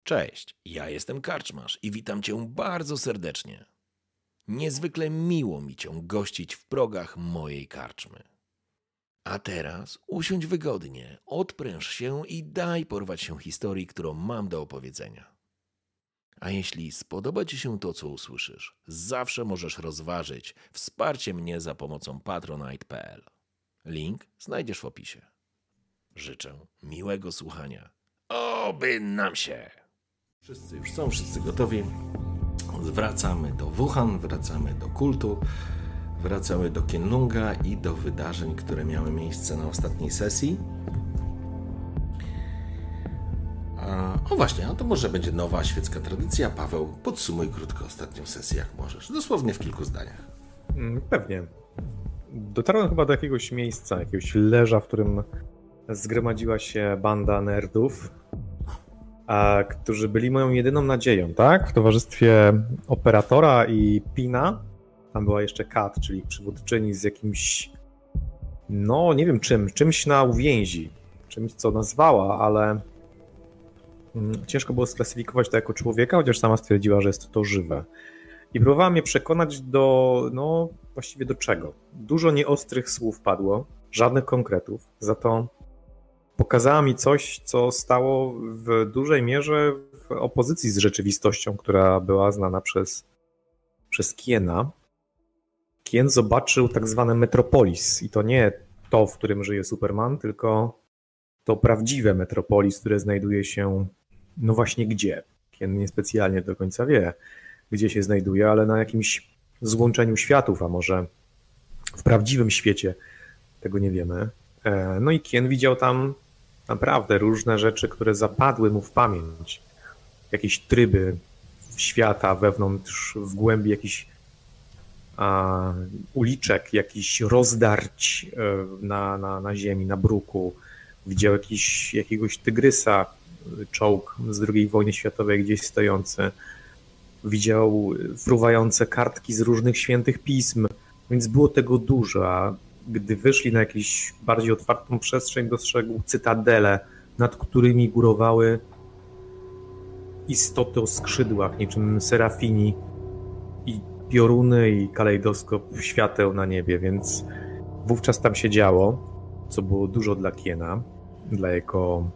Cześć, ja jestem Karczmarz i witam Cię bardzo serdecznie. Niezwykle miło mi Cię gościć w progach mojej karczmy. A teraz usiądź wygodnie, odpręż się i daj porwać się historii, którą mam do opowiedzenia. A jeśli spodoba Ci się to, co usłyszysz, zawsze możesz rozważyć wsparcie mnie za pomocą patronite.pl. Link znajdziesz w opisie. Życzę miłego słuchania. Oby nam się! Wszyscy już są, wszyscy gotowi. Wracamy do Wuhan, wracamy do kultu, wracamy do Kienlunga i do wydarzeń, które miały miejsce na ostatniej sesji. O właśnie, a to może będzie nowa świecka tradycja. Paweł, podsumuj krótko ostatnią sesję, jak możesz. Dosłownie w kilku zdaniach. Pewnie. Dotarłem chyba do jakiegoś miejsca, jakiegoś leża, w którym zgromadziła się banda nerdów, którzy byli moją jedyną nadzieją, tak? W towarzystwie operatora i Pina. Tam była jeszcze Kat, czyli przywódczyni z jakimś, no nie wiem czymś na uwięzi. Czymś, co nazwała, ale ciężko było sklasyfikować to jako człowieka, chociaż sama stwierdziła, że jest to żywe. I próbowała mnie przekonać właściwie do czego. Dużo nieostrych słów padło, żadnych konkretów, za to pokazała mi coś, co stało w dużej mierze w opozycji z rzeczywistością, która była znana przez Kiena. Kien zobaczył tak zwane Metropolis i to nie to, w którym żyje Superman, tylko to prawdziwe Metropolis, które znajduje się, no właśnie gdzie. Kien niespecjalnie do końca wie, gdzie się znajduje, ale na jakimś złączeniu światów, a może w prawdziwym świecie, tego nie wiemy. No i Kien widział tam naprawdę różne rzeczy, które zapadły mu w pamięć. Jakieś tryby świata wewnątrz, w głębi jakichś uliczek, jakichś rozdarć na ziemi, na bruku. Widział jakiegoś tygrysa, czołg z II wojny światowej gdzieś stojący. Widział fruwające kartki z różnych świętych pism, więc było tego dużo, a gdy wyszli na jakąś bardziej otwartą przestrzeń, dostrzegł cytadele, nad którymi górowały istoty o skrzydłach, niczym serafini i pioruny i kalejdoskop świateł na niebie, więc wówczas tam się działo, co było dużo dla Kiena, dla jego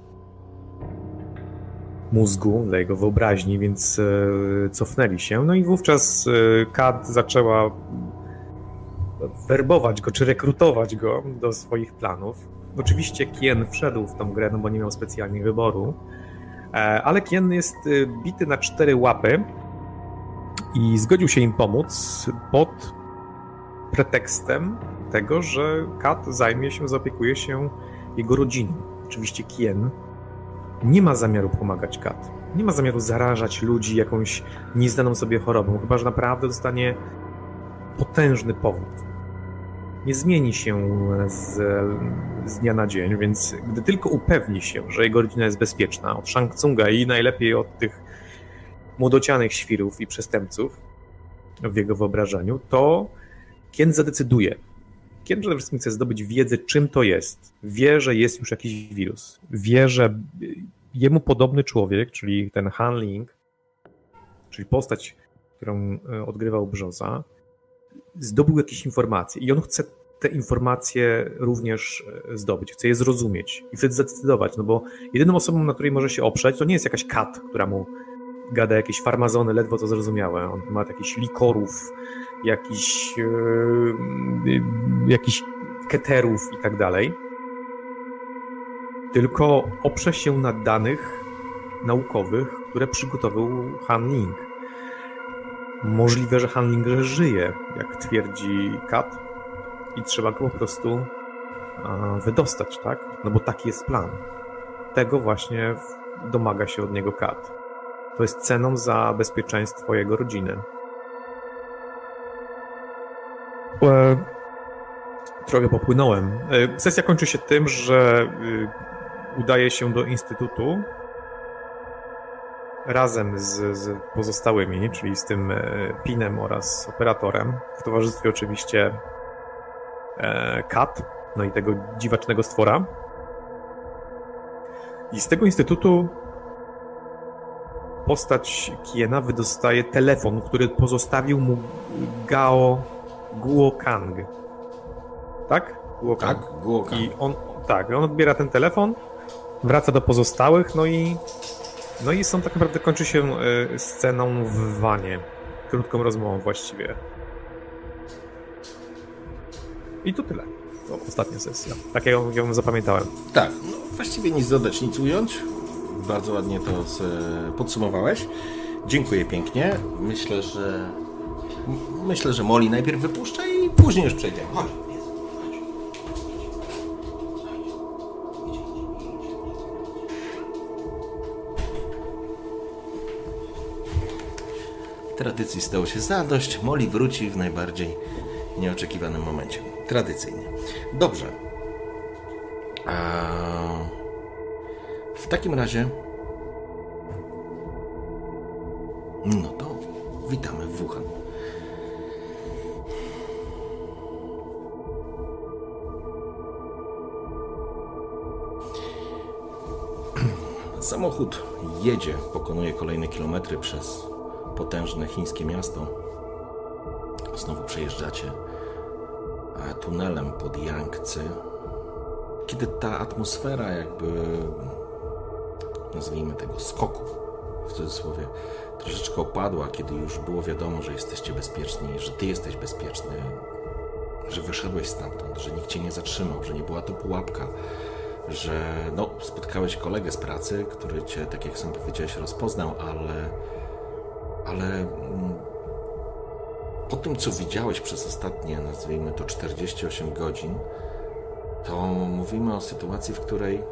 mózgu, dla jego wyobraźni, więc cofnęli się. No i wówczas Kat zaczęła werbować go, czy rekrutować go do swoich planów. Oczywiście Kien wszedł w tą grę, no bo nie miał specjalnie wyboru, ale Kien jest bity na 4 łapy i zgodził się im pomóc pod pretekstem tego, że Kat zaopiekuje się jego rodziną. Oczywiście Kien nie ma zamiaru pomagać Kat. Nie ma zamiaru zarażać ludzi jakąś nieznaną sobie chorobą, chyba że naprawdę dostanie potężny powód. Nie zmieni się z dnia na dzień, więc gdy tylko upewni się, że jego rodzina jest bezpieczna od Shang Tsunga i najlepiej od tych młodocianych świrów i przestępców w jego wyobrażeniu, to Kien zadecyduje. Kien przede wszystkim chce zdobyć wiedzę, czym to jest. Wie, że jest już jakiś wirus. Wie, że jemu podobny człowiek, czyli ten Han Ling, czyli postać, którą odgrywał Brzoza, zdobył jakieś informacje i on chce te informacje również zdobyć, chce je zrozumieć i wtedy zdecydować, no bo jedyną osobą, na której może się oprzeć, to nie jest jakaś Kat, która mu gada jakieś farmazony, ledwo to zrozumiałe. On ma jakichś likorów, jakichś keterów i tak dalej. Tylko oprze się na danych naukowych, które przygotował Han Ling. Możliwe, że Han Ling żyje, jak twierdzi Kat, i trzeba go po prostu wydostać, tak? No bo taki jest plan. Tego właśnie domaga się od niego Kat. To jest ceną za bezpieczeństwo jego rodziny. Trochę popłynąłem. Sesja kończy się tym, że udaje się do Instytutu razem z pozostałymi, czyli z tym Pinem oraz operatorem, w towarzystwie oczywiście Kat, no i tego dziwacznego stwora. I z tego instytutu postać Kiena wydostaje telefon, który pozostawił mu Guo Kang. Tak? Guo Kang. Tak, Guoka. I on odbiera ten telefon, wraca do pozostałych, no i tak naprawdę kończy się sceną w wanie. Krótką rozmową właściwie. I to tyle. To ostatnia sesja. Tak jak ją zapamiętałem. Tak, no właściwie nic dodać, nic ująć. Bardzo ładnie to podsumowałeś. Dziękuję pięknie. Myślę, że Molly najpierw wypuszcza i później już przejdziemy. Chodź. Tradycji stało się zadość. Molly wróci w najbardziej nieoczekiwanym momencie. Tradycyjnie. Dobrze. W takim razie no to witamy w Wuhan. Samochód jedzie, pokonuje kolejne kilometry przez potężne chińskie miasto. Znowu przejeżdżacie tunelem pod Yangtze. Kiedy ta atmosfera jakby, nazwijmy tego, skoku, w cudzysłowie, troszeczkę opadła, kiedy już było wiadomo, że jesteście bezpieczni, że ty jesteś bezpieczny, że wyszedłeś stamtąd, że nikt cię nie zatrzymał, że nie była to pułapka, że spotkałeś kolegę z pracy, który cię, tak jak sam powiedziałeś, rozpoznał, ale po tym, co widziałeś przez ostatnie, nazwijmy to 48 godzin, to mówimy o sytuacji, w której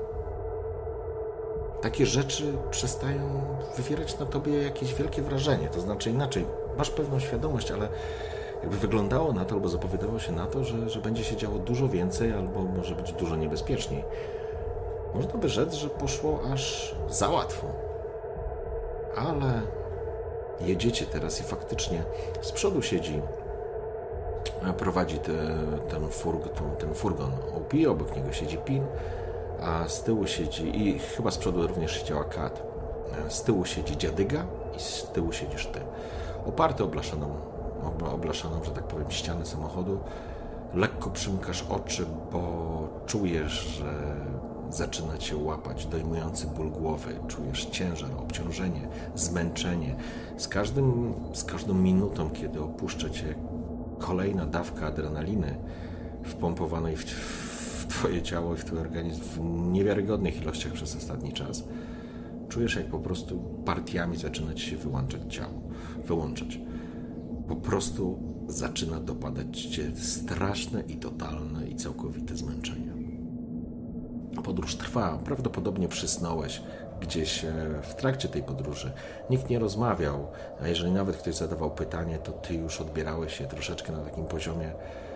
takie rzeczy przestają wywierać na tobie jakieś wielkie wrażenie. To znaczy inaczej, masz pewną świadomość, ale jakby wyglądało na to, albo zapowiadało się na to, że będzie się działo dużo więcej, albo może być dużo niebezpieczniej. Można by rzec, że poszło aż za łatwo. Ale jedziecie teraz i faktycznie z przodu siedzi, prowadzi ten furgon OP, obok niego siedzi Pin, a z tyłu siedzi, i chyba z przodu również siedziała Kat, z tyłu siedzi dziadyga i z tyłu siedzisz ty. Oparty oblaszaną, że tak powiem, ścianę samochodu. Lekko przymykasz oczy, bo czujesz, że zaczyna cię łapać dojmujący ból głowy. Czujesz ciężar, obciążenie, zmęczenie. Z każdą minutą, kiedy opuszcza cię kolejna dawka adrenaliny wpompowanej w twoje ciało i w twój organizm w niewiarygodnych ilościach przez ostatni czas, czujesz, jak po prostu partiami zaczyna ci się wyłączać. Po prostu zaczyna dopadać cię straszne i totalne i całkowite zmęczenie. Podróż trwa, prawdopodobnie przysnąłeś gdzieś w trakcie tej podróży. Nikt nie rozmawiał, a jeżeli nawet ktoś zadawał pytanie, to ty już odbierałeś je troszeczkę na takim poziomie,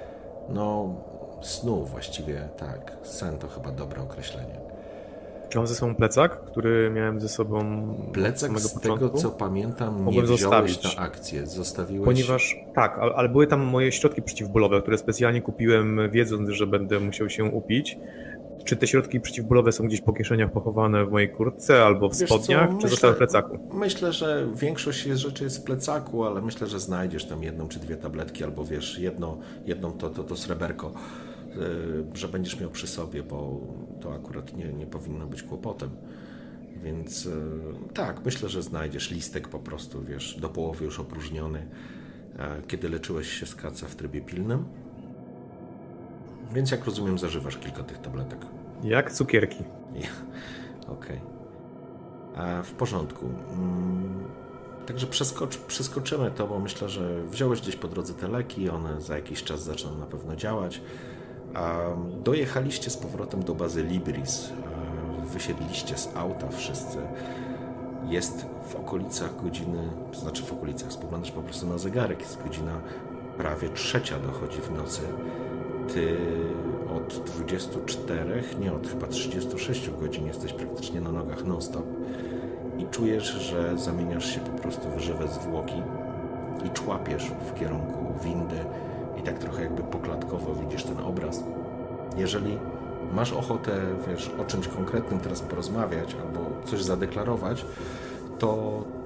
snu właściwie, tak. Sen to chyba dobre określenie. Mam ze sobą plecak, który miałem ze sobą plecak od samego początku. Z tego, co pamiętam, mogłem nie wziąłeś zostawić na akcję. Zostawiłeś... Ponieważ, tak, ale były tam moje środki przeciwbólowe, które specjalnie kupiłem, wiedząc, że będę musiał się upić. Czy te środki przeciwbólowe są gdzieś po kieszeniach pochowane w mojej kurtce albo w spodniach, czy zostały w plecaku? Myślę, że większość rzeczy jest w plecaku, ale myślę, że znajdziesz tam jedną czy dwie tabletki, albo jedną to sreberko, że będziesz miał przy sobie, bo to akurat nie powinno być kłopotem. Więc tak, myślę, że znajdziesz listek po prostu, do połowy już opróżniony, kiedy leczyłeś się z kaca w trybie pilnym. Więc jak rozumiem, zażywasz kilka tych tabletek. Jak cukierki. Okej. W porządku. Także przeskoczymy to, bo myślę, że wziąłeś gdzieś po drodze te leki, one za jakiś czas zaczną na pewno działać. Dojechaliście z powrotem do bazy Libris. Wysiedliście z auta wszyscy. Jest w okolicach godziny, spoglądasz po prostu na zegarek, jest godzina prawie 3 dochodzi w nocy. Ty od 24, od chyba 36 godzin jesteś praktycznie na nogach non-stop i czujesz, że zamieniasz się po prostu w żywe zwłoki i człapiesz w kierunku windy i tak trochę jakby poklatkowo widzisz ten obraz. Jeżeli masz ochotę, o czymś konkretnym teraz porozmawiać albo coś zadeklarować, to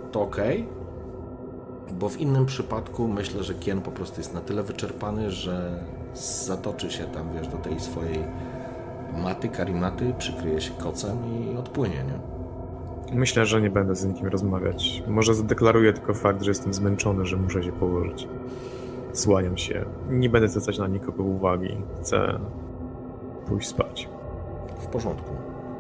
to okej, bo w innym przypadku myślę, że Kien po prostu jest na tyle wyczerpany, że zatoczy się tam, wiesz, do tej swojej maty, karimaty, przykryje się kocem i odpłynie, nie? Myślę, że nie będę z nikim rozmawiać. Może zadeklaruję tylko fakt, że jestem zmęczony, że muszę się położyć. Słaniam się. Nie będę zwracać na nikogo uwagi. Chcę pójść spać. W porządku.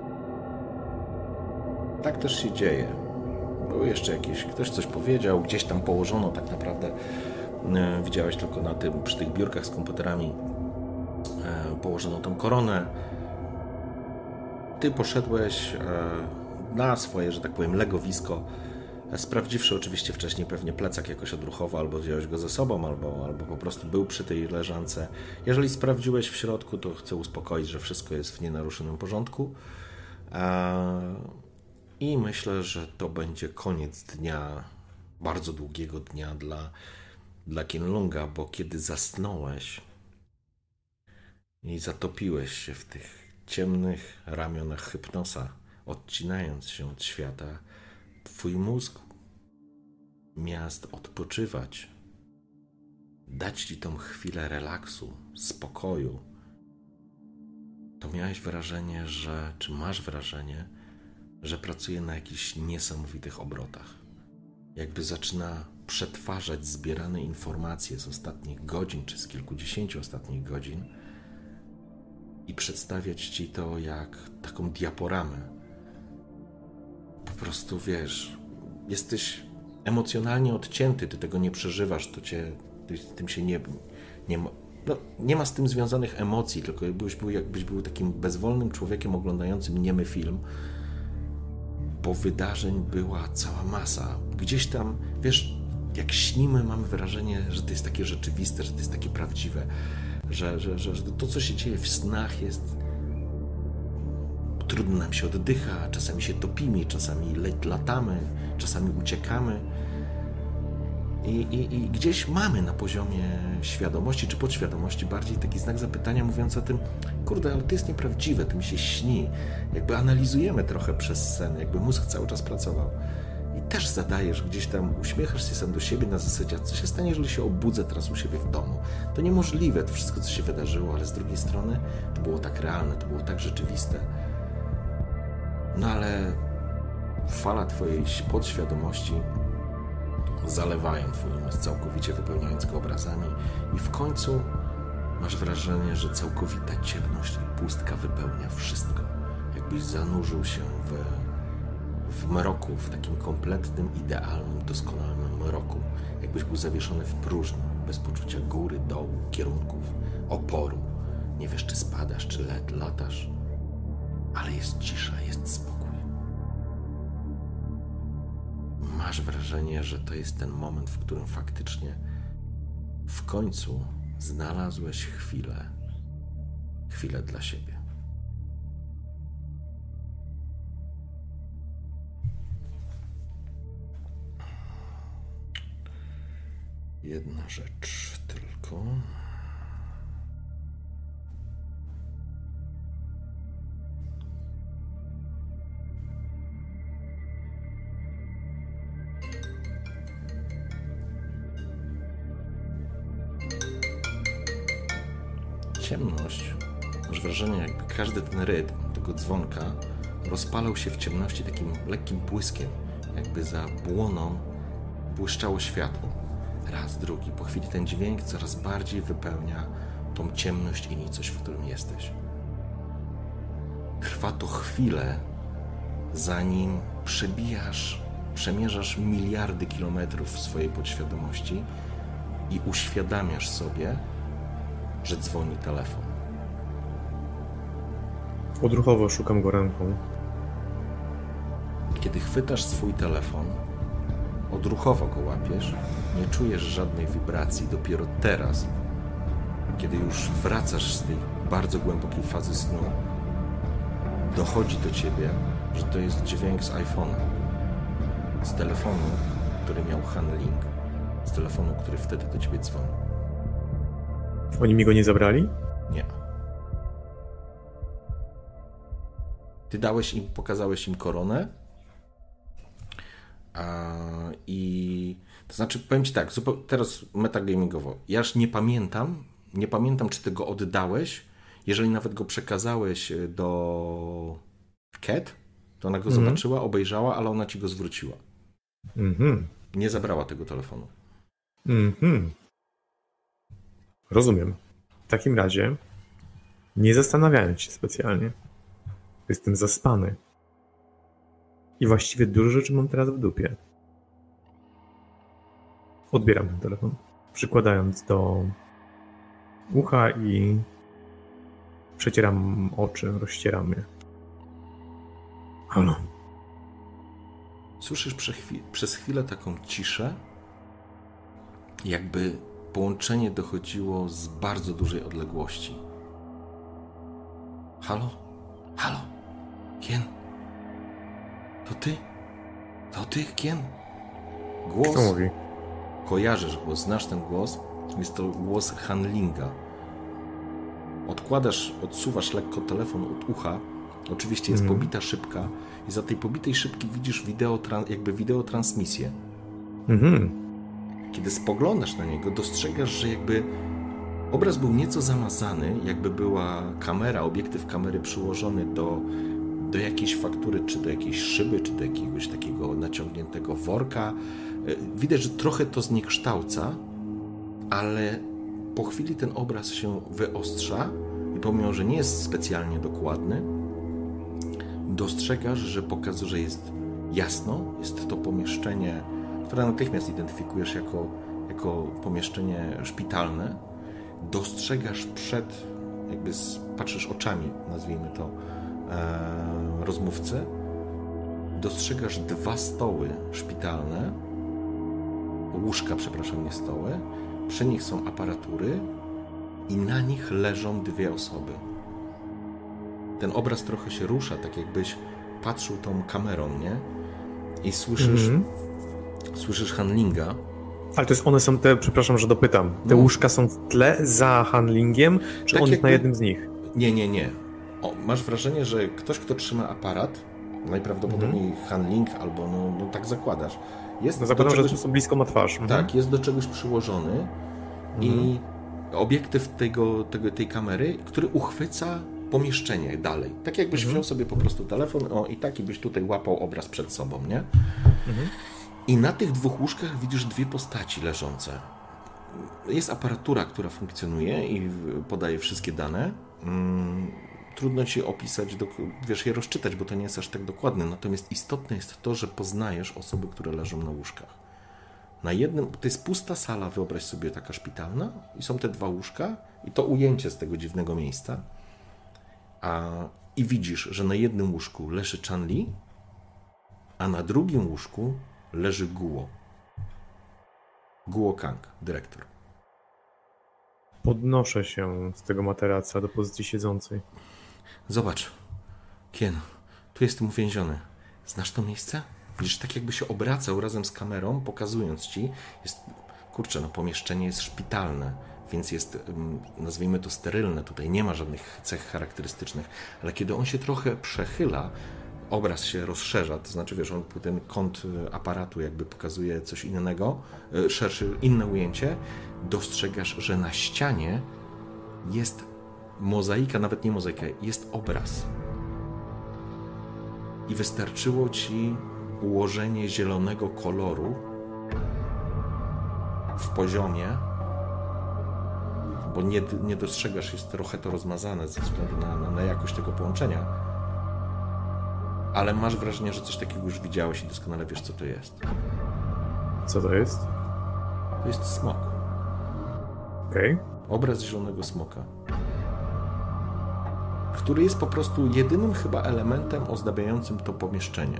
Tak też się dzieje. Był jeszcze jakiś, ktoś coś powiedział, gdzieś tam położono tak naprawdę, widziałeś tylko przy tych biurkach z komputerami, położono tą koronę. Ty poszedłeś na swoje, że tak powiem, legowisko, sprawdziwszy oczywiście wcześniej pewnie plecak jakoś odruchowo, albo wziąłeś go ze sobą, albo po prostu był przy tej leżance. Jeżeli sprawdziłeś w środku, to chcę uspokoić, że wszystko jest w nienaruszonym porządku. I myślę, że to będzie koniec dnia, bardzo długiego dnia dla Qianlunga, bo kiedy zasnąłeś i zatopiłeś się w tych ciemnych ramionach hypnosa, odcinając się od świata, twój mózg miast odpoczywać, dać ci tą chwilę relaksu, spokoju, to miałeś wrażenie, czy masz wrażenie, że pracuje na jakichś niesamowitych obrotach. Jakby zaczyna przetwarzać zbierane informacje z ostatnich godzin, czy z kilkudziesięciu ostatnich godzin i przedstawiać ci to jak taką diaporamę. Po prostu, wiesz, jesteś emocjonalnie odcięty, ty tego nie przeżywasz, tym się nie ma z tym związanych emocji, tylko jakbyś był takim bezwolnym człowiekiem oglądającym niemy film, bo wydarzeń była cała masa. Gdzieś tam, wiesz, jak śnimy, mamy wrażenie, że to jest takie rzeczywiste, że to jest takie prawdziwe, że to, co się dzieje w snach, jest... Trudno nam się oddycha, czasami się topimy, czasami latamy, czasami uciekamy. I gdzieś mamy na poziomie świadomości czy podświadomości bardziej taki znak zapytania mówiący o tym, kurde, ale to jest nieprawdziwe, to mi się śni. Jakby analizujemy trochę przez sen, jakby mózg cały czas pracował. I też zadajesz gdzieś tam, uśmiechasz się sam do siebie na zasadzie, co się stanie, jeżeli się obudzę teraz u siebie w domu. To niemożliwe, to wszystko, co się wydarzyło, ale z drugiej strony to było tak realne, to było tak rzeczywiste. No ale fala twojej podświadomości zalewają twój umysł, całkowicie wypełniając go obrazami i w końcu masz wrażenie, że całkowita ciemność i pustka wypełnia wszystko. Jakbyś zanurzył się w mroku, w takim kompletnym, idealnym, doskonałym mroku. Jakbyś był zawieszony w próżni, bez poczucia góry, dołu, kierunków, oporu. Nie wiesz, czy spadasz, czy latasz, ale jest cisza, jest spokój. Masz wrażenie, że to jest ten moment, w którym faktycznie w końcu znalazłeś chwilę dla siebie. Jedna rzecz tylko. Ciemność, masz wrażenie, jakby każdy ten rytm tego dzwonka rozpalał się w ciemności takim lekkim błyskiem, jakby za błoną błyszczało światło. Raz, drugi, po chwili ten dźwięk coraz bardziej wypełnia tą ciemność i nicość, w którym jesteś. Trwa to chwilę, zanim przemierzasz miliardy kilometrów w swojej podświadomości i uświadamiasz sobie, że dzwoni telefon. Odruchowo szukam go ręką. Kiedy chwytasz swój telefon, odruchowo go łapiesz, nie czujesz żadnej wibracji. Dopiero teraz, kiedy już wracasz z tej bardzo głębokiej fazy snu, dochodzi do ciebie, że to jest dźwięk z iPhone'a. Z telefonu, który miał Han Ling. Z telefonu, który wtedy do ciebie dzwonił. Oni mi go nie zabrali? Nie. Ty pokazałeś im koronę To znaczy, powiem ci tak, teraz metagamingowo. Ja już nie pamiętam, czy ty go oddałeś. Jeżeli nawet go przekazałeś do Cat, to ona go zobaczyła, obejrzała, ale ona ci go zwróciła. Nie zabrała tego telefonu. Rozumiem. W takim razie nie zastanawiając się specjalnie. Jestem zaspany. I właściwie dużo rzeczy mam teraz w dupie. Odbieram ten telefon, przykładając do ucha i przecieram oczy, rozcieram je. Halo. Słyszysz przez chwilę taką ciszę, jakby połączenie dochodziło z bardzo dużej odległości. Halo? Halo? Kien? To ty? To ty, Kien? Głos? Kto mówi? Kojarzysz głos, znasz ten głos? Jest to głos Hanlinga. Odsuwasz lekko telefon od ucha. Oczywiście jest pobita szybka i za tej pobitej szybki widzisz wideotransmisję. Kiedy spoglądasz na niego, dostrzegasz, że jakby obraz był nieco zamazany, jakby była kamera, obiektyw kamery przyłożony do jakiejś faktury, czy do jakiejś szyby, czy do jakiegoś takiego naciągniętego worka. Widać, że trochę to zniekształca, ale po chwili ten obraz się wyostrza i pomimo, że nie jest specjalnie dokładny, dostrzegasz, że pokazuje, że jest jasno, jest to pomieszczenie, które natychmiast identyfikujesz jako pomieszczenie szpitalne. Dostrzegasz patrzysz oczami, nazwijmy to, rozmówcy, dostrzegasz 2 stoły szpitalne, łóżka, przepraszam, nie stoły, przy nich są aparatury i na nich leżą 2 osoby. Ten obraz trochę się rusza, tak jakbyś patrzył tą kamerą, nie? I słyszysz Hanlinga. Ale to one są te, przepraszam, że dopytam, te łóżka są w tle za Hanlingiem, czy tak on jest na jednym z nich? Nie. Masz wrażenie, że ktoś, kto trzyma aparat, najprawdopodobniej Hanling, albo no tak zakładasz. Zakładam, że to są blisko ma twarz. Tak, jest do czegoś przyłożony i obiektyw tej kamery, który uchwyca pomieszczenie dalej. Tak jakbyś wziął sobie po prostu telefon i taki byś tutaj łapał obraz przed sobą, nie? I na tych 2 łóżkach widzisz 2 postaci leżące. Jest aparatura, która funkcjonuje i podaje wszystkie dane. Trudno ci opisać, je rozczytać, bo to nie jest aż tak dokładne. Natomiast istotne jest to, że poznajesz osoby, które leżą na łóżkach. Na jednym, to jest pusta sala, wyobraź sobie, taka szpitalna, i są te 2 łóżka i to ujęcie z tego dziwnego miejsca. I widzisz, że na jednym łóżku leży Chan-Li, a na drugim łóżku leży Guo. Guo Kang, dyrektor. Podnoszę się z tego materaca do pozycji siedzącej. Zobacz, Kien, tu jestem uwięziony. Znasz to miejsce? Widzisz, tak jakby się obracał razem z kamerą, pokazując ci. Pomieszczenie jest szpitalne, więc jest, nazwijmy to, sterylne. Tutaj nie ma żadnych cech charakterystycznych. Ale kiedy on się trochę przechyla, obraz się rozszerza, to znaczy, ten kąt aparatu jakby pokazuje coś innego, inne ujęcie, dostrzegasz, że na ścianie jest mozaika, nawet nie mozaika, jest obraz. I wystarczyło ci ułożenie zielonego koloru w poziomie, bo nie dostrzegasz, jest trochę to rozmazane ze względu na jakość tego połączenia, ale masz wrażenie, że coś takiego już widziałeś i doskonale wiesz, co to jest. Co to jest? To jest smok. Okej. Obraz zielonego smoka, który jest po prostu jedynym chyba elementem ozdabiającym to pomieszczenie.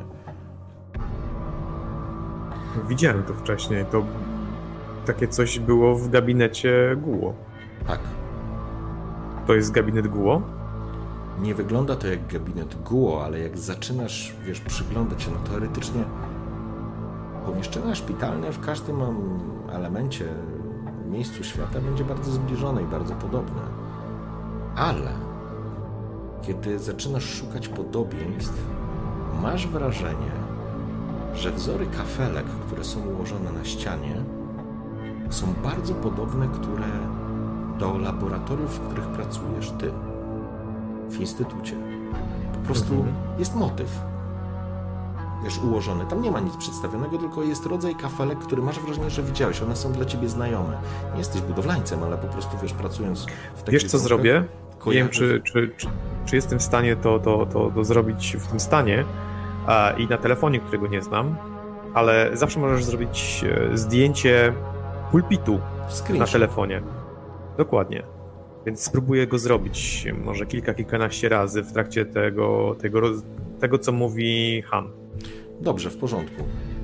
Widziałem to wcześniej. To takie coś było w gabinecie Guo. Tak. To jest gabinet Guo? Nie wygląda to jak gabinet Guo, ale jak zaczynasz, przyglądać się, teoretycznie pomieszczenia szpitalne w każdym elemencie, miejscu świata będzie bardzo zbliżone i bardzo podobne. Ale kiedy zaczynasz szukać podobieństw, masz wrażenie, że wzory kafelek, które są ułożone na ścianie, są bardzo podobne, do laboratoriów, w których pracujesz ty w instytucie. Po prostu jest motyw, wiesz, ułożony. Tam nie ma nic przedstawionego, tylko jest rodzaj kafelek, który masz wrażenie, że widziałeś. One są dla ciebie znajome. Nie jesteś budowlańcem, ale po prostu, wiesz, pracując w takich... Wiesz, co zrobię? Nie wiem, kojarzesz. czy jestem w stanie to zrobić w tym stanie i na telefonie, którego nie znam, ale zawsze możesz zrobić zdjęcie pulpitu na telefonie. Dokładnie. Więc spróbuję go zrobić może kilkanaście razy w trakcie tego, co mówi Han. Dobrze, w porządku.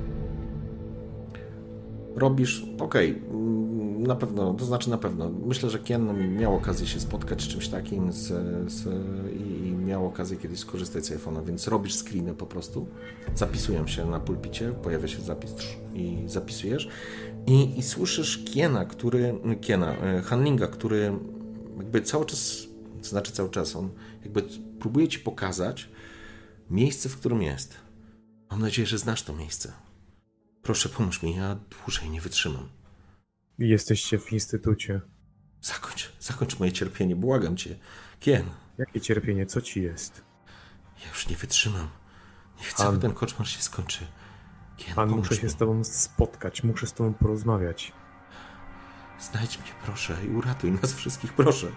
Robisz, okej, na pewno, to znaczy na pewno. Myślę, że Kien miał okazję się spotkać z czymś takim i miał okazję kiedyś skorzystać z iPhone'a, więc robisz screeny po prostu, zapisują się na pulpicie, pojawia się zapis i zapisujesz i słyszysz Hanlinga, który jakby cały czas, to znaczy cały czas, on jakby próbuje ci pokazać miejsce, w którym jest. Mam nadzieję, że znasz to miejsce. Proszę, pomóż mi, ja dłużej nie wytrzymam. Jesteście w instytucie. Zakończ moje cierpienie, błagam cię. Kien. Jakie cierpienie? Co ci jest? Ja już nie wytrzymam. Niech cały ten koszmar się skończy. Kien, Pan, muszę się z tobą spotkać, muszę z tobą porozmawiać. Znajdź mnie, proszę, i uratuj nas wszystkich, proszę.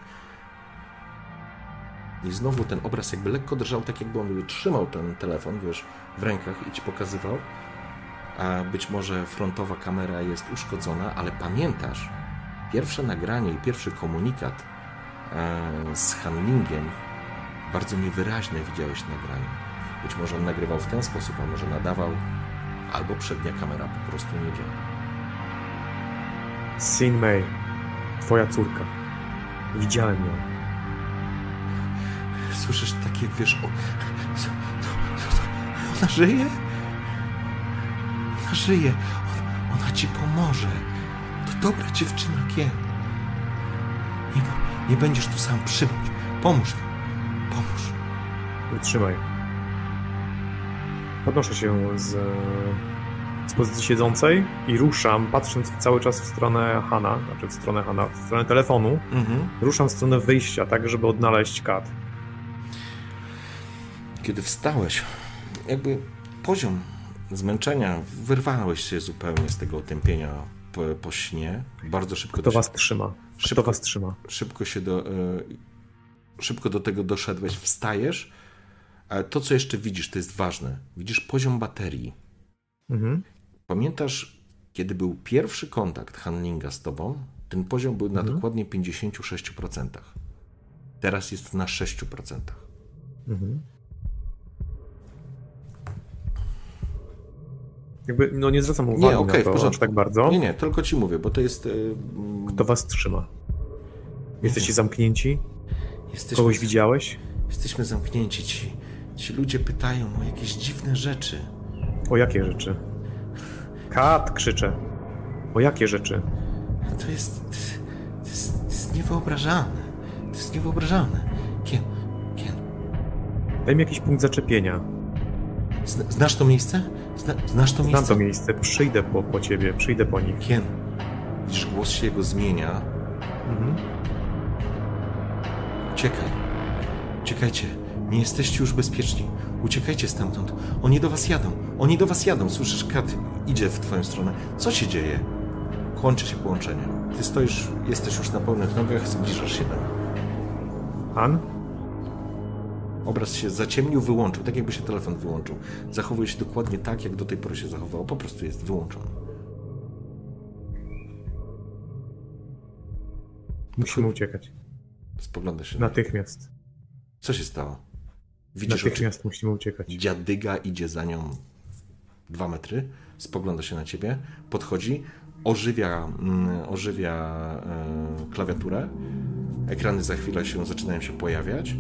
I znowu ten obraz jakby lekko drżał, tak jakby on trzymał ten telefon, wiesz, w rękach i ci pokazywał. A być może frontowa kamera jest uszkodzona, ale pamiętasz, pierwsze nagranie i pierwszy komunikat z Hanlingiem, bardzo niewyraźne widziałeś nagranie. Być może on nagrywał w ten sposób, a może nadawał, albo przednia kamera po prostu nie działa. Sin Mei, twoja córka. Widziałem ją. Słyszysz takie, wiesz, ona żyje? Ona żyje. Ona ci pomoże. To dobra dziewczyna, Kien. Nie będziesz tu sam, przybądź. Pomóż mi. Pomóż. Wytrzymaj. Podnoszę się z pozycji siedzącej i ruszam, patrząc cały czas w stronę Hana, w stronę telefonu. Ruszam w stronę wyjścia, tak żeby odnaleźć Kat. Kiedy wstałeś, jakby poziom zmęczenia, wyrwałeś się zupełnie z tego otępienia po śnie. Bardzo szybko... Kto was trzyma? Kto was trzyma? Szybko do tego doszedłeś, wstajesz. Ale to, co jeszcze widzisz, to jest ważne. Widzisz poziom baterii. Pamiętasz, kiedy był pierwszy kontakt Hanlinga z tobą, ten poziom był na dokładnie 56%. Teraz jest na 6%. Jakby, no nie zwracam uwagi na to aż tak bardzo. Nie, tylko ci mówię, bo to jest... Kto was trzyma? Jesteście zamknięci? Kogoś widziałeś? Jesteśmy zamknięci. Ci ludzie pytają o jakieś dziwne rzeczy. O jakie rzeczy? Kat, krzyczę. O jakie rzeczy? To jest niewyobrażalne. To jest niewyobrażalne. Kien. Daj mi jakiś punkt zaczepienia. Znasz to miejsce? Znasz to miejsce? Znam to miejsce. Przyjdę po ciebie. Przyjdę po nich. Kien. Widzisz, głos się jego zmienia. Uciekaj. Uciekajcie. Nie jesteście już bezpieczni. Uciekajcie stamtąd. Oni do was jadą. Słyszysz, Kat idzie w twoją stronę. Co się dzieje? Kończy się połączenie. Ty stoisz, jesteś już na pełnych nogach, zbliżasz się do mnie. Han? Obraz się zaciemnił, wyłączył, tak jakby się telefon wyłączył. Zachowuje się dokładnie tak, jak do tej pory się zachowało. Po prostu jest wyłączony. Musimy uciekać. Spogląda się. Natychmiast. Co się stało? Widzisz, natychmiast musimy uciekać. Dziadyga idzie za nią 2 metry, spogląda się na ciebie, podchodzi, ożywia klawiaturę. Ekrany za chwilę zaczynają się pojawiać.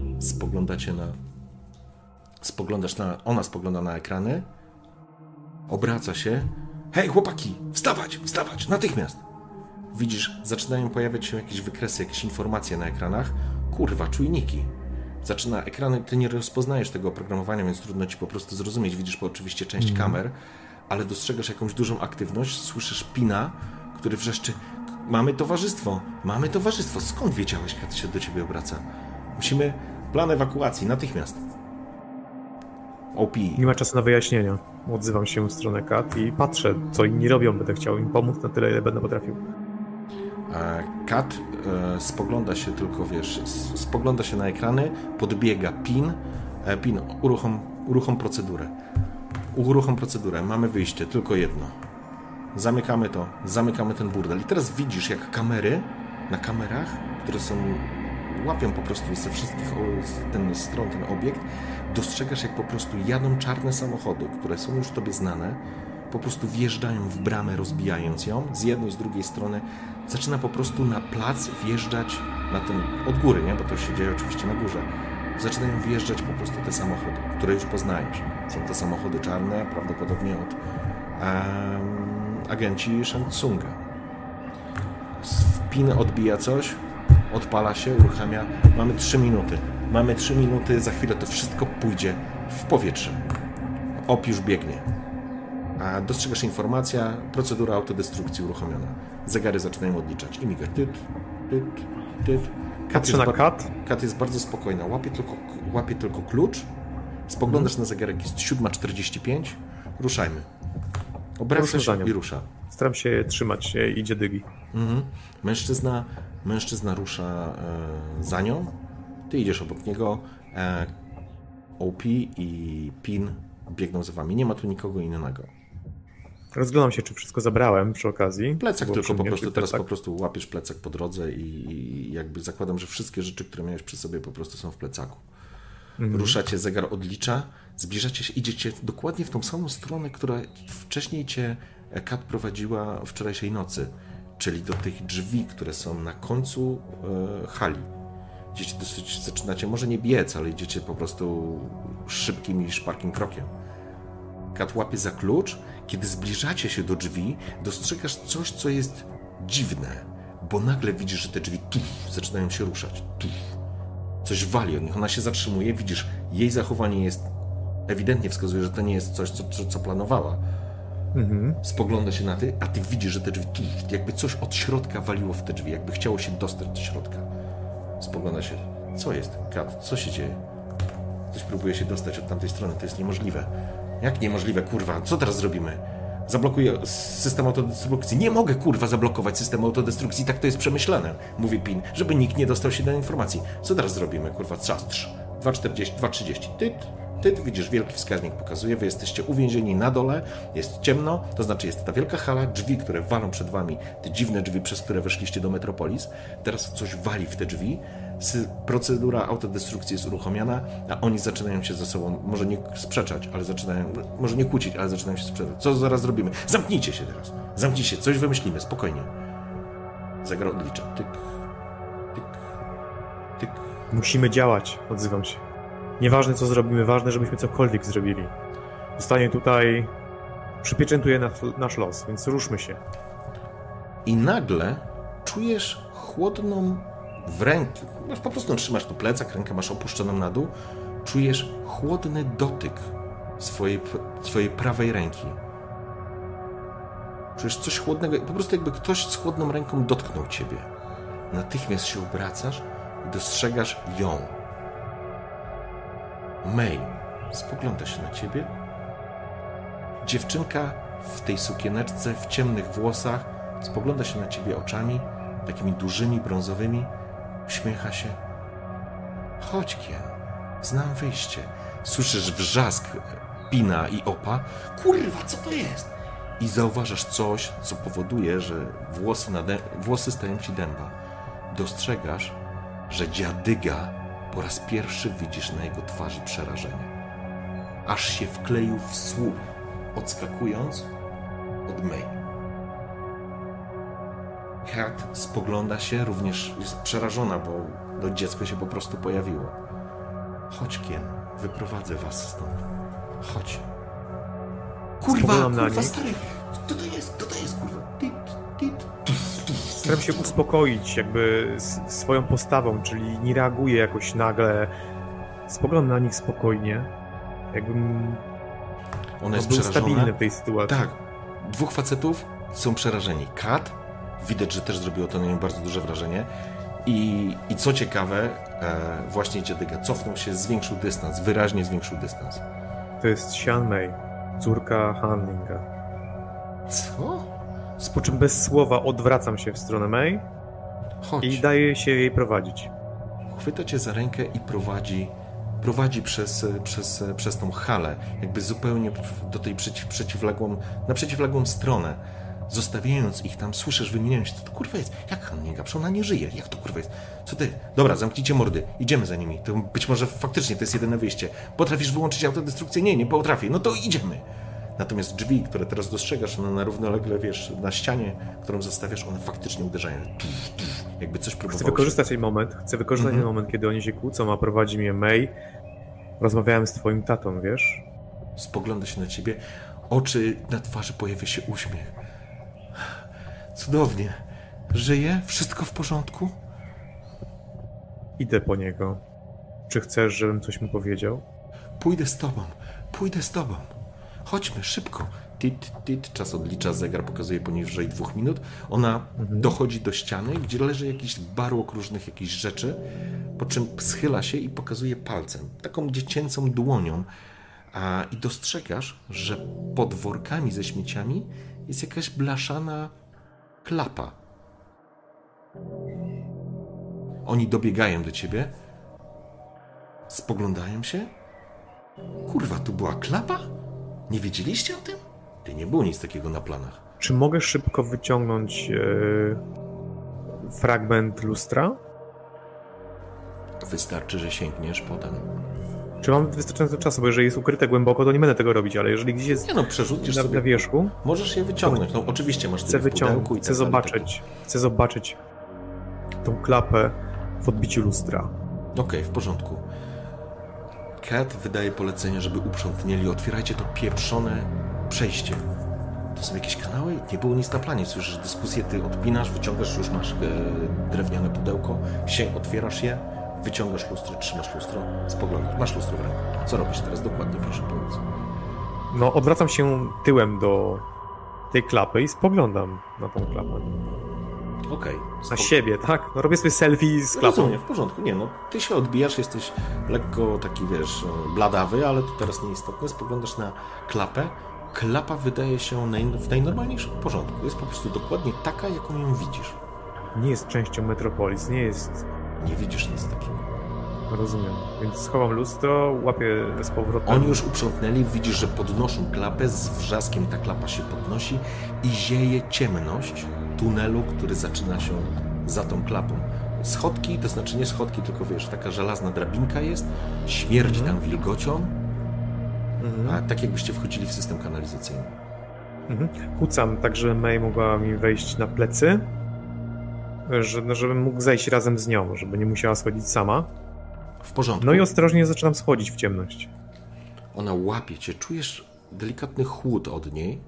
Ona spogląda na ekrany, obraca się. Hej, chłopaki, wstawać, natychmiast! Widzisz, zaczynają pojawiać się jakieś wykresy, jakieś informacje na ekranach. Kurwa, czujniki. Zaczyna ekrany, ty nie rozpoznajesz tego oprogramowania, więc trudno ci po prostu zrozumieć. Widzisz oczywiście część kamer, ale dostrzegasz jakąś dużą aktywność, słyszysz Pina, który wrzeszczy: mamy towarzystwo, skąd wiedziałeś, kiedy się do ciebie obraca? Musimy plan ewakuacji, natychmiast. OP. Nie ma czasu na wyjaśnienia. Odzywam się w stronę Kat i patrzę, co inni robią. Będę chciał im pomóc na tyle, ile będę potrafił. Kat spogląda się tylko, spogląda się na ekrany, podbiega Pin, uruchom procedurę. Uruchom procedurę, mamy wyjście, tylko jedno. Zamykamy ten burdel. I teraz widzisz, jak kamery, na kamerach, które łapią po prostu ze wszystkich stron ten obiekt, dostrzegasz, jak po prostu jadą czarne samochody, które są już tobie znane, po prostu wjeżdżają w bramę, rozbijając ją z jednej, z drugiej strony. Zaczyna po prostu na plac wjeżdżać na ten, od góry, nie? Bo to się dzieje oczywiście na górze. Zaczynają wjeżdżać po prostu te samochody, które już poznajesz. Są to samochody czarne, prawdopodobnie od agenci Shang-Tsunga. Pin odbija coś, odpala się, uruchamia. Mamy 3 minuty, za chwilę to wszystko pójdzie w powietrze. OP już biegnie. A dostrzegasz informacja, procedura autodestrukcji uruchomiona. Zegary zaczynają odliczać i migać. Patrzę na Kat. Kat jest bardzo spokojna. Łapie tylko klucz. Spoglądasz na zegarek, jest 7:45. Ruszajmy. Obraca się i rusza. Staram się trzymać, idzie dygi. Mężczyzna rusza za nią. Ty idziesz obok niego. OP i Pin biegną za wami. Nie ma tu nikogo innego. Rozglądam się, czy wszystko zabrałem przy okazji. Plecak tylko po prostu, teraz po prostu łapiesz plecak po drodze i jakby zakładam, że wszystkie rzeczy, które miałeś przy sobie, po prostu są w plecaku. Ruszacie, zegar odlicza, zbliżacie się, idziecie dokładnie w tą samą stronę, która wcześniej cię Kat prowadziła wczorajszej nocy, czyli do tych drzwi, które są na końcu hali. Idziecie dosyć, zaczynacie może nie biec, ale idziecie po prostu szybkim i szparkim krokiem. Kat łapie za klucz. Kiedy zbliżacie się do drzwi, dostrzegasz coś, co jest dziwne, bo nagle widzisz, że te drzwi zaczynają się ruszać. Coś wali od nich, ona się zatrzymuje, widzisz, jej zachowanie jest ewidentnie wskazuje, że to nie jest coś, co planowała. Spogląda się na ty, a ty widzisz, że te drzwi, jakby coś od środka waliło w te drzwi, jakby chciało się dostać do środka. Spogląda się, co jest, Kat, co się dzieje? Ktoś próbuje się dostać od tamtej strony, to jest niemożliwe. Jak niemożliwe, kurwa? Co teraz zrobimy? Zablokuję system autodestrukcji. Nie mogę, kurwa, zablokować systemu autodestrukcji. Tak to jest przemyślane, mówi Pin, żeby nikt nie dostał się do informacji. Co teraz zrobimy, kurwa? Trzastrz. 2:40, 2:30. Ty widzisz, wielki wskaźnik pokazuje, wy jesteście uwięzieni na dole, jest ciemno, to znaczy jest ta wielka hala, drzwi, które walą przed wami, te dziwne drzwi, przez które weszliście do Metropolis. Teraz coś wali w te drzwi. Procedura autodestrukcji jest uruchomiona, a oni zaczynają się ze sobą, może nie sprzeczać, ale może nie kłócić, ale zaczynają się sprzeczać. Co zaraz zrobimy? Zamknijcie się teraz. Zamknijcie, coś wymyślimy, spokojnie. Zegar odlicza. Tyk, tyk, tyk. Musimy działać, odzywam się. Nieważne, co zrobimy, ważne, żebyśmy cokolwiek zrobili. Zostanie tutaj, przypieczętuje nasz los, więc ruszmy się. I nagle czujesz chłodną w ręku, po prostu trzymasz tu plecak, rękę masz opuszczoną na dół, czujesz chłodny dotyk swojej prawej ręki. Czujesz coś chłodnego, po prostu jakby ktoś z chłodną ręką dotknął ciebie. Natychmiast się obracasz i dostrzegasz ją. May spogląda się na ciebie. Dziewczynka w tej sukieneczce, w ciemnych włosach, spogląda się na ciebie oczami, takimi dużymi, brązowymi, uśmiecha się. Chodź, Kien, znam wyjście. Słyszysz wrzask Pina i Opa. Kurwa, co to jest? I zauważasz coś, co powoduje, że włosy stają ci dęba. Dostrzegasz, że dziadyga po raz pierwszy widzisz na jego twarzy przerażenie. Aż się wkleił w słup, odskakując od May. Kat spogląda się, również jest przerażona, bo dziecko się po prostu pojawiło. Chodź, Kien, wyprowadzę was stąd. Chodź. Kurwa, stary! Kto to jest, kurwa? Staram się uspokoić jakby swoją postawą, czyli nie reaguję jakoś nagle, Spoglądam na nich spokojnie, jakbym Ona jest był przerażona. stabilny w tej sytuacji. Tak. 2 facetów są przerażeni. Kat, widać, że też zrobiło to na nim bardzo duże wrażenie. I co ciekawe, właśnie dziadyga cofnął się, zwiększył dystans, wyraźnie zwiększył dystans. To jest Xian Mei, córka Hanlinga. Co? Po czym bez słowa odwracam się w stronę Mei Chodź. i daję się jej prowadzić. Chwyta cię za rękę i prowadzi przez tą halę, jakby zupełnie do tej na przeciwległą stronę. Zostawiając ich tam, słyszysz, wymieniają się, co to kurwa jest? Jak Hanninga? Przecież ona nie żyje. Jak to kurwa jest? Co ty? Dobra, zamknijcie mordy. Idziemy za nimi. To być może faktycznie to jest jedyne wyjście. Potrafisz wyłączyć autodestrukcję? Nie potrafię. No to idziemy. Natomiast drzwi, które teraz dostrzegasz, one na równolegle, wiesz, na ścianie, którą zostawiasz, one faktycznie uderzają. Jakby coś próbowało Chcę wykorzystać ten moment, kiedy oni się kłócą, a prowadzi mnie Mei. Rozmawiałem z twoim tatą, wiesz? Spogląda się na ciebie. Oczy, na twarzy pojawia się uśmiech. Cudownie. Żyje? Wszystko w porządku? Idę po niego. Czy chcesz, żebym coś mu powiedział? Pójdę z tobą. Chodźmy, szybko. Tit, czas odlicza, zegar pokazuje poniżej 2 minut. Ona dochodzi do ściany, gdzie leży jakiś barłok różnych jakichś rzeczy, po czym schyla się i pokazuje palcem, taką dziecięcą dłonią. I dostrzegasz, że pod workami ze śmieciami jest jakaś blaszana klapa. Oni dobiegają do ciebie, spoglądają się. Kurwa, tu była klapa? Nie wiedzieliście o tym? Ty, nie było nic takiego na planach. Czy mogę szybko wyciągnąć fragment lustra? Wystarczy, że sięgniesz potem. Czy mam wystarczająco czasu, bo jeżeli jest ukryte głęboko, to nie będę tego robić, ale jeżeli gdzieś jest Przerzucisz na sobie. wierzchu, Możesz je wyciągnąć. No oczywiście masz chcę w pudełku i chcę zobaczyć tą klapę w odbiciu lustra. Okej, w porządku. Kat wydaje polecenie, żeby uprzątnęli. Otwierajcie to pieprzone przejście. To są jakieś kanały? Nie było nic na planie. Słyszysz dyskusję, ty odpinasz, wyciągasz, już masz drewniane pudełko, otwierasz je, wyciągasz lustro, trzymasz lustro, spoglądasz, masz lustro w ręku. Co robisz teraz dokładnie, proszę powiedz. No, odwracam się tyłem do tej klapy i spoglądam na tą klapę. Okej. Na siebie, tak? No, robię sobie selfie z klapą. Rozumiem, w porządku. Nie, no, ty się odbijasz, jesteś lekko taki, wiesz, bladawy, ale to teraz nieistotne. Spoglądasz na klapę. Klapa wydaje się w najnormalniejszym porządku. Jest po prostu dokładnie taka, jaką ją widzisz. Nie jest częścią Metropolis, nie jest... Nie widzisz nic takiego. Rozumiem. Więc schowam lustro, łapię z powrotem. Oni już uprzątnęli, widzisz, że podnoszą klapę, z wrzaskiem ta klapa się podnosi i zieje ciemność tunelu, który zaczyna się za tą klapą. Schodki, to znaczy nie schodki, tylko wiesz, taka żelazna drabinka jest, śmierdzi tam wilgocią, a tak jakbyście wchodzili w system kanalizacyjny. Kucam tak, żeby Mei mogła mi wejść na plecy, żebym mógł zejść razem z nią, żeby nie musiała schodzić sama. W porządku. No i ostrożnie zaczynam schodzić w ciemność. Ona łapie cię, czujesz delikatny chłód od niej.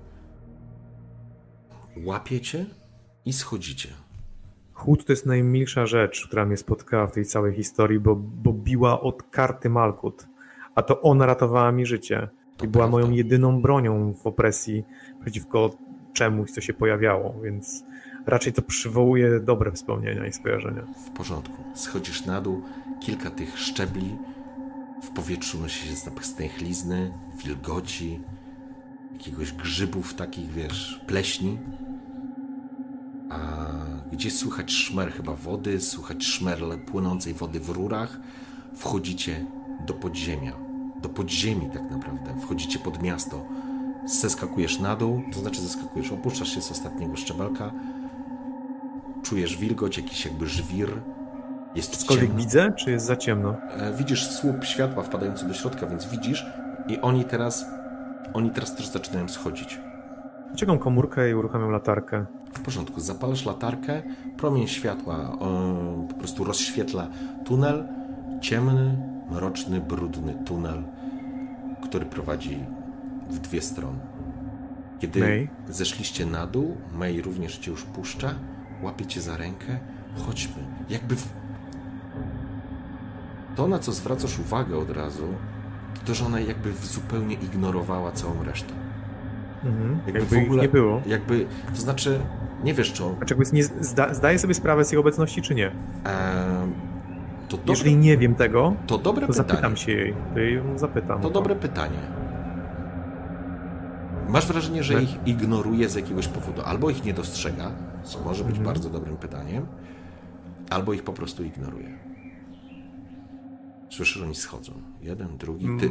Łapie cię i schodzicie. Chłód to jest najmilsza rzecz, która mnie spotkała w tej całej historii, bo biła od karty Malkut. A to ona ratowała mi życie. I była moją jedyną bronią w opresji przeciwko czemuś, co się pojawiało, więc raczej to przywołuje dobre wspomnienia i skojarzenia. W porządku. Schodzisz na dół, kilka tych szczebli, w powietrzu nosi się zapach stęchlizny, wilgoci, jakiegoś grzybów takich, wiesz, pleśni. A gdzieś słychać szmer chyba wody, słychać szmer płynącej wody w rurach. Wchodzicie do podziemia. Do podziemi tak naprawdę. Wchodzicie pod miasto. Zeskakujesz na dół, to znaczy zeskakujesz, opuszczasz się z ostatniego szczebelka. Czujesz wilgoć, jakiś jakby żwir. Jest cokolwiek ciemno. Widzę, czy jest za ciemno? Widzisz słup światła wpadający do środka, więc widzisz i oni teraz też zaczynają schodzić. Wyciągam komórkę i uruchamiam latarkę. W porządku, zapalasz latarkę, promień światła po prostu rozświetla tunel, ciemny, mroczny, brudny tunel, który prowadzi w 2 strony. Kiedy Mei? zeszliście na dół, Mei również cię już puszcza, łapie cię za rękę, chodźmy, jakby To, na co zwracasz uwagę od razu, to, że ona jakby zupełnie ignorowała całą resztę. Jakby w ogóle nie było. Jakby, to znaczy, nie wiesz, czy on... Znaczy, zdaję sobie sprawę z jej obecności, czy nie? Jeżeli nie wiem tego, to dobre pytanie. Zapytam się jej. To jej zapytam. To dobre pytanie. Masz wrażenie, że ich ignoruje z jakiegoś powodu. Albo ich nie dostrzega, co może być bardzo dobrym pytaniem, albo ich po prostu ignoruje. Słyszysz, że oni schodzą. Jeden, drugi, ty.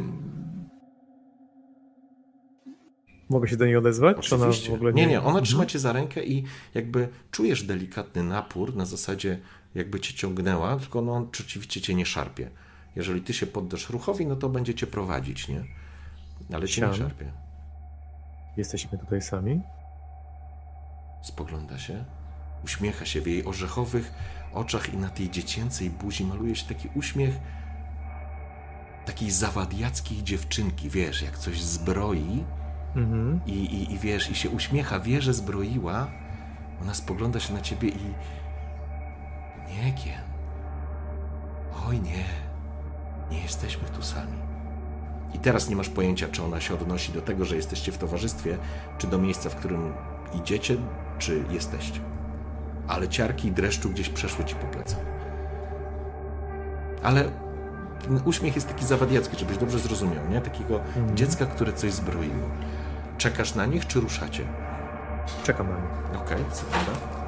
Mogę się do niej odezwać? Oczywiście. Czy ona w ogóle Nie, ona trzyma cię za rękę i jakby czujesz delikatny napór, na zasadzie jakby cię ciągnęła, tylko on rzeczywiście cię nie szarpie. Jeżeli ty się poddasz ruchowi, no to będzie cię prowadzić, nie? Ale cię nie szarpie. Jesteśmy tutaj sami? Spogląda się, uśmiecha się w jej orzechowych oczach i na tej dziecięcej buzi maluje się taki uśmiech takiej zawadiackiej dziewczynki, wiesz, jak coś zbroi i wiesz, i się uśmiecha, wie, że zbroiła, ona spogląda się na ciebie i nie, Kien. Oj nie jesteśmy tu sami. I teraz nie masz pojęcia, czy ona się odnosi do tego, że jesteście w towarzystwie, czy do miejsca, w którym idziecie, czy jesteście. Ale ciarki i dreszczu gdzieś przeszły ci po plecach. Ale ten uśmiech jest taki zawadiacki, żebyś dobrze zrozumiał, nie? Takiego dziecka, które coś zbroiło. Czekasz na nich, czy ruszacie? Czekam na nich. Okej, sekunda.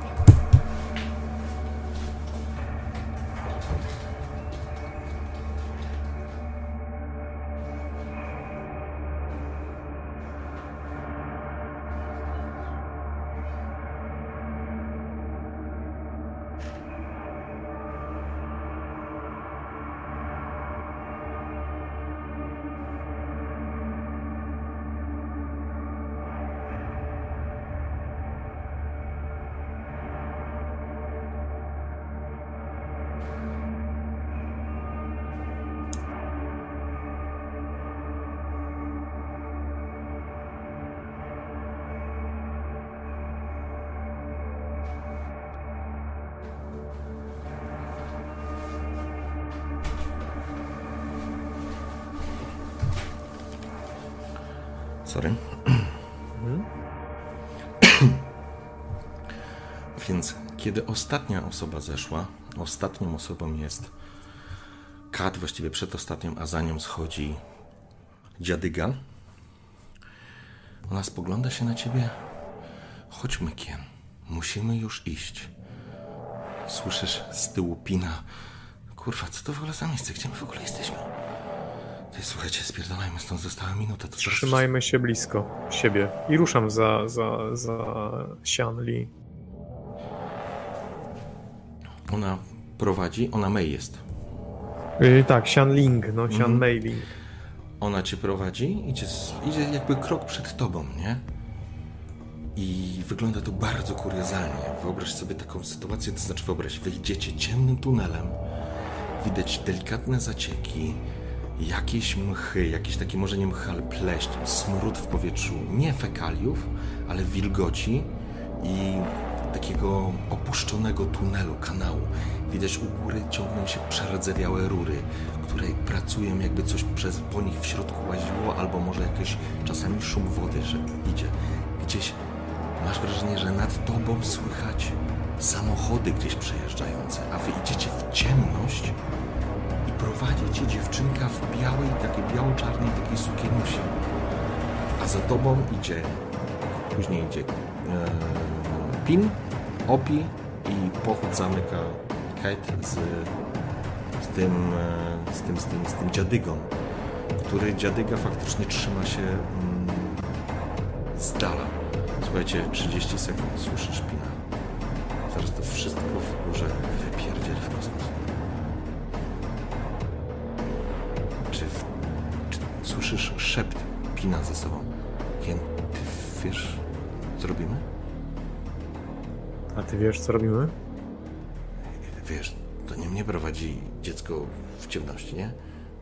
Sorry. Więc kiedy ostatnia osoba zeszła, ostatnią osobą jest Kat, właściwie przedostatnią, a za nią schodzi dziadyga. Ona spogląda się na ciebie. Chodźmy, Kien. Musimy już iść. Słyszysz z tyłu Pina. Kurwa, co to w ogóle za miejsce? Gdzie my w ogóle jesteśmy? Słuchajcie, spierdalajmy stąd, została minuta. To trzymajmy się blisko siebie. I ruszam za Xian Li. Ona prowadzi, ona Mei jest. Tak, Xian Ling, no Xian Mei Ling. Ona cię prowadzi, idzie jakby krok przed tobą, nie? I wygląda to bardzo kuriozalnie. Wyobraź sobie taką sytuację, to znaczy wyjdziecie ciemnym tunelem, widać delikatne zacieki, jakieś mchy, jakieś takie może nie mchy, ale pleść, smród w powietrzu, nie fekaliów, ale wilgoci i takiego opuszczonego tunelu, kanału. Widać u góry ciągną się przerdzewiałe rury, które pracują jakby coś po nich w środku łaziło, albo może jakiś czasami szum wody, że idzie. Gdzieś masz wrażenie, że nad tobą słychać samochody gdzieś przejeżdżające, a wy idziecie w ciemność i prowadzi cię dziewczynka w białej, takiej biało-czarnej takiej sukienusi. A za tobą później idzie Pin, Opi i pochód zamyka Kate z tym dziadygą, który dziadyga faktycznie trzyma się z dala. Słuchajcie, 30 sekund, słyszysz Pina. Zaraz to wszystko w górze wypierdzieli w kosmos. Czy słyszysz szept Pina za sobą? Kien, ty wiesz, co robimy? A ty wiesz, co robimy? Wiesz, to nie mnie prowadzi dziecko w ciemności, nie?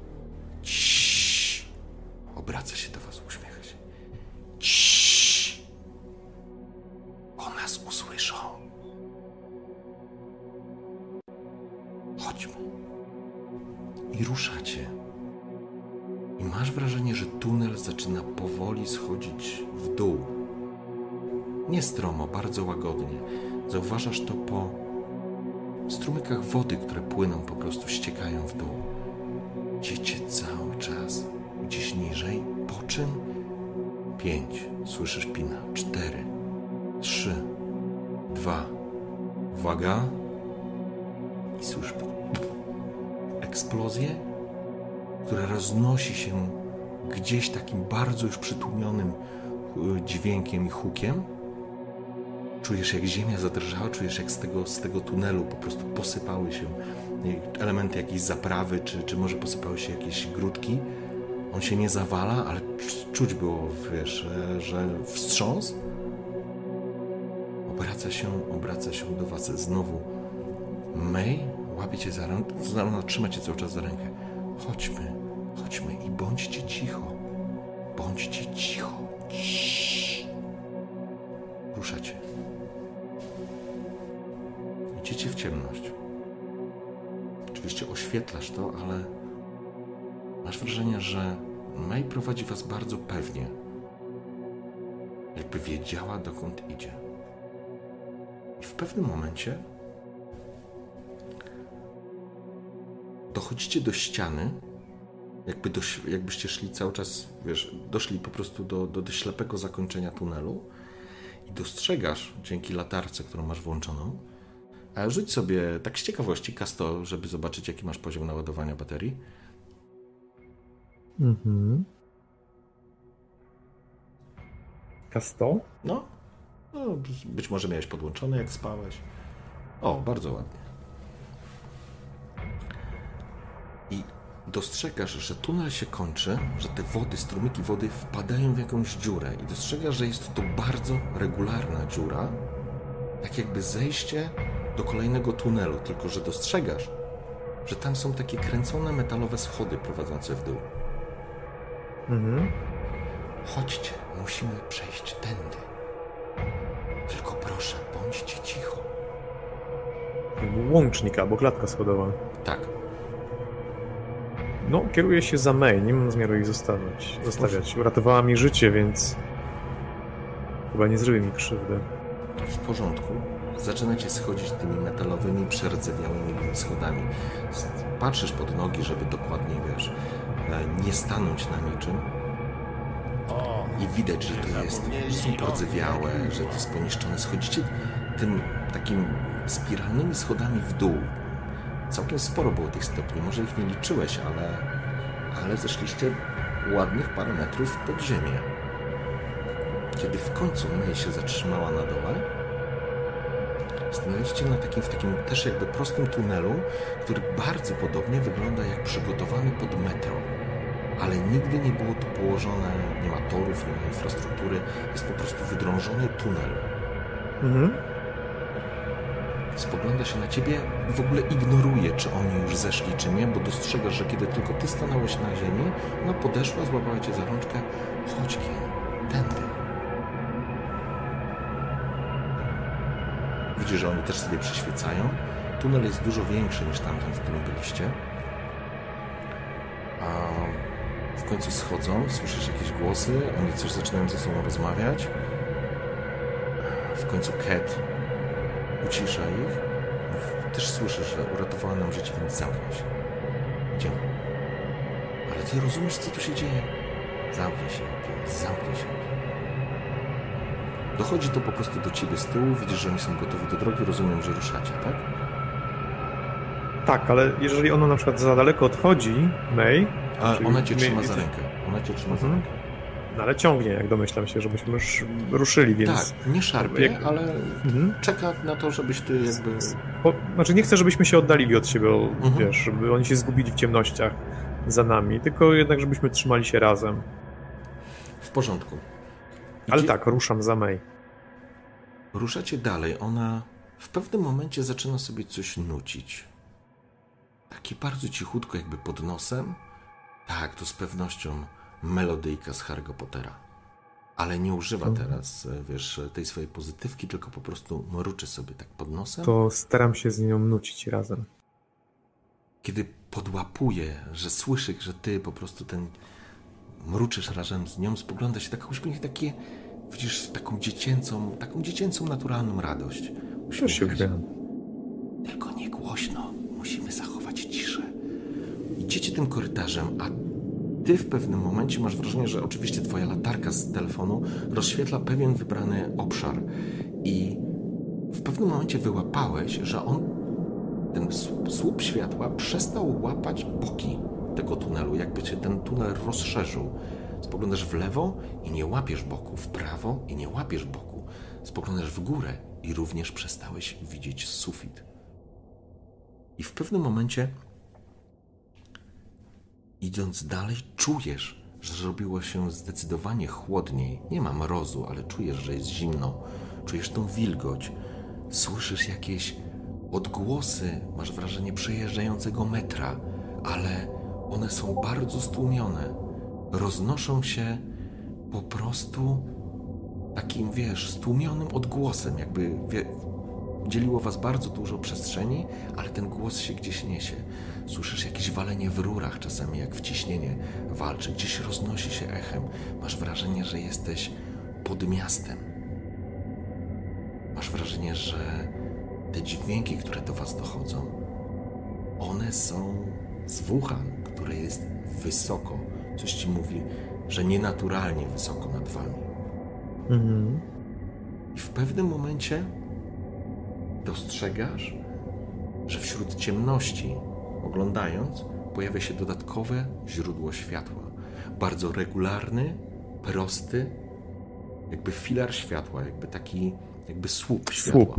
Ciii. Obraca się do was, uśmiecha się. Ciii. O nas usłyszą. Chodźmy. I ruszacie. I masz wrażenie, że tunel zaczyna powoli schodzić w dół. Nie stromo, bardzo łagodnie. Zauważasz to po strumykach wody, które płyną, po prostu ściekają w dół. Idziecie cały czas gdzieś niżej, po czym 5, słyszysz pina, 4, 3, 2, uwaga, i słyszysz eksplozję, która roznosi się gdzieś takim bardzo już przytłumionym dźwiękiem i hukiem. Czujesz, jak ziemia zadrżała, czujesz, jak z tego tunelu po prostu posypały się elementy jakiejś zaprawy, czy może posypały się jakieś grudki. On się nie zawala, ale czuć było, wiesz, że wstrząs. Obraca się do was znowu May, łapie cię za rękę, trzyma cię cały czas za rękę. Chodźmy i bądźcie cicho. Bądźcie cicho. Ciii. Ruszacie. Idziecie w ciemność. Oczywiście oświetlasz to, ale masz wrażenie, że May prowadzi was bardzo pewnie. Jakby wiedziała, dokąd idzie. I w pewnym momencie dochodzicie do ściany, jakbyście szli cały czas, wiesz, doszli po prostu do ślepego zakończenia tunelu i dostrzegasz, dzięki latarce, którą masz włączoną, a rzuć sobie, tak z ciekawości, K100, żeby zobaczyć, jaki masz poziom naładowania baterii. K100? No, być może miałeś podłączone, jak spałeś. O, bardzo ładnie. I dostrzegasz, że tunel się kończy, że te wody, strumyki wody wpadają w jakąś dziurę i dostrzegasz, że jest to bardzo regularna dziura, tak jakby zejście do kolejnego tunelu, tylko że dostrzegasz, że tam są takie kręcone metalowe schody prowadzące w dół. Chodźcie, musimy przejść tędy. Tylko proszę, bądźcie cicho. Łącznik albo klatka schodowa. Tak. No, kieruję się za May, nie mam zamiaru jej zostawiać. Uratowała mi życie, więc chyba nie zrobi mi krzywdy. W porządku. Zaczynacie schodzić tymi metalowymi, przerdzewiałymi schodami. Patrzysz pod nogi, żeby dokładnie, wiesz, nie stanąć na niczym. I widać, że to jest, że są pordzewiałe, że to jest poniszczone. Schodzicie tym takim spiralnymi schodami w dół. Całkiem sporo było tych stopni. Może ich nie liczyłeś, ale zeszliście ładnych parę metrów pod ziemię. Kiedy w końcu May się zatrzymała na dole, stanęliście w takim też jakby prostym tunelu, który bardzo podobnie wygląda jak przygotowany pod metro. Ale nigdy nie było tu położone, nie ma torów, nie ma infrastruktury, jest po prostu wydrążony tunel. Spogląda się na ciebie i w ogóle ignoruje, czy oni już zeszli, czy nie, bo dostrzegasz, że kiedy tylko ty stanąłeś na ziemi, ona podeszła, złapała cię za rączkę. Chodź, Kien, tędy. Widzisz, że oni też sobie przyświecają. Tunel jest dużo większy niż tamten, w którym byliście. A w końcu schodzą, słyszysz jakieś głosy, oni coś zaczynają ze sobą rozmawiać. W końcu Cat ucisza ich. Też słyszysz, że uratowała nam życie, więc zamknij się. Idziemy. Ale ty rozumiesz, co tu się dzieje? Zamknij się, zamknij się. Dochodzi to po prostu do ciebie z tyłu, widzisz, że oni są gotowi do drogi, rozumiem, że ruszacie, tak? Tak, ale jeżeli ona na przykład za daleko odchodzi, May... A ona cię trzyma za rękę. Ona cię trzyma za rękę. No ale ciągnie, jak domyślam się, żebyśmy już ruszyli, więc... Tak, nie szarpie, ale czeka na to, żebyś ty jakby... Znaczy nie chcę, żebyśmy się oddalili od siebie, wiesz, żeby oni się zgubili w ciemnościach za nami, tylko jednak, żebyśmy trzymali się razem. W porządku. Ale tak, ruszam za May. Ruszacie dalej. Ona w pewnym momencie zaczyna sobie coś nucić. Takie bardzo cichutko, jakby pod nosem. Tak, to z pewnością melodyjka z Harry'ego Pottera. Ale nie używa teraz, wiesz, tej swojej pozytywki, tylko po prostu mruczy sobie tak pod nosem. To staram się z nią nucić razem. Kiedy podłapuje, że słyszy, że ty po prostu mruczysz razem z nią, spogląda się taka uśmiech, takie, widzisz, taką dziecięcą, naturalną radość. Już się uśmiecham. Tylko nie głośno, musimy zachować ciszę. Idziecie tym korytarzem, a ty w pewnym momencie masz wrażenie, że oczywiście twoja latarka z telefonu rozświetla pewien wybrany obszar i w pewnym momencie wyłapałeś, że ten słup światła przestał łapać boki tego tunelu, jakby się ten tunel rozszerzył. Spoglądasz w lewo i nie łapiesz boku, w prawo i nie łapiesz boku. Spoglądasz w górę i również przestałeś widzieć sufit. I w pewnym momencie, idąc dalej, czujesz, że zrobiło się zdecydowanie chłodniej. Nie ma mrozu, ale czujesz, że jest zimno. Czujesz tą wilgoć. Słyszysz jakieś odgłosy, masz wrażenie przejeżdżającego metra, ale one są bardzo stłumione. Roznoszą się po prostu takim, stłumionym odgłosem, jakby dzieliło was bardzo dużo przestrzeni, ale ten głos się gdzieś niesie. Słyszysz jakieś walenie w rurach, czasami jak wciśnienie walczy, gdzieś roznosi się echem. Masz wrażenie, że jesteś pod miastem. Masz wrażenie, że te dźwięki, które do was dochodzą, one są z Wuhan, które jest wysoko. Coś ci mówi, że nienaturalnie wysoko nad wami. Mhm. I w pewnym momencie dostrzegasz, że wśród ciemności, oglądając, pojawia się dodatkowe źródło światła. Bardzo regularny, prosty, jakby filar światła, jakby słup światła.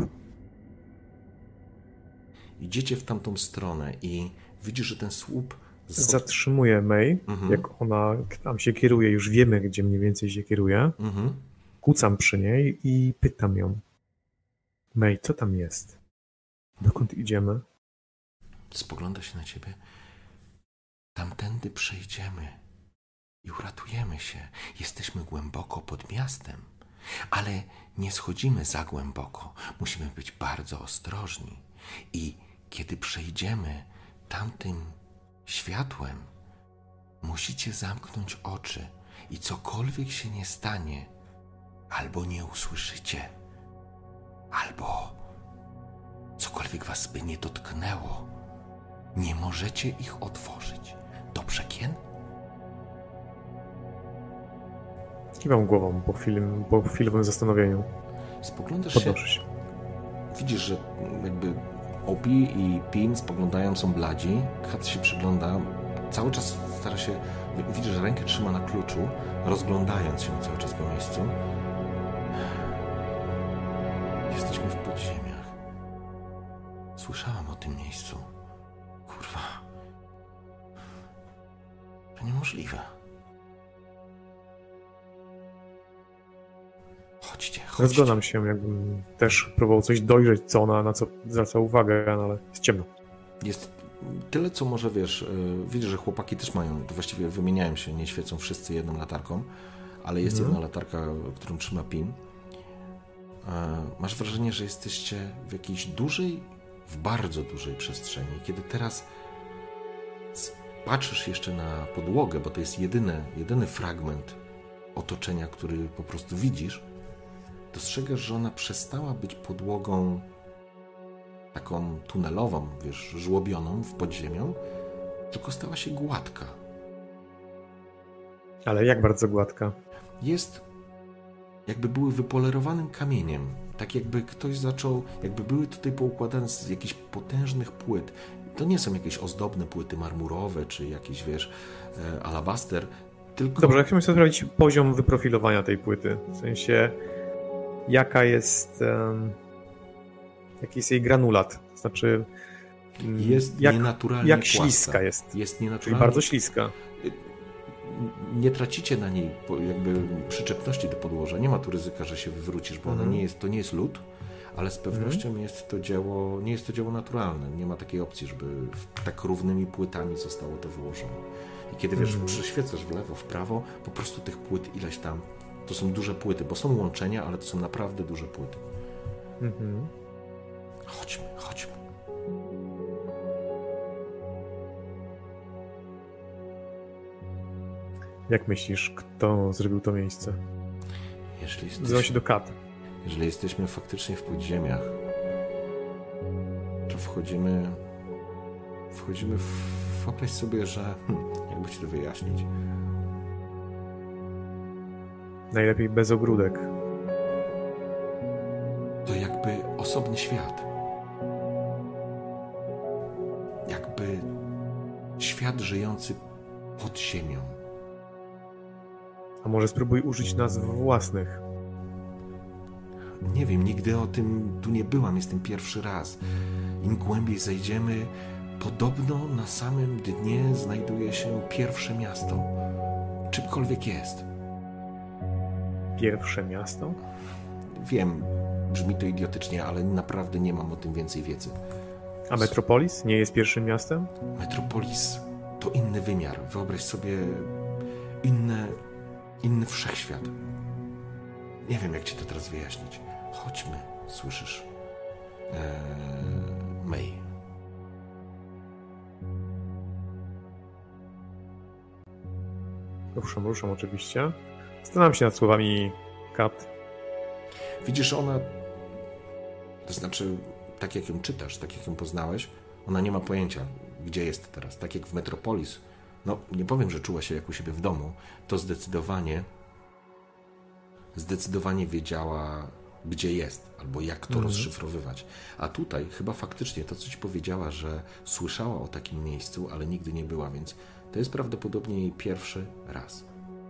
Idziecie w tamtą stronę i widzisz, że ten słup... Zatrzymuje May, jak ona tam się kieruje, już wiemy, gdzie mniej więcej się kieruje. Kucam przy niej i pytam ją: May, co tam jest? Dokąd idziemy? Spogląda się na ciebie. Tamtędy przejdziemy i uratujemy się. Jesteśmy głęboko pod miastem, ale nie schodzimy za głęboko. Musimy być bardzo ostrożni. I kiedy przejdziemy tamtym światłem, musicie zamknąć oczy i cokolwiek się nie stanie, albo nie usłyszycie, albo cokolwiek was by nie dotknęło, nie możecie ich otworzyć. Dobrze, Kien? Kiwam głową po chwilowym zastanowieniu. Spoglądasz Podnoszę się. Widzisz, że jakby Opi i Pin spoglądają, są bladzi. Kat się przygląda, cały czas stara się... Widzisz, że rękę trzyma na kluczu, rozglądając się cały czas po miejscu. Jesteśmy w podziemiach. Słyszałam o tym miejscu. Kurwa. To niemożliwe. Chodźcie. Rozglądam się, jakbym też próbował coś dojrzeć, co ona, na co zwraca uwagę, no ale jest ciemno. Jest tyle, co może, widzisz, że chłopaki też mają, to właściwie wymieniają się, nie świecą wszyscy jedną latarką, ale jest jedna latarka, którą trzyma Pin. Masz wrażenie, że jesteście w jakiejś w bardzo dużej przestrzeni. Kiedy teraz patrzysz jeszcze na podłogę, bo to jest jedyny fragment otoczenia, który po prostu widzisz, dostrzegasz, że ona przestała być podłogą taką tunelową, żłobioną w podziemią, tylko stała się gładka. Ale jak bardzo gładka? Jest, jakby były wypolerowanym kamieniem. Tak jakby ktoś zaczął, jakby były tutaj poukładane z jakichś potężnych płyt. To nie są jakieś ozdobne płyty marmurowe, czy jakieś, alabaster, tylko... Dobrze, jak chcemy sobie sprawdzić poziom wyprofilowania tej płyty? W sensie, jaka jest... jaki jest jej granulat? To znaczy... Jest nienaturalnie jak płaska. śliska jest. Jest nienaturalnie... Czyli bardzo śliska. Nie tracicie na niej jakby przyczepności do podłoża. Nie ma tu ryzyka, że się wywrócisz, bo ona to nie jest lód, ale z pewnością nie jest to dzieło naturalne. Nie ma takiej opcji, żeby tak równymi płytami zostało to wyłożone. I kiedy przyświecasz w lewo, w prawo, po prostu tych płyt ileś tam, to są duże płyty, bo są łączenia, ale to są naprawdę duże płyty. Chodźmy. Jak myślisz, kto zrobił to miejsce? Jeżeli Nazywa się do Kat. Jeżeli jesteśmy faktycznie w podziemiach, to wchodzimy wyobraź sobie, że jakby ci to wyjaśnić. Najlepiej bez ogródek. To jakby osobny świat. Jakby świat żyjący pod ziemią. A może spróbuj użyć nazw własnych. Nie wiem, nigdy o tym tu nie byłam, jestem pierwszy raz. Im głębiej zejdziemy, podobno na samym dnie znajduje się pierwsze miasto. Czymkolwiek jest. Pierwsze miasto? Wiem, brzmi to idiotycznie, ale naprawdę nie mam o tym więcej wiedzy. A Metropolis nie jest pierwszym miastem? Metropolis to inny wymiar. Wyobraź sobie inny wszechświat. Nie wiem, jak ci to teraz wyjaśnić. Chodźmy, słyszysz? May. Ruszam oczywiście. Zastanawiam się nad słowami Kat. Widzisz, ona... To znaczy, tak jak ją czytasz, tak jak ją poznałeś, ona nie ma pojęcia, gdzie jest teraz. Tak jak w Metropolis. No, nie powiem, że czuła się jak u siebie w domu. To zdecydowanie wiedziała, gdzie jest, albo jak to rozszyfrowywać. A tutaj chyba faktycznie to, co ci powiedziała, że słyszała o takim miejscu, ale nigdy nie była, więc to jest prawdopodobnie jej pierwszy raz.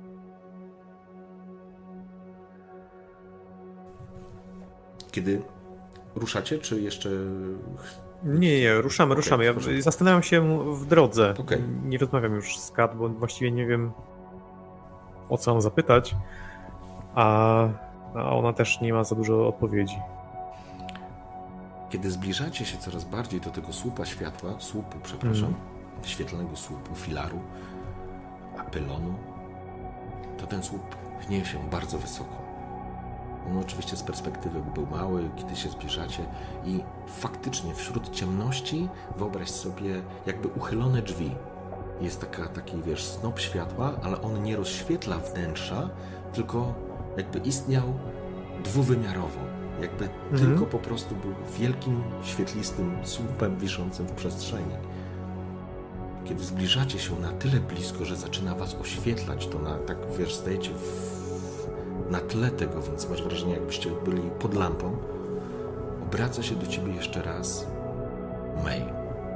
Kiedy ruszacie, czy jeszcze... Nie, ruszamy. Ja zastanawiam się w drodze. Okay. Nie rozmawiam już z Kat, bo właściwie nie wiem, o co mam zapytać, a ona też nie ma za dużo odpowiedzi. Kiedy zbliżacie się coraz bardziej do tego słupu, świetlnego słupu, filaru, pylonu, to ten słup pnie się bardzo wysoko. On oczywiście z perspektywy był mały, kiedy się zbliżacie i faktycznie wśród ciemności wyobraź sobie jakby uchylone drzwi. Jest taki, snop światła, ale on nie rozświetla wnętrza, tylko jakby istniał dwuwymiarowo. Jakby tylko po prostu był wielkim, świetlistym słupem wiszącym w przestrzeni. Kiedy zbliżacie się na tyle blisko, że zaczyna was oświetlać, to stajecie na tle tego, więc masz wrażenie, jakbyście byli pod lampą. Obraca się do ciebie jeszcze raz May.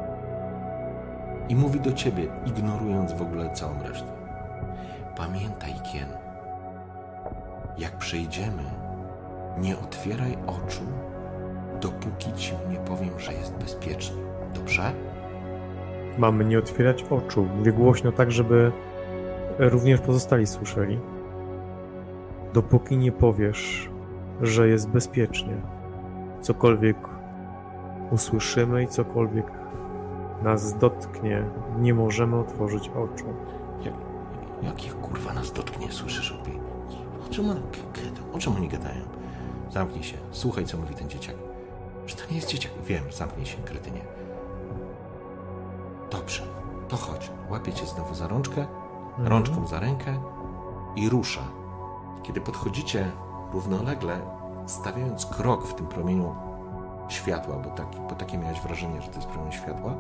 I mówi do ciebie, ignorując w ogóle całą resztę. Pamiętaj, Kien, jak przejdziemy, nie otwieraj oczu, dopóki ci nie powiem, że jest bezpiecznie. Dobrze? Mamy nie otwierać oczu. Mówię głośno tak, żeby również pozostali słyszeli. Dopóki nie powiesz, że jest bezpiecznie. Cokolwiek usłyszymy i cokolwiek nas dotknie, nie możemy otworzyć oczu. Jak kurwa nas dotknie, słyszysz opie? O czym oni gadają? Zamknij się, słuchaj, co mówi ten dzieciak. Że to nie jest dzieciak. Wiem, zamknij się, kretynie. Dobrze, to chodź. Łapię cię znowu za rączkę, rączką za rękę i rusza. Kiedy podchodzicie równolegle, stawiając krok w tym promieniu światła, bo takie miałeś wrażenie, że to jest promień światła,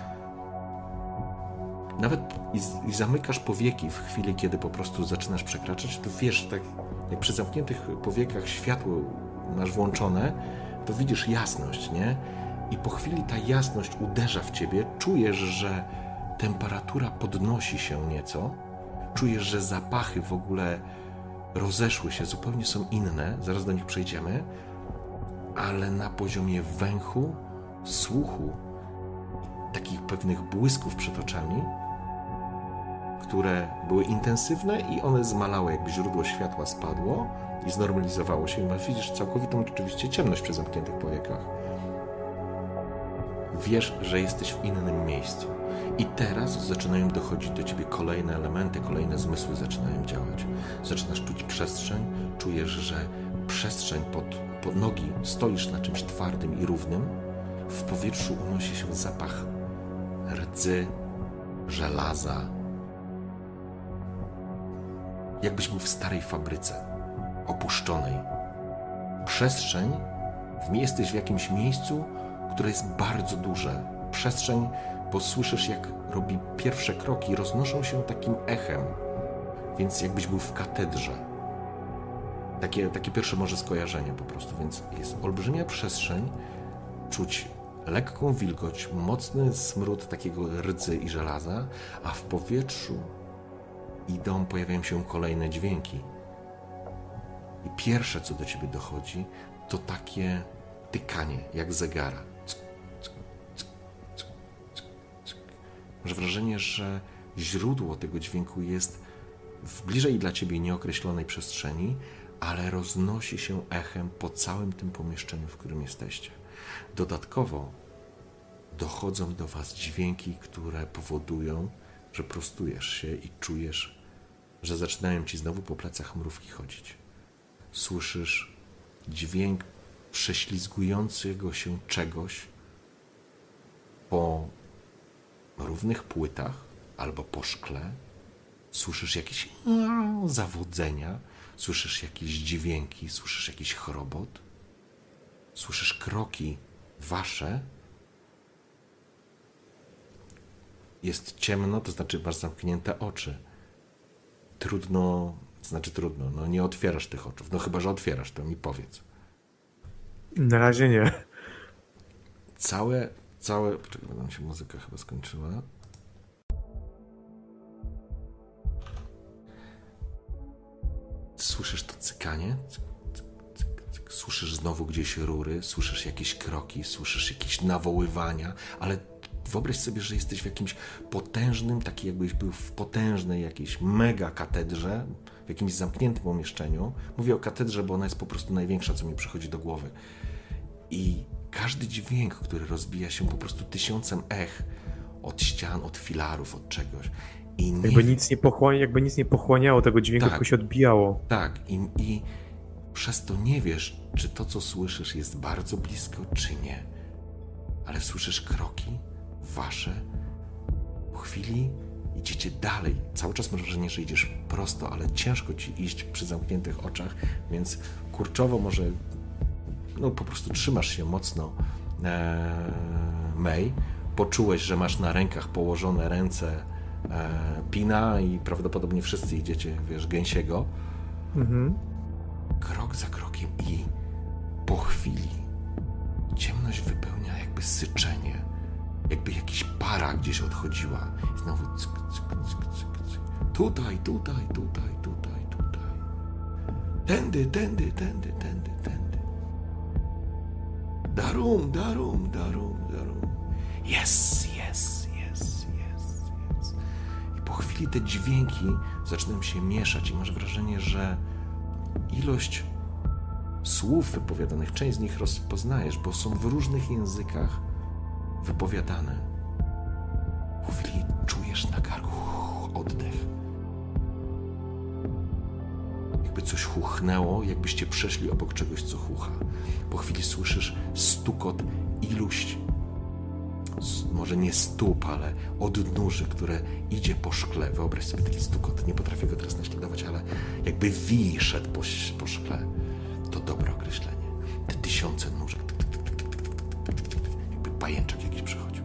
nawet i zamykasz powieki w chwili, kiedy po prostu zaczynasz przekraczać, to wiesz, tak jak przy zamkniętych powiekach światło masz włączone, to widzisz jasność, nie? I po chwili ta jasność uderza w ciebie, czujesz, że temperatura podnosi się nieco, czujesz, że zapachy w ogóle rozeszły się, zupełnie są inne, zaraz do nich przejdziemy, ale na poziomie węchu, słuchu, takich pewnych błysków przed oczami, które były intensywne i one zmalały, jakby źródło światła spadło i znormalizowało się. I widzisz całkowitą oczywiście ciemność przy zamkniętych powiekach. Wiesz, że jesteś w innym miejscu. I teraz zaczynają dochodzić do ciebie kolejne elementy, kolejne zmysły zaczynają działać. Zaczynasz czuć przestrzeń, czujesz, że przestrzeń pod nogi, stoisz na czymś twardym i równym. W powietrzu unosi się zapach rdzy, żelaza. jakbyś był w starej fabryce, opuszczonej. Przestrzeń, jesteś w jakimś miejscu, które jest bardzo duże. Przestrzeń, bo słyszysz, jak robi pierwsze kroki, roznoszą się takim echem, więc jakbyś był w katedrze. Takie pierwsze może skojarzenie po prostu, więc jest olbrzymia przestrzeń, czuć lekką wilgoć, mocny smród takiego rdzy i żelaza, a w powietrzu pojawiają się kolejne dźwięki. I pierwsze, co do ciebie dochodzi, to takie tykanie, jak zegara. Masz wrażenie, że źródło tego dźwięku jest w bliżej dla ciebie nieokreślonej przestrzeni, ale roznosi się echem po całym tym pomieszczeniu, w którym jesteście. Dodatkowo dochodzą do was dźwięki, które powodują, że prostujesz się i czujesz, że zaczynają ci znowu po plecach mrówki chodzić. Słyszysz dźwięk prześlizgującego się czegoś po równych płytach albo po szkle. Słyszysz jakieś zawodzenia, słyszysz jakieś dźwięki, słyszysz jakiś chrobot, słyszysz kroki wasze. Jest ciemno, to znaczy masz zamknięte oczy. Trudno, nie otwierasz tych oczu. No chyba, że otwierasz, to mi powiedz. Na razie nie. Poczekaj, nam się muzyka chyba skończyła. Słyszysz to cykanie? Słyszysz znowu gdzieś rury, słyszysz jakieś kroki, słyszysz jakieś nawoływania, ale wyobraź sobie, że jesteś w jakimś potężnym, taki jakbyś był w potężnej jakiejś mega katedrze, w jakimś zamkniętym pomieszczeniu. Mówię o katedrze, bo ona jest po prostu największa, co mi przychodzi do głowy. I każdy dźwięk, który rozbija się po prostu tysiącem ech od ścian, od filarów, od czegoś. I Jakby nic nie pochłaniało tego dźwięku, tak, tylko się odbijało. Tak, i przez to nie wiesz, czy to, co słyszysz, jest bardzo blisko, czy nie. Ale słyszysz kroki wasze. Po chwili idziecie dalej. Cały czas masz wrażenie, że idziesz prosto, ale ciężko ci iść przy zamkniętych oczach, więc kurczowo może po prostu trzymasz się mocno May. Poczułeś, że masz na rękach położone ręce Pina i prawdopodobnie wszyscy idziecie, gęsiego. Krok za krokiem i po chwili ciemność wypełnia jakby syczenie, jakby jakiś para gdzieś odchodziła. I znowu cyk, cyk, cyk, cyk, cyk. Tutaj. Tędy. Darum. Yes. I po chwili te dźwięki zaczynają się mieszać i masz wrażenie, że ilość słów wypowiadanych, część z nich rozpoznajesz, bo są w różnych językach wypowiadane. Po chwili czujesz na karku oddech. Jakby coś chuchnęło, jakbyście przeszli obok czegoś, co chucha. Po chwili słyszysz stukot iluś, może nie stóp, ale odnóży, które idzie po szkle. Wyobraź sobie taki stukot, nie potrafię go teraz naśladować, ale jakby wij szedł po szkle. To dobre określenie. Te tysiące nóżek, jakby pajęczak jakiś przychodził.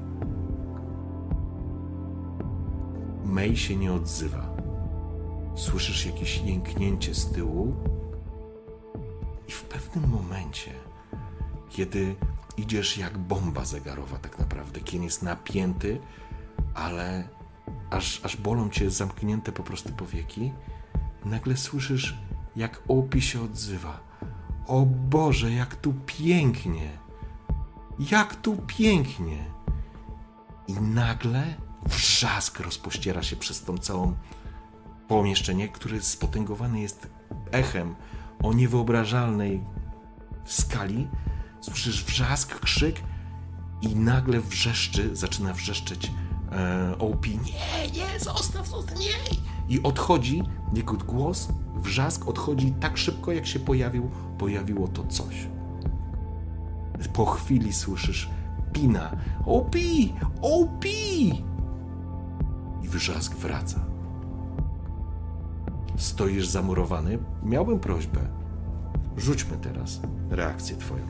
May się nie odzywa. Słyszysz jakieś jęknięcie z tyłu i w pewnym momencie, kiedy idziesz jak bomba zegarowa tak naprawdę, kiedy jest napięty, ale aż bolą cię zamknięte po prostu powieki, nagle słyszysz, jak Opi się odzywa. O Boże, jak tu pięknie! Jak tu pięknie! I nagle wrzask rozpościera się przez tą całą pomieszczenie, które spotęgowane jest echem o niewyobrażalnej skali. Słyszysz wrzask, krzyk i nagle zaczyna wrzeszczeć Opi. Nie, zostaw, nie! I odchodzi, jego głos, wrzask odchodzi tak szybko, jak się pojawiło to coś. Po chwili słyszysz Pina. Opi! I wrzask wraca. stoisz zamurowany. Miałbym prośbę. Rzućmy teraz reakcję twoją.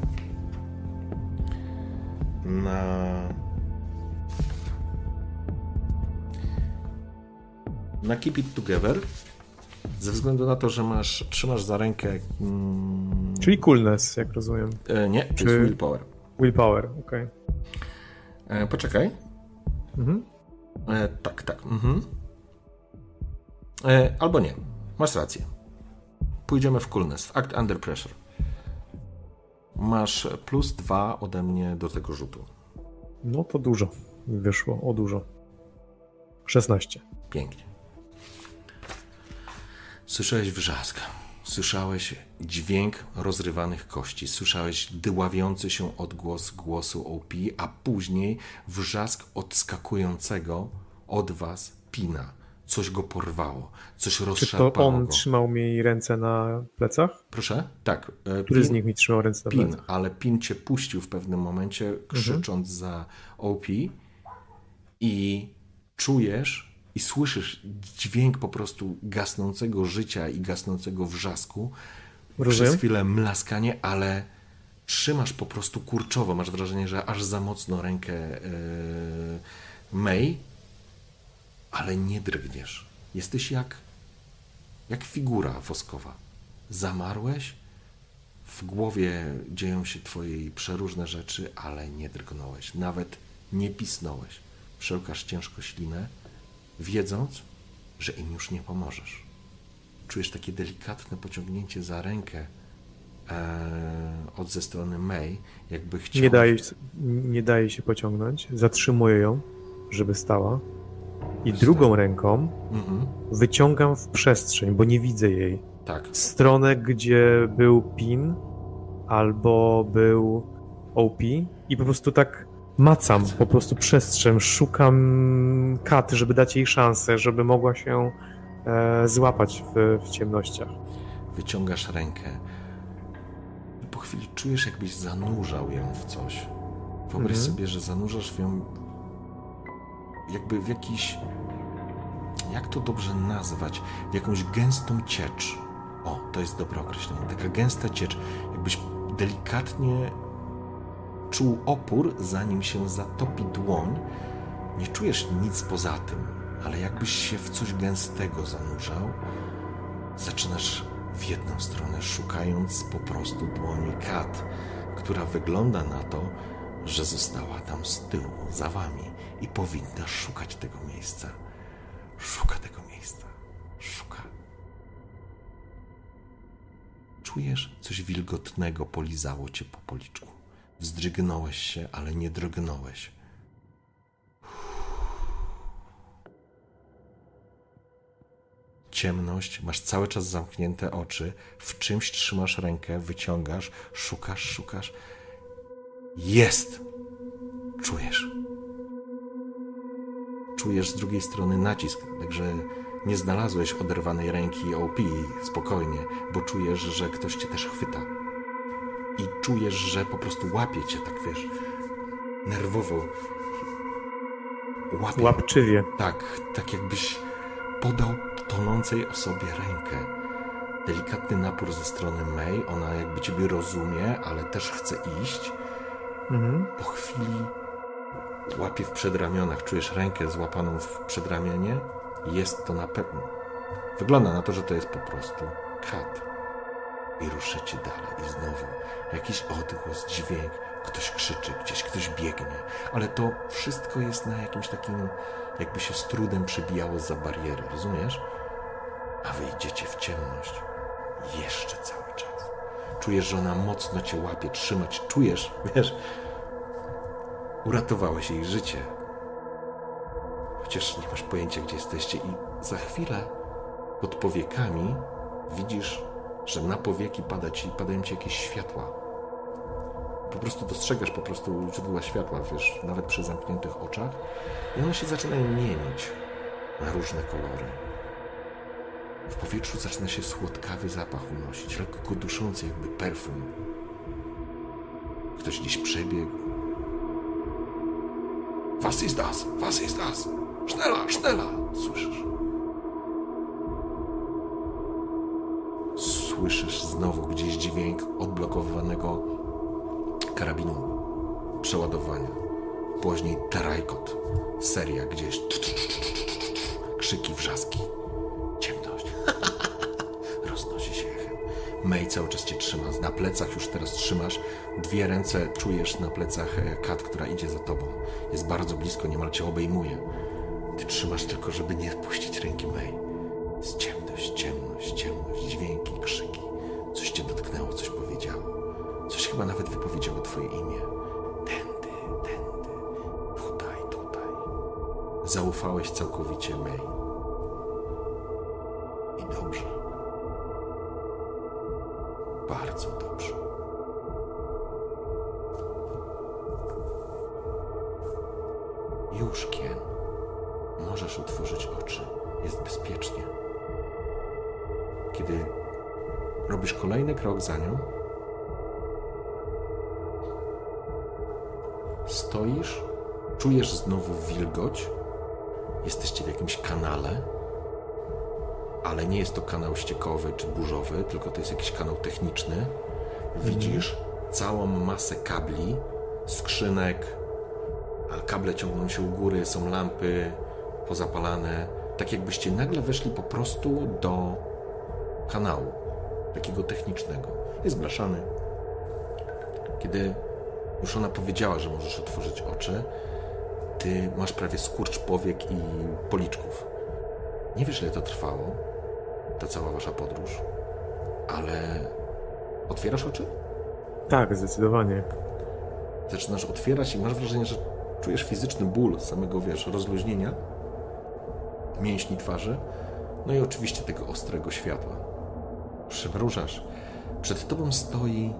Na Keep It Together, ze względu na to, że trzymasz za rękę... Czyli coolness, jak rozumiem. Nie, to jest willpower. Willpower, okej. Poczekaj. Mhm. Tak. Mhm. Albo nie. Masz rację. Pójdziemy w coolness, w Act Under Pressure. Masz +2 ode mnie do tego rzutu. No to dużo mi wyszło, o dużo. 16. Pięknie. Słyszałeś wrzask. Słyszałeś dźwięk rozrywanych kości. Słyszałeś dławiący się odgłos głosu OP, a później wrzask odskakującego od was Pina. Coś go porwało. Coś rozszarpało go. Czy to on trzymał mi ręce na plecach? Proszę? Tak. Który z nich mi trzymał ręce na plecach? Ale Pin cię puścił w pewnym momencie, krzycząc za OP i czujesz i słyszysz dźwięk po prostu gasnącego życia i gasnącego wrzasku. Rozumiem. Przez chwilę mlaskanie, ale trzymasz po prostu kurczowo. Masz wrażenie, że aż za mocno rękę May, ale nie drgniesz. Jesteś jak figura woskowa. Zamarłeś, w głowie dzieją się twojej przeróżne rzeczy, ale nie drgnąłeś. Nawet nie pisnąłeś. Przełkasz ciężko ślinę, wiedząc, że im już nie pomożesz. Czujesz takie delikatne pociągnięcie za rękę ze strony May, jakby chciał... Nie daje się pociągnąć. Zatrzymuję ją, żeby stała. I drugą ręką wyciągam w przestrzeń, bo nie widzę jej. Tak. Stronę, gdzie był Pin albo był OP i po prostu tak macam po prostu przestrzeń, szukam Kat, żeby dać jej szansę, żeby mogła się złapać w ciemnościach. Wyciągasz rękę i po chwili czujesz, jakbyś zanurzał ją w coś. Wyobraź sobie, że zanurzasz ją jakby w jakiś, jak to dobrze nazwać, w jakąś gęstą ciecz. O, to jest dobre określenie. Taka gęsta ciecz. Jakbyś delikatnie czuł opór, zanim się zatopi dłoń. Nie czujesz nic poza tym, ale jakbyś się w coś gęstego zanurzał, zaczynasz w jedną stronę, szukając po prostu dłoni Kat, która wygląda na to, że została tam z tyłu, za wami i powinna szukać tego miejsca. Szuka tego miejsca. Szuka. Czujesz, coś wilgotnego polizało cię po policzku. Wzdrygnąłeś się, ale nie drgnąłeś. Ciemność, masz cały czas zamknięte oczy, w czymś trzymasz rękę, wyciągasz, szukasz. Jest! Czujesz. Czujesz z drugiej strony nacisk, także nie znalazłeś oderwanej ręki OP spokojnie, bo czujesz, że ktoś cię też chwyta. I czujesz, że po prostu łapie cię, tak wiesz, nerwowo. Łapie. Łapczywie. Tak jakbyś podał tonącej osobie rękę. Delikatny napór ze strony May, ona jakby ciebie rozumie, ale też chce iść. Po chwili łapie w przedramionach, czujesz rękę złapaną w przedramienie. Jest to na pewno. Wygląda na to, że to jest po prostu Kat. I ruszycie dalej. I znowu jakiś odgłos, dźwięk, ktoś krzyczy, gdzieś ktoś biegnie. Ale to wszystko jest na jakimś takim, jakby się z trudem przebijało zza bariery, rozumiesz? A wy idziecie w ciemność jeszcze cały czas. Czujesz, że ona mocno cię łapie, trzymać. Czujesz, wiesz, uratowałeś jej życie. Chociaż nie masz pojęcia, gdzie jesteście i za chwilę pod powiekami widzisz, że na powieki padają ci jakieś światła. Po prostu dostrzegasz źródła światła, wiesz, nawet przy zamkniętych oczach i one się zaczynają mienić na różne kolory. W powietrzu zaczyna się słodkawy zapach unosić, lekko duszący jakby perfum. Ktoś gdzieś przebiegł. Was ist das? Was ist das? Schneller, schneller! Słyszysz. słyszysz znowu gdzieś dźwięk odblokowywanego karabinu przeładowania. Później trajkot, seria gdzieś, krzyki, wrzaski, ciemność. Roznosi się echem. May cały czas cię trzyma, na plecach już teraz trzymasz, 2 ręce czujesz na plecach Kat, która idzie za tobą. Jest bardzo blisko, niemal cię obejmuje. Ty trzymasz tylko, żeby nie puścić ręki May. Jest ciemność, dźwięki, krzyki. Coś cię dotknęło, coś powiedziało. Coś chyba nawet wypowiedziało twoje imię. Tędy, tutaj. Zaufałeś całkowicie May. I dobrze. Bardzo dobrze. Już, Kien. Możesz otworzyć oczy. Jest bezpiecznie. Kiedy robisz kolejny krok za nią, stoisz, czujesz znowu wilgoć, jesteście w jakimś kanale, ale nie jest to kanał ściekowy czy burzowy, tylko to jest jakiś kanał techniczny. Widzisz całą masę kabli, skrzynek, ale kable ciągną się u góry, są lampy pozapalane, tak jakbyście nagle weszli po prostu do kanału, takiego technicznego. Jest blaszany. Kiedy już ona powiedziała, że możesz otworzyć oczy, ty masz prawie skurcz powiek i policzków. Nie wiesz, ile to trwało, ta cała wasza podróż, ale otwierasz oczy? Tak, zdecydowanie. Zaczynasz otwierać i masz wrażenie, że czujesz fizyczny ból samego, rozluźnienia mięśni twarzy, no i oczywiście tego ostrego światła. Przymrużasz. Przed tobą stoi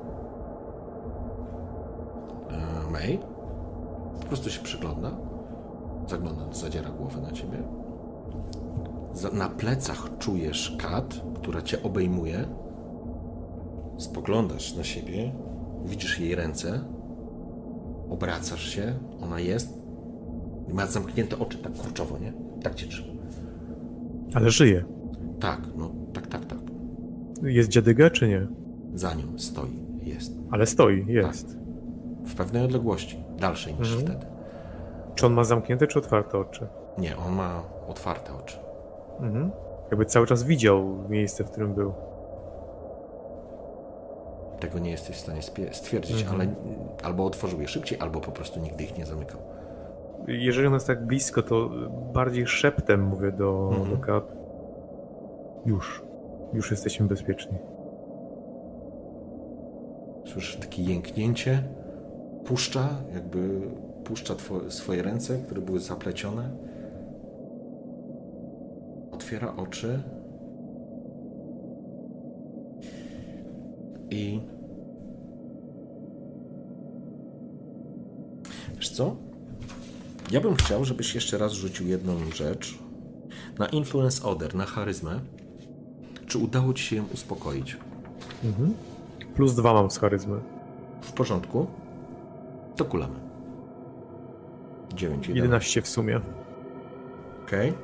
May. Po prostu się przygląda. Zagląda, zadziera głowę na ciebie. Na plecach czujesz Kat, która cię obejmuje. Spoglądasz na siebie. Widzisz jej ręce. Obracasz się. Ona jest. I ma zamknięte oczy, tak kurczowo, nie? Tak cię trzyma. Ale żyje. Tak, no tak. Jest dziadyga, czy nie? Za nią stoi, jest. Ale stoi, jest. Tak. W pewnej odległości, dalszej niż wtedy. Czy on ma zamknięte, czy otwarte oczy? Nie, on ma otwarte oczy. Jakby cały czas widział miejsce, w którym był. Tego nie jesteś w stanie stwierdzić, ale albo otworzył je szybciej, albo po prostu nigdy ich nie zamykał. Jeżeli on jest tak blisko, to bardziej szeptem mówię do Kat. Już jesteśmy bezpieczni. Słyszysz takie jęknięcie, puszcza swoje ręce, które były zaplecione. Otwiera oczy i wiesz co? Ja bym chciał, żebyś jeszcze raz rzucił jedną rzecz na Influence Other, na charyzmę. Czy udało ci się ją uspokoić? +2 mam z charyzmy. W porządku. To kulamy. 9, 11 w sumie. Okej.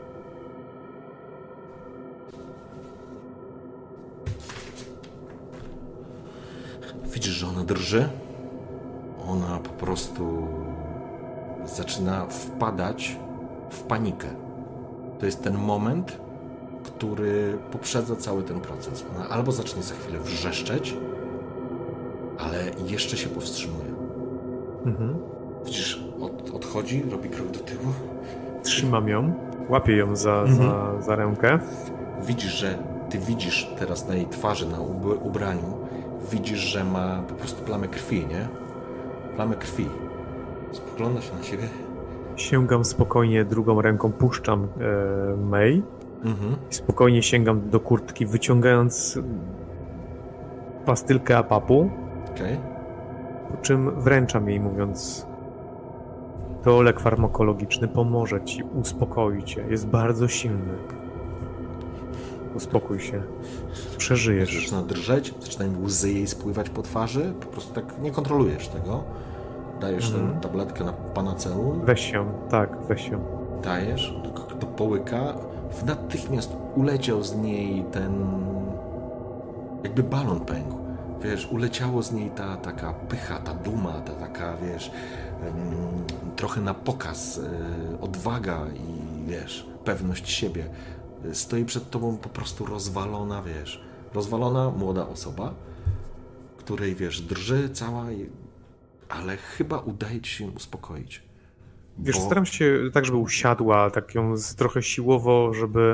Widzisz, że ona drży. Ona po prostu zaczyna wpadać w panikę. To jest ten moment, który poprzedza cały ten proces. Ona albo zacznie za chwilę wrzeszczeć, ale jeszcze się powstrzymuje. Widzisz, odchodzi, robi krok do tyłu. Trzymam ją, łapię ją za rękę. Widzisz, że ty widzisz teraz na jej twarzy, na ubraniu, widzisz, że ma po prostu plamę krwi, nie? Plamę krwi. Spogląda się na siebie. Sięgam spokojnie drugą ręką, puszczam May. I spokojnie sięgam do kurtki, wyciągając pastylkę apapu. Po czym wręczam jej, mówiąc: to lek farmakologiczny, pomoże ci, uspokoi cię, jest bardzo silny. Uspokój się, przeżyjesz. Zaczyna drżeć, zaczynają łzy jej spływać po twarzy, po prostu tak nie kontrolujesz tego. Dajesz tę tabletkę na panaceum. Weź ją, tak, weź ją. Dajesz, to połyka. Natychmiast uleciał z niej ten Jakby balon pękł. Wiesz, uleciało z niej ta taka pycha, ta duma, ta taka, wiesz, trochę na pokaz, odwaga i, wiesz, pewność siebie. Stoi przed tobą po prostu rozwalona, wiesz, rozwalona młoda osoba, której, wiesz, drży cała, ale chyba udaje ci się ją uspokoić. Wiesz, staram się tak, żeby usiadła, tak ją trochę siłowo, żeby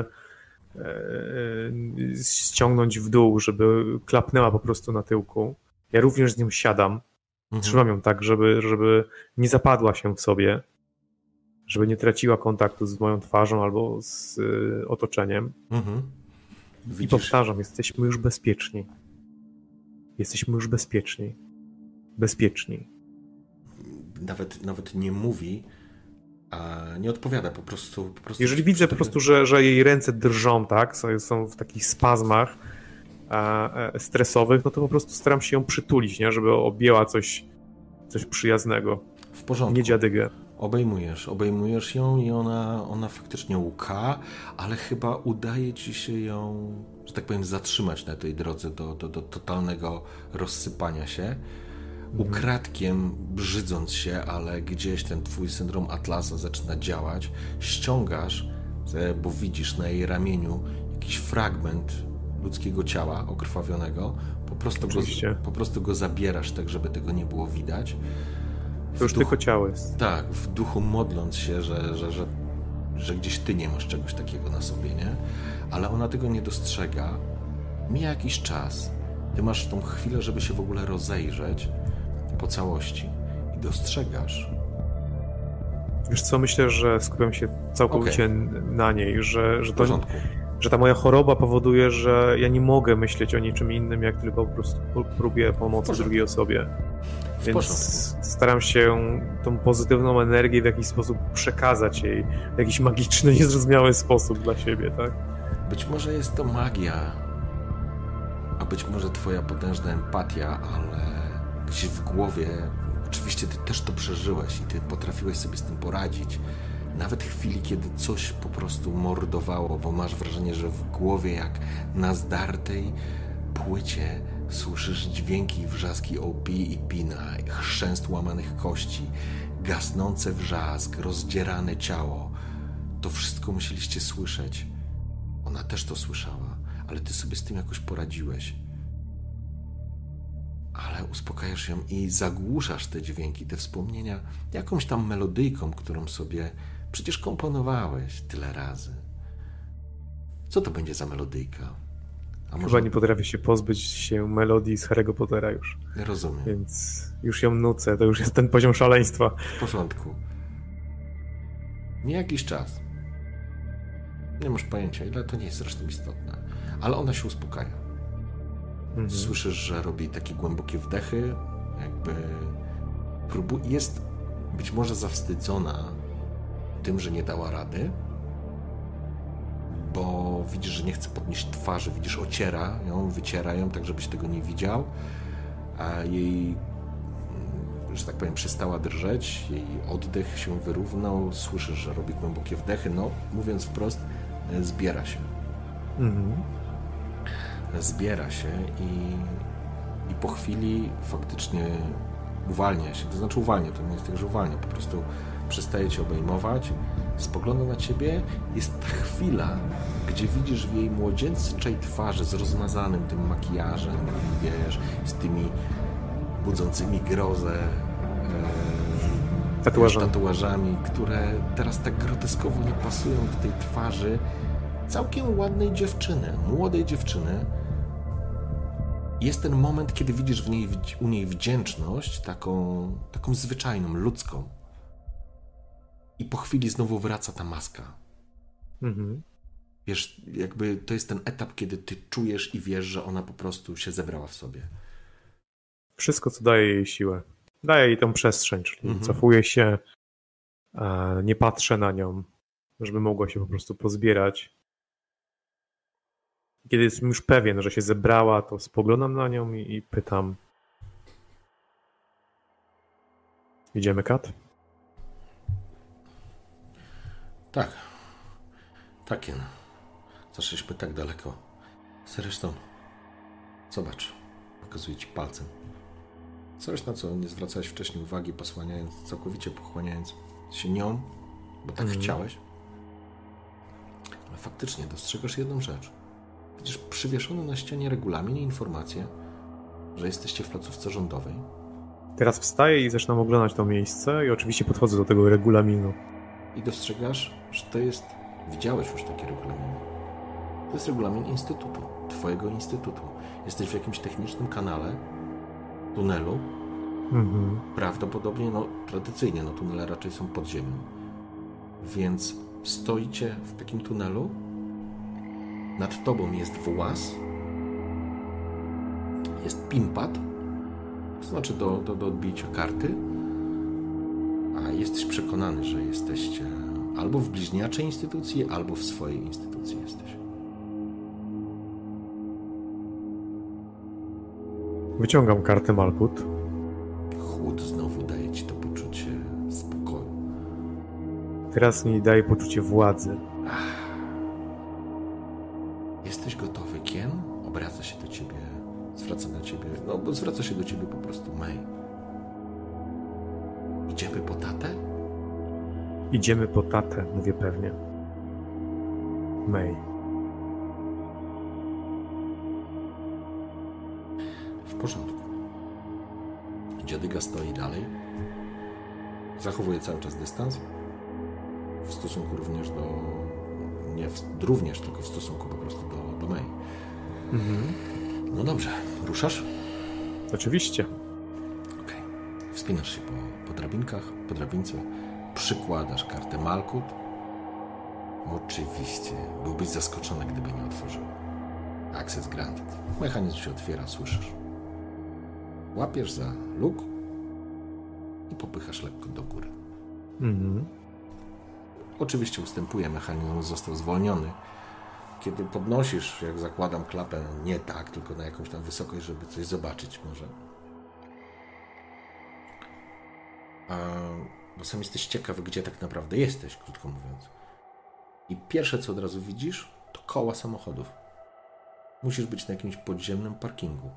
ściągnąć w dół, żeby klapnęła po prostu na tyłku. Ja również z nią siadam. Trzymam ją tak, żeby nie zapadła się w sobie, żeby nie traciła kontaktu z moją twarzą albo z otoczeniem. I powtarzam, jesteśmy już bezpieczni. Jesteśmy już bezpieczni. Bezpieczni. Nawet nie mówi, a nie odpowiada po prostu. Jeżeli widzę po prostu, że jej ręce drżą, tak, są w takich spazmach stresowych, no to po prostu staram się ją przytulić, nie? Żeby objęła coś przyjaznego. W porządku. Nie dziadygę. Obejmujesz ją i ona faktycznie łka, ale chyba udaje ci się ją, że tak powiem, zatrzymać na tej drodze do totalnego rozsypania się. Ukradkiem, brzydząc się, ale gdzieś ten twój syndrom Atlasa zaczyna działać. Ściągasz, bo widzisz na jej ramieniu jakiś fragment ludzkiego ciała okrwawionego. Po prostu go zabierasz tak, żeby tego nie było widać. To już tylko ciało jest. Tak, w duchu modląc się, że gdzieś ty nie masz czegoś takiego na sobie, nie? Ale ona tego nie dostrzega. Mija jakiś czas. Ty masz tą chwilę, żeby się w ogóle rozejrzeć po całości i dostrzegasz. Wiesz co, myślę, że skupiam się całkowicie na niej, że w porządku. Że ta moja choroba powoduje, że ja nie mogę myśleć o niczym innym, jak tylko po prostu próbuję pomocy drugiej osobie. Więc staram się tą pozytywną energię w jakiś sposób przekazać jej w jakiś magiczny, niezrozumiały sposób dla siebie, tak? Być może jest to magia, a być może twoja potężna empatia, ale gdzieś w głowie, oczywiście ty też to przeżyłeś i ty potrafiłeś sobie z tym poradzić. Nawet w chwili, kiedy coś po prostu mordowało, bo masz wrażenie, że w głowie jak na zdartej płycie słyszysz dźwięki i wrzaski OP i Pina, chrzęst łamanych kości, gasnące wrzask, rozdzierane ciało. To wszystko musieliście słyszeć. Ona też to słyszała, ale ty sobie z tym jakoś poradziłeś. Ale uspokajasz ją i zagłuszasz te dźwięki, te wspomnienia jakąś tam melodyjką, którą sobie przecież komponowałeś tyle razy. Co to będzie za melodyjka? Chyba nie potrafię się pozbyć się melodii z Harry'ego Pottera już. Rozumiem. Więc już ją nucę, to już jest ten poziom szaleństwa. W porządku. Nie jakiś czas. Nie masz pojęcia, ile, to nie jest zresztą istotne. Ale ona się uspokaja. Słyszysz, że robi takie głębokie wdechy, jakby jest być może zawstydzona tym, że nie dała rady, bo widzisz, że nie chce podnieść twarzy, widzisz, ociera ją, wyciera ją, tak żebyś tego nie widział, a jej, że tak powiem, przestała drżeć, jej oddech się wyrównał, słyszysz, że robi głębokie wdechy, no, mówiąc wprost, zbiera się. Zbiera się i po chwili faktycznie uwalnia się, to znaczy uwalnia, to nie jest tak, że uwalnia, po prostu przestaje cię obejmować, spogląda na ciebie, jest ta chwila, gdzie widzisz w jej młodzieńczej twarzy z rozmazanym tym makijażem, wiesz, z tymi budzącymi grozę tatuażami, które teraz tak groteskowo nie pasują do tej twarzy całkiem ładnej dziewczyny, młodej dziewczyny. Jest ten moment, kiedy widzisz u niej wdzięczność, taką zwyczajną, ludzką. I po chwili znowu wraca ta maska. Wiesz, jakby to jest ten etap, kiedy ty czujesz i wiesz, że ona po prostu się zebrała w sobie. Wszystko, co daje jej siłę. Daje jej tą przestrzeń, czyli cofuję się, nie patrzę na nią, żeby mogła się po prostu pozbierać. Kiedy jestem już pewien, że się zebrała, to spoglądam na nią i pytam: idziemy, Kat? Tak. Takie. Zaszliśmy tak daleko. Zresztą, Zobacz. Pokazuję ci palcem. Coś, na co nie zwracałeś wcześniej uwagi, całkowicie pochłaniając się nią, bo tak chciałeś. Ale faktycznie dostrzegasz jedną rzecz. Widzisz przywieszony na ścianie regulamin i informację, że jesteście w placówce rządowej. Teraz wstaję i zaczynam oglądać to miejsce i oczywiście podchodzę do tego regulaminu. I dostrzegasz, że to jest... Widziałeś już takie regulaminy. To jest regulamin instytutu, twojego instytutu. Jesteś w jakimś technicznym kanale, tunelu. Prawdopodobnie, tradycyjnie, tunele raczej są pod ziemią. Więc stoicie w takim tunelu. Nad tobą jest włas. Jest pinpad. To znaczy do odbicia karty. A jesteś przekonany, że jesteście albo w bliźniaczej instytucji, albo w swojej instytucji jesteś. Wyciągam kartę Malkut. Chłód znowu daje ci to poczucie spokoju. Teraz mi daje poczucie władzy. Jesteś gotowy, Kien? Obraca się do ciebie, zwraca na ciebie, bo zwraca się do ciebie po prostu May. Idziemy po tatę? Idziemy po tatę, mówię pewnie. May. W porządku. Dziadyga stoi dalej. Zachowuje cały czas dystans. W stosunku również również, tylko w stosunku po prostu do May. No dobrze, ruszasz? Oczywiście. Okej. Wspinasz się po drabinkach, po drabince. Przykładasz kartę Malkut. Oczywiście. Byłbyś zaskoczony, gdyby nie otworzyła. Access granted. Mechanizm się otwiera, słyszysz. Łapiesz za luk i popychasz lekko do góry. Oczywiście ustępuje, mechanizm został zwolniony. Kiedy podnosisz, jak zakładam klapę, nie tak, tylko na jakąś tam wysokość, żeby coś zobaczyć może. Bo sam jesteś ciekawy, gdzie tak naprawdę jesteś, krótko mówiąc. I pierwsze, co od razu widzisz, to koła samochodów. Musisz być na jakimś podziemnym parkingu.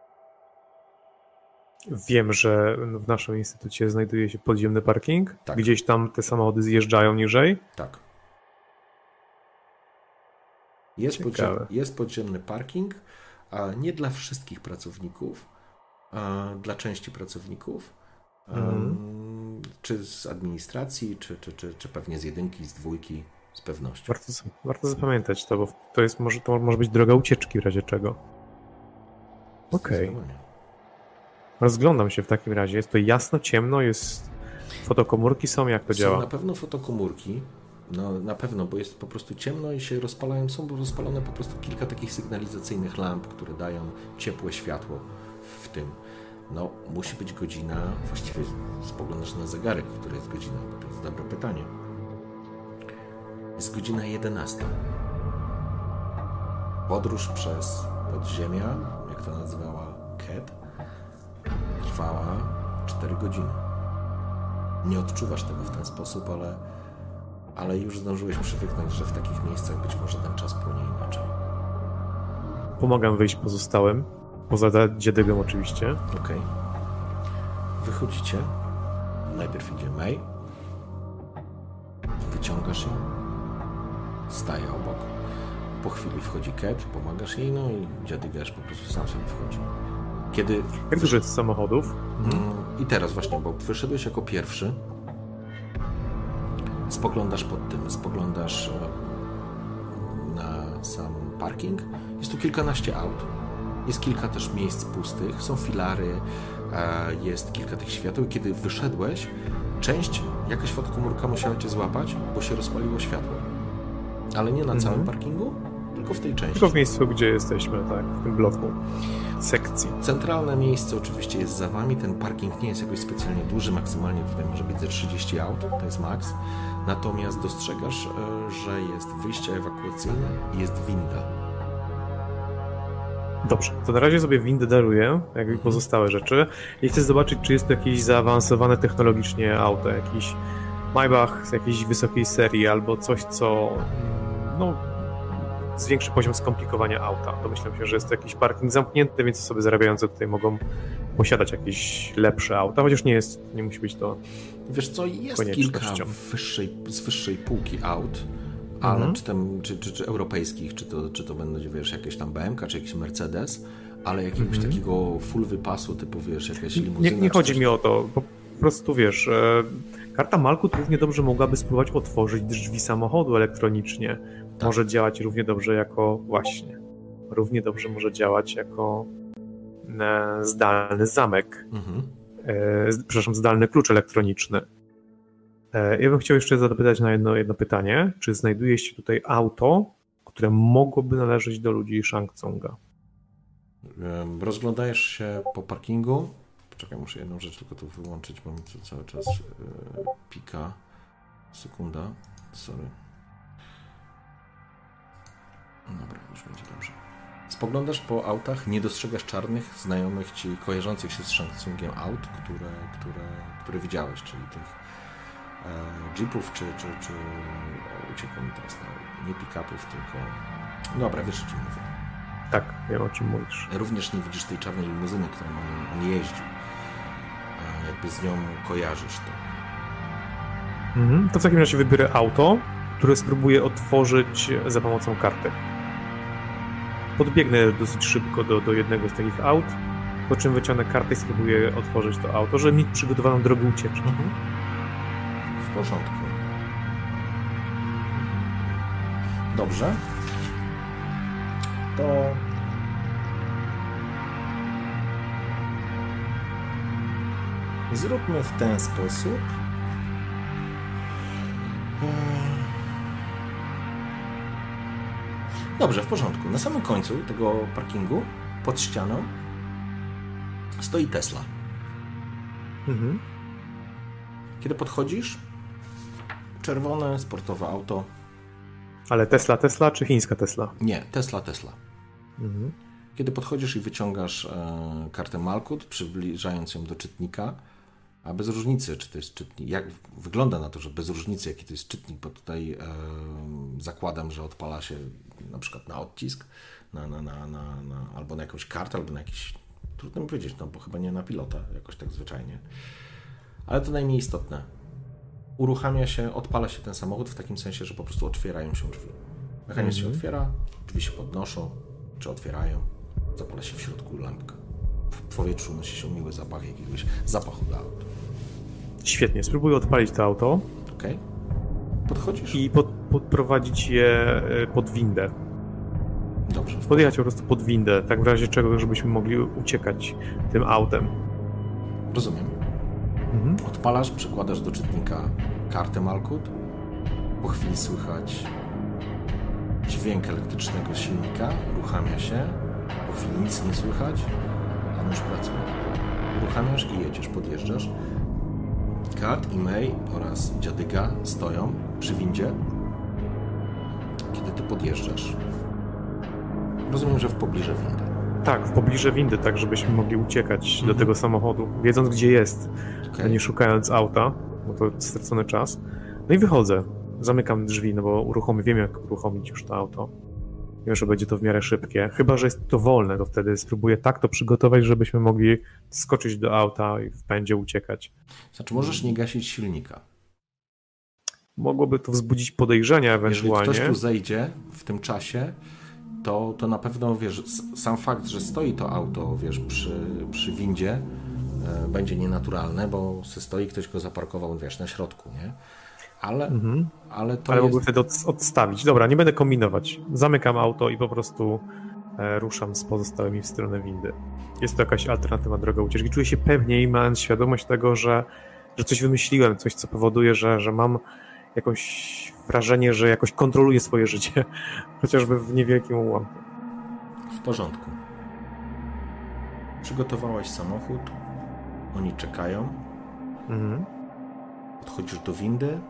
Wiem, że w naszym instytucie znajduje się podziemny parking. Tak. Gdzieś tam te samochody zjeżdżają niżej. Tak. Jest podziemny parking, a nie dla wszystkich pracowników, a dla części pracowników, czy z administracji, czy pewnie z jedynki, z dwójki, z pewnością. Warto zapamiętać to, bo to może być droga ucieczki w razie czego. Okej. Rozglądam się w takim razie. Jest to jasno, ciemno, fotokomórki są, jak to działa? Są na pewno fotokomórki. No na pewno, bo jest po prostu ciemno i się rozpalają. Są rozpalone po prostu kilka takich sygnalizacyjnych lamp, które dają ciepłe światło w tym. Musi być godzina, właściwie spoglądasz na zegarek, w której jest godzina, bo to jest dobre pytanie. Jest godzina 11. Podróż przez podziemia, jak to nazywała Cat, trwała 4 godziny. Nie odczuwasz tego w ten sposób, ale już zdążyłeś przywyknąć, że w takich miejscach być może ten czas płynie inaczej. Pomagam wyjść pozostałym, poza dziadygą oczywiście. Okej. Wychodzicie. Najpierw idzie May. Wyciągasz ją. Staje obok. Po chwili wchodzi Cat, pomagasz jej, i dziadygasz po prostu sam sobie wchodzi. Jak dużo jest samochodów? I teraz właśnie, bo wyszedłeś jako pierwszy. Spoglądasz spoglądasz na sam parking. Jest tu kilkanaście aut. Jest kilka też miejsc pustych. Są filary, jest kilka tych świateł. Kiedy wyszedłeś, jakaś fotokomórka musiała cię złapać, bo się rozpaliło światło. Ale nie na całym parkingu, tylko w tej części. Tylko w miejscu, gdzie jesteśmy, tak, w tym bloku sekcji. Centralne miejsce oczywiście jest za wami. Ten parking nie jest jakoś specjalnie duży, maksymalnie tutaj może być ze 30 aut, to jest maks. Natomiast dostrzegasz, że jest wyjście ewakuacyjne i jest winda. Dobrze, to na razie sobie windę daruję, jak i pozostałe rzeczy. I chcę zobaczyć, czy jest to jakieś zaawansowane technologicznie auto, jakiś Maybach z jakiejś wysokiej serii, albo coś, co zwiększy poziom skomplikowania auta. Domyślam się, że jest to jakiś parking zamknięty, więc osoby zarabiające tutaj mogą posiadać jakieś lepsze auta, chociaż nie musi być to. Wiesz co, jest kilka z wyższej półki aut, ale czy europejskich, czy to będą, wiesz, jakieś tam BMK, czy jakiś Mercedes, ale jakiegoś takiego full wypasu, typu, wiesz, jakaś limuzyna. Nie chodzi mi o to, po prostu, wiesz, karta Malkut równie dobrze mogłaby spróbować otworzyć drzwi samochodu elektronicznie. Tak. Może działać równie dobrze równie dobrze może działać jako zdalny zamek. Przepraszam, zdalny klucz elektroniczny. Ja bym chciał jeszcze zapytać na jedno pytanie. Czy znajduje się tutaj auto, które mogłoby należeć do ludzi Shang Tsunga? Rozglądajesz się po parkingu. Poczekaj, muszę jedną rzecz tylko tu wyłączyć, bo mi tu cały czas pika. Sekunda. Sorry. Dobra, już będzie dobrze. Spoglądasz po autach, nie dostrzegasz czarnych, znajomych ci, kojarzących się z Shang Tsungiem aut, które widziałeś, czyli tych jeepów, czy uciekło mi teraz nie pick-upów, tylko... Dobra, wiesz, o czym mówię. Tak, wiem, o czym mówisz. Również nie widzisz tej czarnej limuzyny, którą on jeździł. Jakby z nią kojarzysz to. To w takim razie wybiorę auto, które spróbuję otworzyć za pomocą karty. Podbiegnę dosyć szybko do jednego z takich aut, po czym wyciągnę kartę i spróbuję otworzyć to auto, żeby mieć przygotowaną drogę ucieczki. W porządku. Dobrze. To... Zróbmy w ten sposób. Dobrze, w porządku. Na samym końcu tego parkingu, pod ścianą, stoi Tesla. Kiedy podchodzisz, czerwone, sportowe auto. Ale Tesla czy chińska Tesla? Nie, Tesla. Kiedy podchodzisz i wyciągasz kartę Malkut, przybliżając ją do czytnika, a bez różnicy, czy to jest czytnik, jak wygląda na to, że bez różnicy, jaki to jest czytnik, bo tutaj zakładam, że odpala się na przykład na odcisk, albo na jakąś kartę, albo na jakiś, trudno mi powiedzieć, no bo chyba nie na pilota, jakoś tak zwyczajnie. Ale to najmniej istotne. Uruchamia się, odpala się ten samochód w takim sensie, że po prostu otwierają się drzwi. Mechanizm się otwiera, drzwi się podnoszą, czy otwierają, zapala się w środku lampka. W powietrzu nosi się miły zapach jakiegoś zapachu do auta. Świetnie, spróbuję odpalić to auto. Okej. Podchodzisz? I podprowadzić je pod windę. Dobrze. Podjechać po prostu pod windę, tak w razie czego, żebyśmy mogli uciekać tym autem. Rozumiem. Odpalasz, przykładasz do czytnika kartę Malkut. Po chwili słychać dźwięk elektrycznego silnika, uruchamia się. Po chwili nic nie słychać, a nóż pracuje. Uruchamiasz i jedziesz, podjeżdżasz. Kat i May oraz dziadyga stoją przy windzie. Kiedy ty podjeżdżasz, rozumiem, że w pobliżu windy. Tak, w pobliżu windy, tak żebyśmy mogli uciekać do tego samochodu, wiedząc gdzie jest, a nie szukając auta, bo to stracony czas. No i wychodzę, zamykam drzwi, no bo wiem jak uruchomić już to auto. Wiem, że będzie to w miarę szybkie. Chyba że jest to wolne, to wtedy spróbuję tak to przygotować, żebyśmy mogli skoczyć do auta i w pędzie uciekać. Znaczy możesz nie gasić silnika. Mogłoby to wzbudzić podejrzenia ewentualnie. Jeżeli ktoś tu zejdzie w tym czasie, to na pewno, wiesz, sam fakt, że stoi to auto, wiesz, przy windzie, będzie nienaturalne, bo stoi, ktoś go zaparkował, wiesz, na środku, nie? Ale mogę wtedy odstawić. Dobra, nie będę kombinować. Zamykam auto i po prostu ruszam z pozostałymi w stronę windy. Jest to jakaś alternatywna droga ucieczki. Czuję się pewniej, mając świadomość tego, że coś wymyśliłem, coś, co powoduje, że mam jakieś wrażenie, że jakoś kontroluję swoje życie, chociażby w niewielkim ułamku. W porządku. Przygotowałaś samochód, oni czekają. Podchodzisz do windy.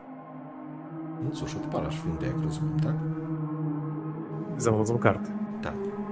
No cóż, odpalasz windę, jak rozumiem, tak? Za pomocą karty. Tak.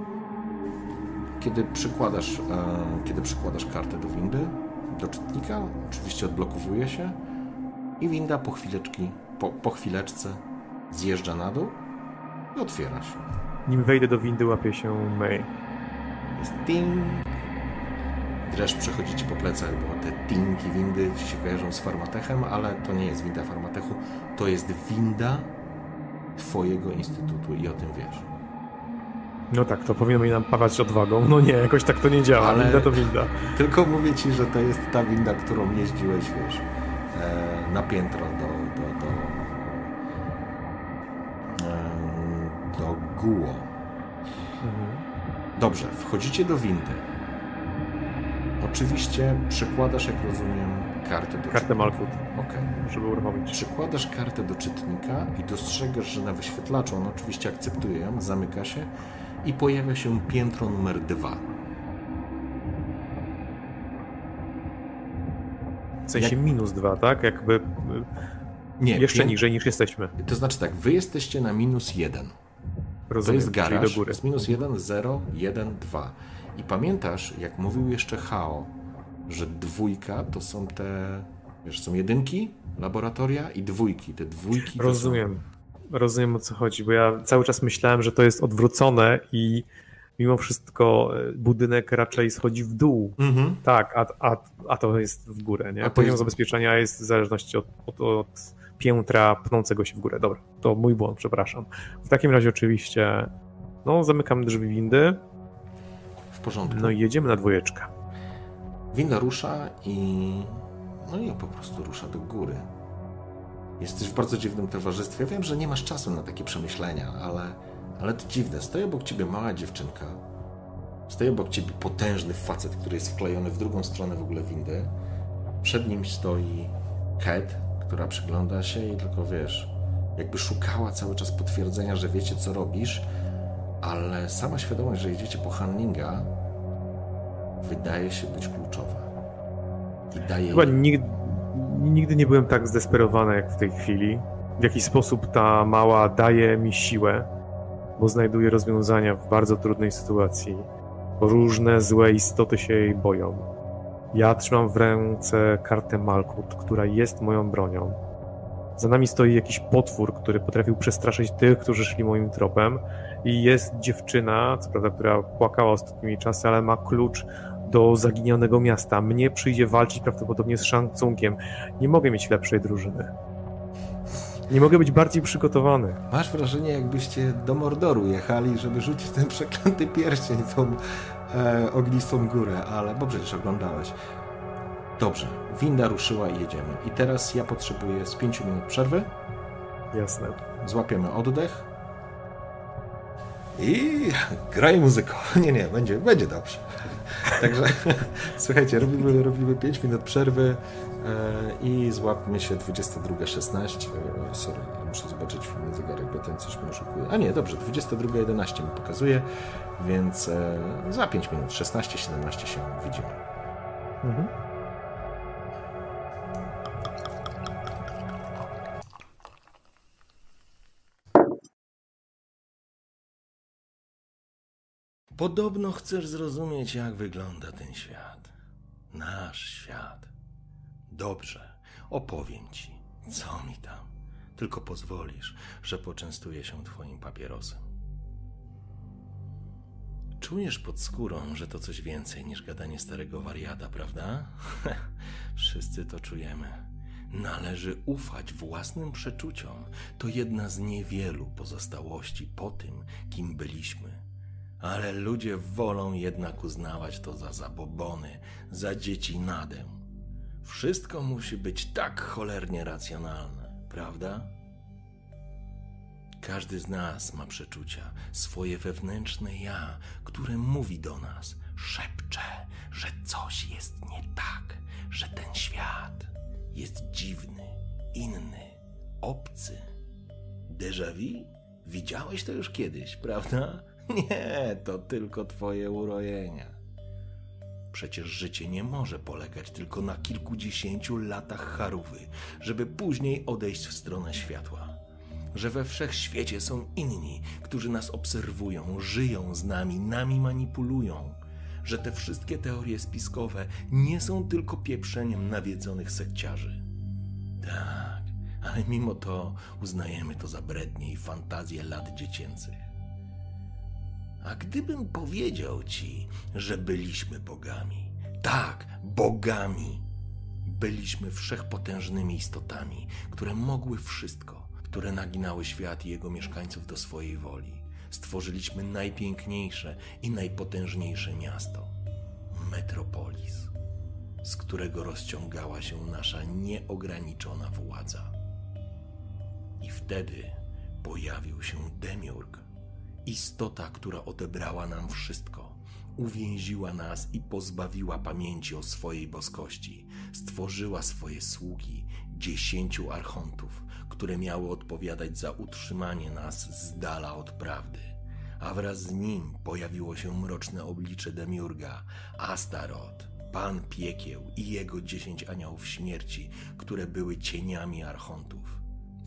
Kiedy przykładasz kartę do windy, do czytnika, oczywiście odblokowuje się i winda po chwileczce zjeżdża na dół i otwierasz. Nim wejdę do windy, łapie się May. Jest ting. Dreszcz przechodzi ci po plecach, bo te tinki windy ci się kojarzą z Farmatechem, ale to nie jest winda Farmatechu, to jest winda twojego instytutu i o tym wiesz. No tak, to powinno mi napawać odwagą. No nie, jakoś tak to nie działa. Ale winda to winda. Tylko mówię ci, że to jest ta winda, którą jeździłeś, wiesz, na piętro do Guo. Dobrze, wchodzicie do windy. Oczywiście przykładasz, jak rozumiem, Kartę Malkut. Okej. Żeby uruchomić. Przykładasz kartę do czytnika i dostrzegasz, że na wyświetlaczu, on oczywiście akceptuje ją, zamyka się i pojawia się piętro numer 2. W sensie -2, tak? Jakby Nie, jeszcze niżej niż jesteśmy. To znaczy tak, wy jesteście na -1. Rozumiem, To jest czyli garaż, do góry. jest -1, 0, 1, 2. I pamiętasz, jak mówił jeszcze Hao, że 2 to są te, wiesz, są 1 laboratoria i 2. Te 2 to Rozumiem. Rozumiem, o co chodzi, bo ja cały czas myślałem, że to jest odwrócone i mimo wszystko budynek raczej schodzi w dół. Mhm. Tak, a to jest w górę, nie? A to Poziom jest- zabezpieczenia jest w zależności od piętra pnącego się w górę. Dobra, to mój błąd, przepraszam. W takim razie oczywiście zamykam drzwi windy, W porządku. no i jedziemy na 2. Winda rusza i po prostu rusza do góry. Jesteś w bardzo dziwnym towarzystwie. Wiem, że nie masz czasu na takie przemyślenia, ale to dziwne. Stoi obok ciebie mała dziewczynka. Stoi obok ciebie potężny facet, który jest wklejony w drugą stronę w ogóle windy. Przed nim stoi Cat, która przygląda się i tylko, wiesz, jakby szukała cały czas potwierdzenia, że wiecie, co robisz, ale sama świadomość, że idziecie po Hanninga, wydaje się być kluczowa. I daje Chyba jej... nigdy nie byłem tak zdesperowany jak w tej chwili. W jakiś sposób ta mała daje mi siłę, bo znajduje rozwiązania w bardzo trudnej sytuacji, bo różne złe istoty się jej boją. Ja trzymam w ręce kartę Malkut, która jest moją bronią. Za nami stoi jakiś potwór, który potrafił przestraszyć tych, którzy szli moim tropem, i jest dziewczyna, co prawda, która płakała ostatnimi czasy, ale ma klucz do zaginionego miasta. Mnie przyjdzie walczyć prawdopodobnie z Shang Tsungiem. Nie mogę mieć lepszej drużyny. Nie mogę być bardziej przygotowany. Masz wrażenie, jakbyście do Mordoru jechali, żeby rzucić ten przeklęty pierścień, tą ognistą górę, ale bo przecież oglądałeś. Dobrze, winda ruszyła i jedziemy. I teraz ja potrzebuję z 5 minut przerwy. Jasne. Złapiemy oddech. I graj muzyko. Nie, będzie dobrze. Także słuchajcie, robimy 5 minut przerwy i złapmy się 22:16. Sorry, muszę zobaczyć w zegarek, bo ten coś mnie oszukuje. A nie, dobrze, 22:11 mi pokazuje, więc za 5 minut, 16:17 się widzimy. Mhm. Podobno chcesz zrozumieć, jak wygląda ten świat. Nasz świat. Dobrze, opowiem ci, co mi tam. Tylko pozwolisz, że poczęstuję się twoim papierosem. Czujesz pod skórą, że to coś więcej niż gadanie starego wariata, prawda? Wszyscy to czujemy. Należy ufać własnym przeczuciom. To jedna z niewielu pozostałości po tym, kim byliśmy. Ale ludzie wolą jednak uznawać to za zabobony, za dziecinadę. Wszystko musi być tak cholernie racjonalne, prawda? Każdy z nas ma przeczucia, swoje wewnętrzne ja, które mówi do nas, szepcze, że coś jest nie tak, że ten świat jest dziwny, inny, obcy. Déjà vu? Widziałeś to już kiedyś, prawda? Nie, to tylko twoje urojenia. Przecież życie nie może polegać tylko na kilkudziesięciu latach charówy, żeby później odejść w stronę światła. Że we wszechświecie są inni, którzy nas obserwują, żyją z nami, nami manipulują. Że te wszystkie teorie spiskowe nie są tylko pieprzeniem nawiedzonych sekciarzy. Tak, ale mimo to uznajemy to za brednie i fantazje lat dziecięcych. A gdybym powiedział ci, że byliśmy bogami, tak, bogami, byliśmy wszechpotężnymi istotami, które mogły wszystko, które naginały świat i jego mieszkańców do swojej woli. Stworzyliśmy najpiękniejsze i najpotężniejsze miasto, Metropolis, z którego rozciągała się nasza nieograniczona władza. I wtedy pojawił się Demiurg, istota, która odebrała nam wszystko, uwięziła nas i pozbawiła pamięci o swojej boskości. Stworzyła swoje sługi, 10 archontów, które miały odpowiadać za utrzymanie nas z dala od prawdy. A wraz z nim pojawiło się mroczne oblicze Demiurga, Astaroth, Pan Piekieł i jego 10 aniołów śmierci, które były cieniami archontów.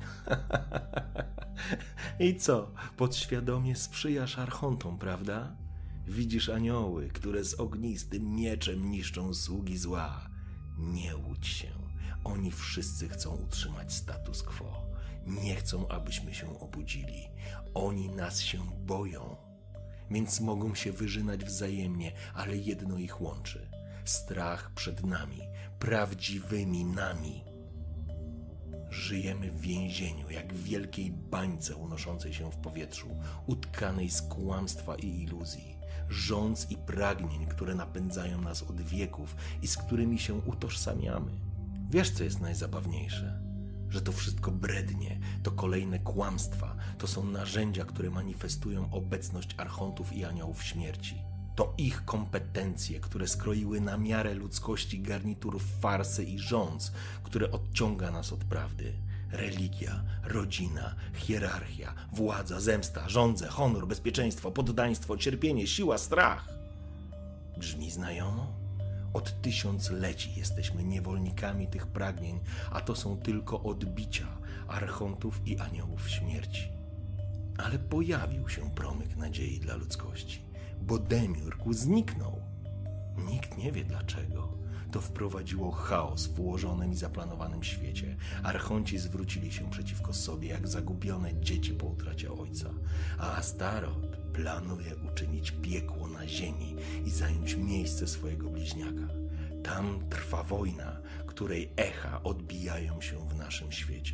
I co? Podświadomie sprzyjasz archontom, prawda? Widzisz anioły, które z ognistym mieczem niszczą sługi zła. Nie łudź się. Oni wszyscy chcą utrzymać status quo. Nie chcą, abyśmy się obudzili. Oni nas się boją. Więc mogą się wyżynać wzajemnie, ale jedno ich łączy. Strach przed nami, prawdziwymi nami. Żyjemy w więzieniu, jak w wielkiej bańce unoszącej się w powietrzu, utkanej z kłamstwa i iluzji, żądz i pragnień, które napędzają nas od wieków i z którymi się utożsamiamy. Wiesz, co jest najzabawniejsze? Że to wszystko brednie, to kolejne kłamstwa, to są narzędzia, które manifestują obecność archontów i aniołów śmierci. To ich kompetencje, które skroiły na miarę ludzkości garnitur farsy i rządz, które odciąga nas od prawdy. Religia, rodzina, hierarchia, władza, zemsta, żądze, honor, bezpieczeństwo, poddaństwo, cierpienie, siła, strach. Brzmi znajomo? Od tysiącleci jesteśmy niewolnikami tych pragnień, a to są tylko odbicia archontów i aniołów śmierci. Ale pojawił się promyk nadziei dla ludzkości. Bo Demiurg zniknął. Nikt nie wie dlaczego. To wprowadziło chaos w ułożonym i zaplanowanym świecie. Archonci zwrócili się przeciwko sobie jak zagubione dzieci po utracie ojca. A Astaroth planuje uczynić piekło na ziemi i zająć miejsce swojego bliźniaka. Tam trwa wojna, której echa odbijają się w naszym świecie.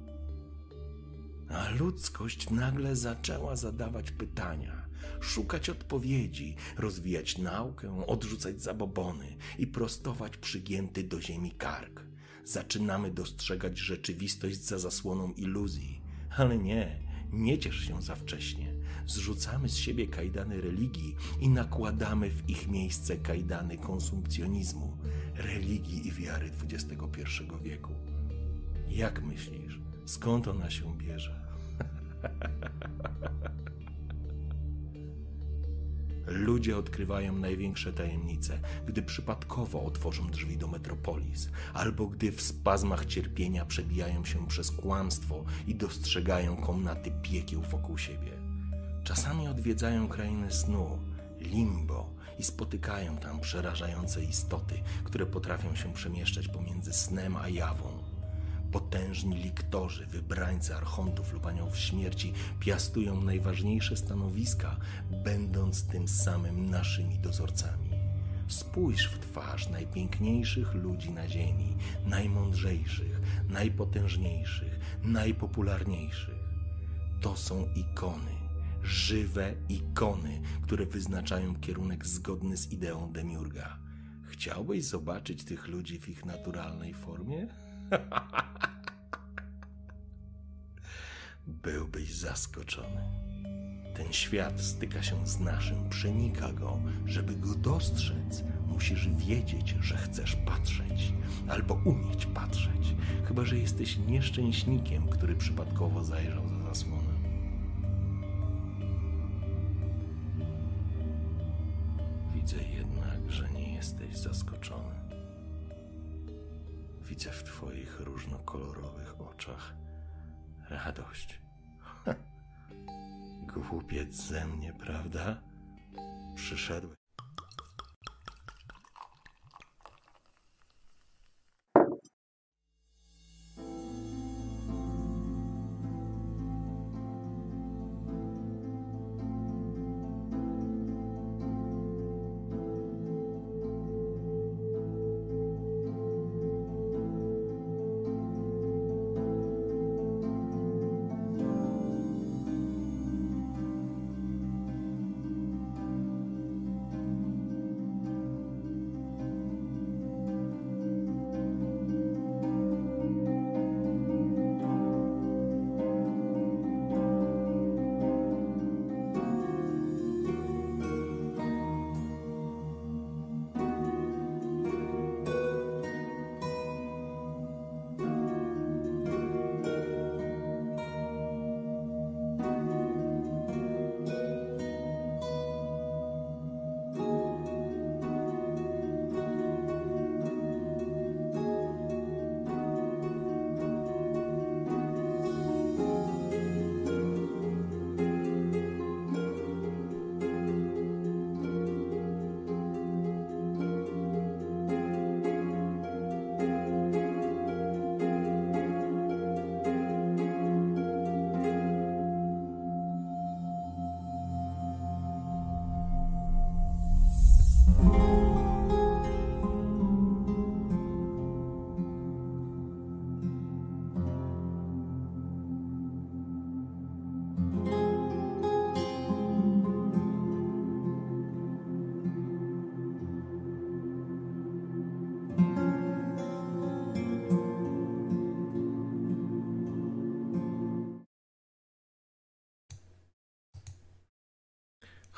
A ludzkość nagle zaczęła zadawać pytania, szukać odpowiedzi, rozwijać naukę, odrzucać zabobony i prostować przygięty do ziemi kark. Zaczynamy dostrzegać rzeczywistość za zasłoną iluzji. Ale nie ciesz się za wcześnie. Zrzucamy z siebie kajdany religii i nakładamy w ich miejsce kajdany konsumpcjonizmu, religii i wiary XXI wieku. Jak myślisz, skąd ona się bierze? Ludzie odkrywają największe tajemnice, gdy przypadkowo otworzą drzwi do Metropolis, albo gdy w spazmach cierpienia przebijają się przez kłamstwo i dostrzegają komnaty piekieł wokół siebie. Czasami odwiedzają krainy snu, limbo, i spotykają tam przerażające istoty, które potrafią się przemieszczać pomiędzy snem a jawą. Potężni liktorzy, wybrańcy archontów lub aniołów śmierci piastują najważniejsze stanowiska, będąc tym samym naszymi dozorcami. Spójrz w twarz najpiękniejszych ludzi na ziemi, najmądrzejszych, najpotężniejszych, najpopularniejszych. To są ikony, żywe ikony, które wyznaczają kierunek zgodny z ideą Demiurga. Chciałbyś zobaczyć tych ludzi w ich naturalnej formie? Byłbyś zaskoczony. Ten świat styka się z naszym, przenika go. Żeby go dostrzec, musisz wiedzieć, że chcesz patrzeć, albo umieć patrzeć, chyba że jesteś nieszczęśnikiem, który przypadkowo zajrzał za zasłonę. Widzę jednak, że nie jesteś zaskoczony. Widzę w twoich różnokolorowych oczach radość. Głupiec ze mnie, prawda? Przyszedłeś.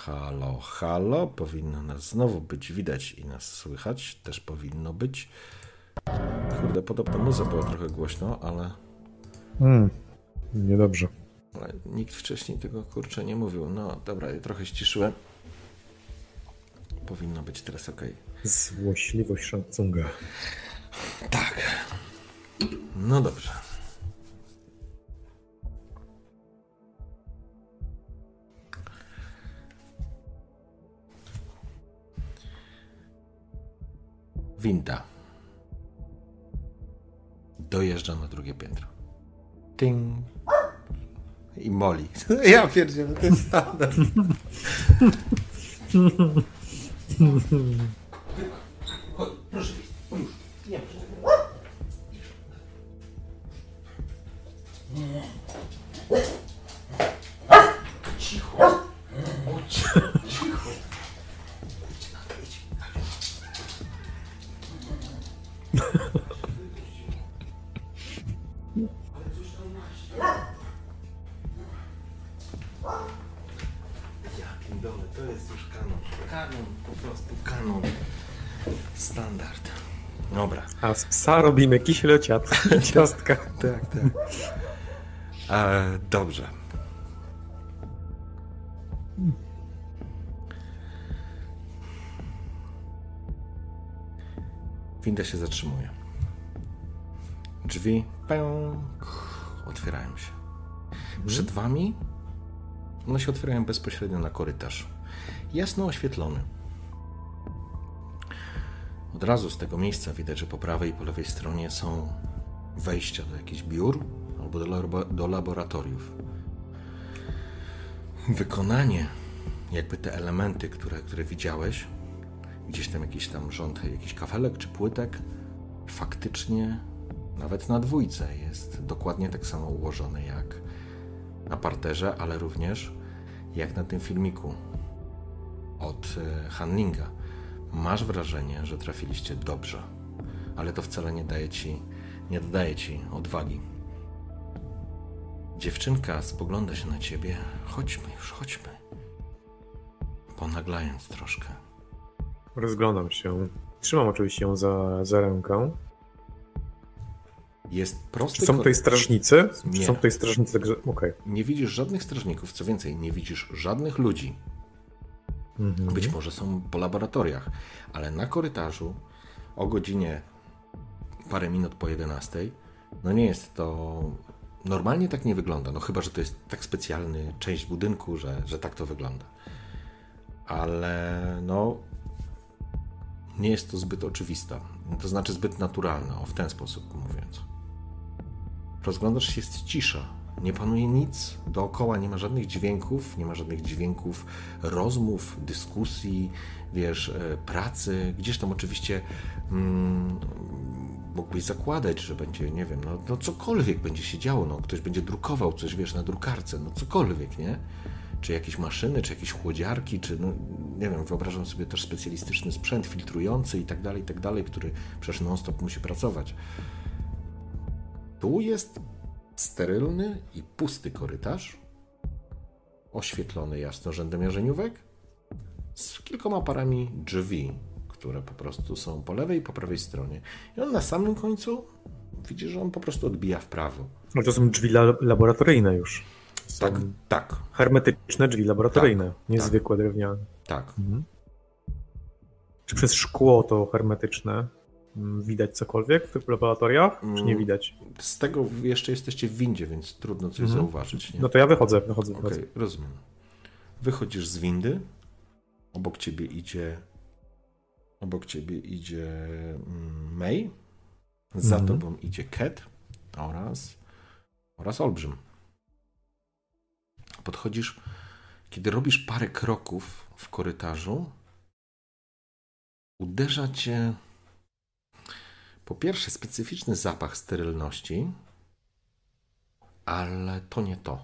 Halo, halo. Powinno nas znowu być widać i nas słychać. Też powinno być. Kurde, podobno muza była trochę głośno, ale... Niedobrze. ale nikt wcześniej tego, kurczę, nie mówił. No dobra, ja trochę ściszyłem. Powinno być teraz okej. Złośliwość Shang-Tsunga. Tak. No dobrze. Winda dojeżdża na drugie piętro. Ting. I moli. Ja pierdzielę, to jest standard. Proszę, już. Nie Cicho. Cicho. Dole, to jest już kanon. Kanon, po prostu kanon. Standard. Dobra. A z psa robimy kiślociat. Ciastka. Tak. Dobrze. Winda się zatrzymuje. Drzwi otwierają się. Przed wami one się otwierają bezpośrednio na korytarz. Jasno oświetlony. Od razu z tego miejsca widać, że po prawej i po lewej stronie są wejścia do jakichś biur albo do laboratoriów. Wykonanie, jakby te elementy, które widziałeś, gdzieś tam jakiś tam rząd, jakiś kafelek czy płytek, faktycznie nawet na dwójce jest dokładnie tak samo ułożony jak na parterze, ale również jak na tym filmiku od Hanlinga. Masz wrażenie, że trafiliście dobrze, ale to wcale nie dodaje ci odwagi. Dziewczynka spogląda się na ciebie. Chodźmy już, chodźmy. Ponaglając troszkę. Rozglądam się. Trzymam oczywiście ją za rękę. Jest prosty... Czy są tutaj strażnicy? Nie. Czy są tutaj strażnicy? Także... Okay. Nie widzisz żadnych strażników, co więcej, nie widzisz żadnych ludzi. Być może są po laboratoriach, ale na korytarzu o godzinie parę minut po 11, no nie jest to... Normalnie tak nie wygląda, no chyba, że to jest tak specjalny część budynku, że tak to wygląda. Ale no... nie jest to zbyt oczywista. To znaczy zbyt naturalna, w ten sposób mówiąc. Rozglądasz się, jest cisza. Nie panuje nic dookoła, nie ma żadnych dźwięków rozmów, dyskusji, pracy. Gdzieś tam oczywiście mógłbyś zakładać, że będzie, nie wiem, no cokolwiek będzie się działo, no ktoś będzie drukował coś, na drukarce, no cokolwiek, nie? Czy jakieś maszyny, czy jakieś chłodziarki, czy, no nie wiem, wyobrażam sobie też specjalistyczny sprzęt filtrujący i tak dalej, który przecież non-stop musi pracować. Tu jest sterylny i pusty korytarz, oświetlony jasno rzędem jarzeniówek, z kilkoma parami drzwi, które po prostu są po lewej i po prawej stronie. I on na samym końcu, widzisz, że on po prostu odbija w prawo. No to są drzwi laboratoryjne już. Są Tak. hermetyczne drzwi laboratoryjne, niezwykłe, drewniane. Tak. Czy przez szkło to hermetyczne widać cokolwiek w tych laboratoriach, czy nie widać? Z tego jeszcze jesteście w windzie, więc trudno coś zauważyć. Nie? No to ja wychodzę. Okej, rozumiem. Wychodzisz z windy, obok ciebie idzie May, za tobą idzie Cat oraz Olbrzym. Podchodzisz, kiedy robisz parę kroków w korytarzu, uderza cię po pierwsze specyficzny zapach sterylności, ale to nie to.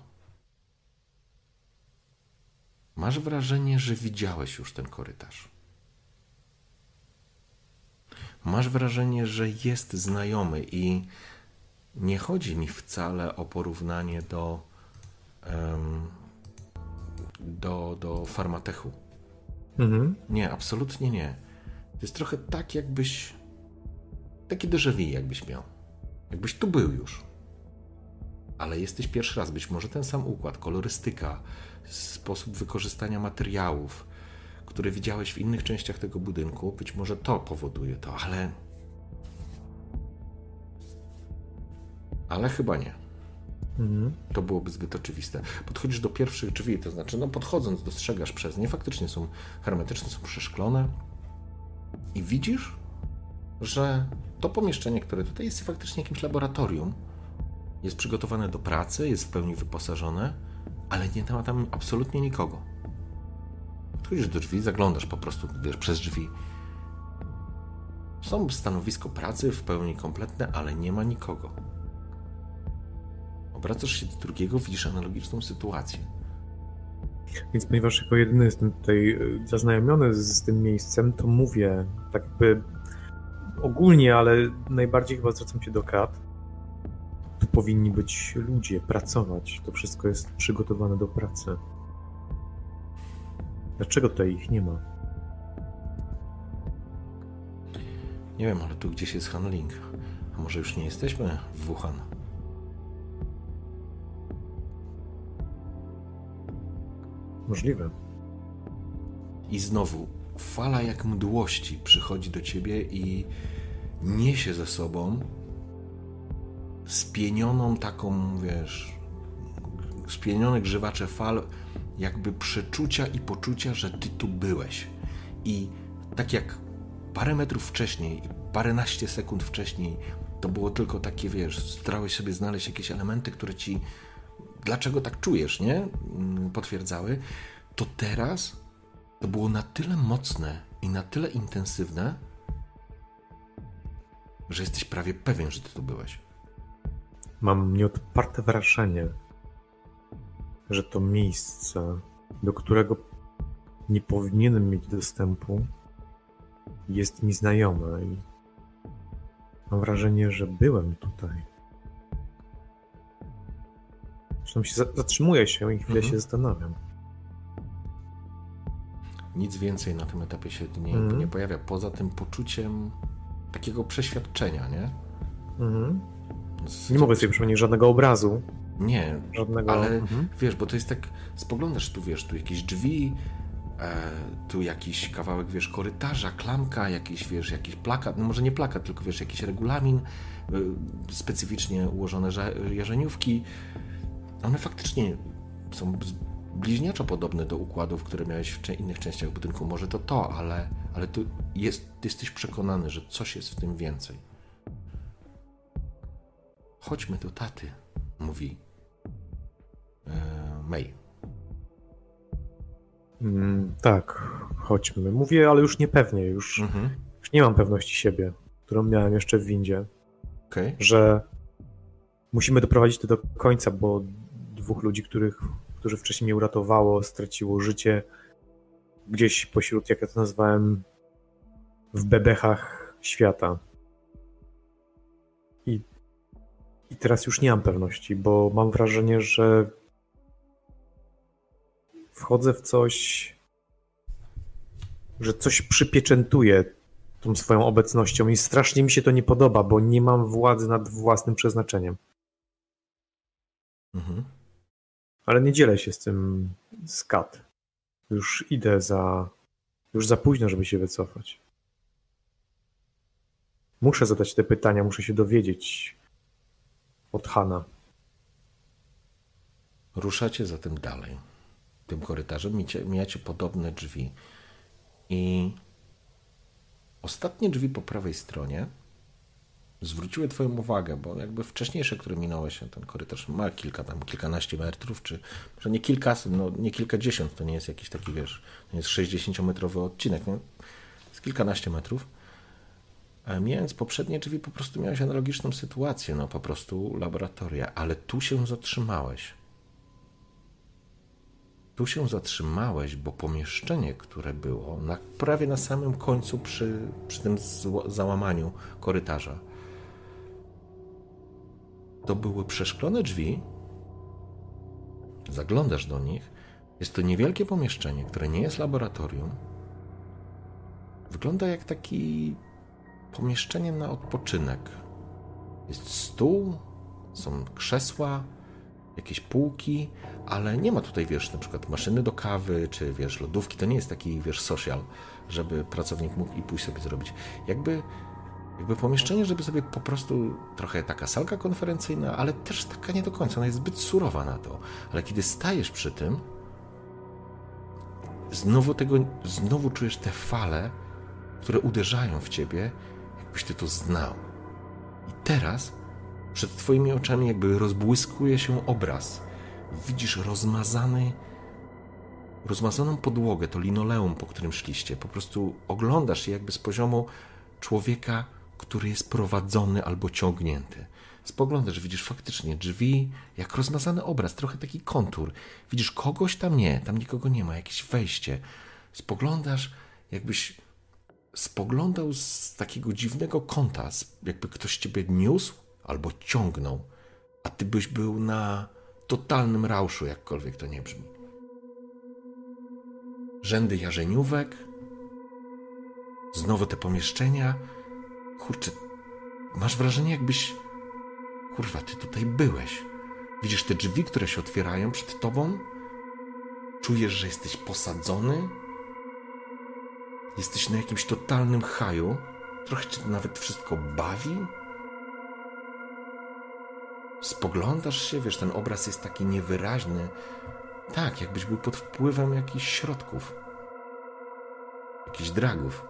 Masz wrażenie, że widziałeś już ten korytarz. Masz wrażenie, że jest znajomy i nie chodzi mi wcale o porównanie do farmatechu. Nie, absolutnie nie. To jest trochę tak, jakbyś... Taki déjà vu jakbyś miał. Jakbyś tu był już. Ale jesteś pierwszy raz. Być może ten sam układ, kolorystyka, sposób wykorzystania materiałów, które widziałeś w innych częściach tego budynku, być może to powoduje to, ale chyba nie. To byłoby zbyt oczywiste. Podchodzisz do pierwszych drzwi, to znaczy, podchodząc, dostrzegasz przez nie, faktycznie są hermetyczne, są przeszklone i widzisz, że to pomieszczenie, które tutaj jest faktycznie jakimś laboratorium, jest przygotowane do pracy, jest w pełni wyposażone, ale nie ma tam absolutnie nikogo. Podchodzisz do drzwi, zaglądasz po prostu, przez drzwi. Są stanowisko pracy w pełni kompletne, ale nie ma nikogo. Obracasz się do drugiego, widzisz analogiczną sytuację. Więc ponieważ jako jedyny jestem tutaj zaznajomiony z tym miejscem, to mówię tak jakby ogólnie, ale najbardziej chyba zwracam się do Kat. Tu powinni być ludzie, pracować. To wszystko jest przygotowane do pracy. Dlaczego tutaj ich nie ma? Nie wiem, ale tu gdzieś jest Hanling. A może już nie jesteśmy w Wuhan? Możliwe. I znowu fala jak mdłości przychodzi do ciebie i niesie ze sobą spienioną taką, spienione grzywacze fal, jakby przeczucia i poczucia, że ty tu byłeś. I tak jak parę metrów wcześniej i paręnaście sekund wcześniej to było tylko takie, starałeś sobie znaleźć jakieś elementy, które ci dlaczego tak czujesz, nie? Potwierdzały, to teraz to było na tyle mocne i na tyle intensywne, że jesteś prawie pewien, że ty tu byłeś. Mam nieodparte wrażenie, że to miejsce, do którego nie powinienem mieć dostępu, jest mi znajome i mam wrażenie, że byłem tutaj. Zresztą zatrzymuję się i chwilę się zastanawiam. Nic więcej na tym etapie się nie pojawia, poza tym poczuciem takiego przeświadczenia, nie? Nie mogę sobie przypomnieć żadnego obrazu. Nie, żadnego... ale bo to jest tak, spoglądasz tu, tu jakieś drzwi, tu jakiś kawałek, korytarza, klamka, jakiś plakat, może nie plakat, tylko jakiś regulamin, specyficznie ułożone jarzeniówki. One faktycznie są bliźniaczo podobne do układów, które miałeś w innych częściach budynku. Może to, ale ty jesteś przekonany, że coś jest w tym więcej. Chodźmy do taty, mówi May. Tak, chodźmy. Mówię, ale już niepewnie, już nie mam pewności siebie, którą miałem jeszcze w windzie, że musimy doprowadzić to do końca, bo dwóch ludzi, którzy wcześniej mnie uratowało, straciło życie gdzieś pośród, jak ja to nazwałem, w bebechach świata. I teraz już nie mam pewności, bo mam wrażenie, że wchodzę w coś, że coś przypieczętuje tą swoją obecnością i strasznie mi się to nie podoba, bo nie mam władzy nad własnym przeznaczeniem. Ale nie dzielę się z tym z Kat. Już idę już za późno, żeby się wycofać. Muszę zadać te pytania, muszę się dowiedzieć od Hana. Ruszacie zatem dalej. Tym korytarzem mijacie podobne drzwi. I ostatnie drzwi po prawej stronie zwróciły twoją uwagę, bo jakby wcześniejsze, które minąłeś, ten korytarz ma kilkanaście metrów, czy może nie kilkaset, nie kilkadziesiąt, to nie jest jakiś taki, to jest 60-metrowy odcinek, nie? Jest kilkanaście metrów. A mijając poprzednie drzwi, po prostu miałeś analogiczną sytuację, po prostu laboratoria, ale tu się zatrzymałeś. Tu się zatrzymałeś, bo pomieszczenie, które było prawie na samym końcu przy tym załamaniu korytarza, to były przeszklone drzwi. Zaglądasz do nich, Jest to niewielkie pomieszczenie, które nie jest laboratorium. Wygląda jak takie pomieszczenie na odpoczynek. Jest stół, są krzesła, jakieś półki, ale nie ma tutaj, wiesz, na przykład maszyny do kawy, czy, wiesz, lodówki. To nie jest taki, wiesz, social, żeby pracownik mógł i pójść sobie zrobić. Jakby pomieszczenie, żeby sobie po prostu trochę taka salka konferencyjna, ale też taka nie do końca. Ona jest zbyt surowa na to. Ale kiedy stajesz przy tym, znowu czujesz te fale, które uderzają w ciebie, jakbyś ty to znał. I teraz przed twoimi oczami jakby rozbłyskuje się obraz. Widzisz rozmazaną podłogę, to linoleum, po którym szliście. Po prostu oglądasz je jakby z poziomu człowieka, który jest prowadzony albo ciągnięty. Spoglądasz, widzisz faktycznie drzwi, jak rozmazany obraz, trochę taki kontur. Widzisz kogoś, tam nikogo nie ma, jakieś wejście. Spoglądasz, jakbyś spoglądał z takiego dziwnego kąta, jakby ktoś ciebie niósł albo ciągnął, a ty byś był na totalnym rauszu, jakkolwiek to nie brzmi. Rzędy jarzeniówek, znowu te pomieszczenia. Kurczę, masz wrażenie, jakbyś... Kurwa, ty tutaj byłeś. Widzisz te drzwi, które się otwierają przed tobą? Czujesz, że jesteś posadzony? Jesteś na jakimś totalnym haju? Trochę cię nawet wszystko bawi? Spoglądasz się, wiesz, ten obraz jest taki niewyraźny. Tak, jakbyś był pod wpływem jakichś środków. Jakichś dragów.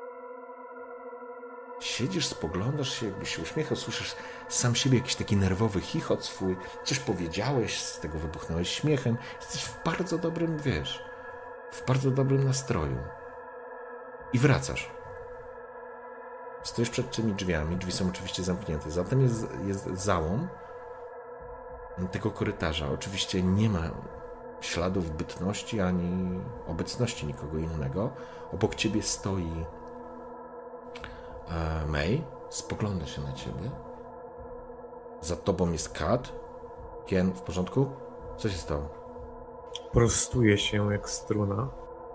Siedzisz, spoglądasz się, jakbyś się uśmiechał, słyszysz sam siebie jakiś taki nerwowy chichot swój, coś powiedziałeś, z tego wybuchnąłeś śmiechem. Jesteś w bardzo dobrym, wiesz, w bardzo dobrym nastroju. I wracasz. Stoisz przed tymi drzwiami, drzwi są oczywiście zamknięte. Zatem jest załom tego korytarza. Oczywiście nie ma śladów bytności ani obecności nikogo innego. Obok ciebie stoi May, spogląda się na ciebie. Za tobą jest Kat. Kien, w porządku? Co się stało? Prostuje się jak struna.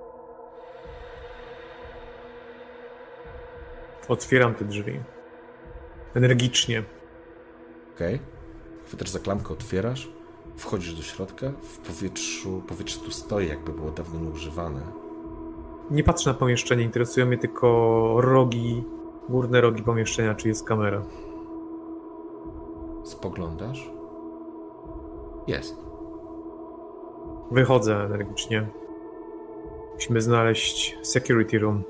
Otwieram te drzwi. Energicznie. Okej. Chwytasz za klamkę, otwierasz. Wchodzisz do środka. W powietrze tu stoi, jakby było dawno nieużywane. Nie patrzę na pomieszczenie, interesują mnie tylko rogi, górne rogi pomieszczenia, czy jest kamera. Spoglądasz? Jest. Wychodzę energicznie. Musimy znaleźć security room.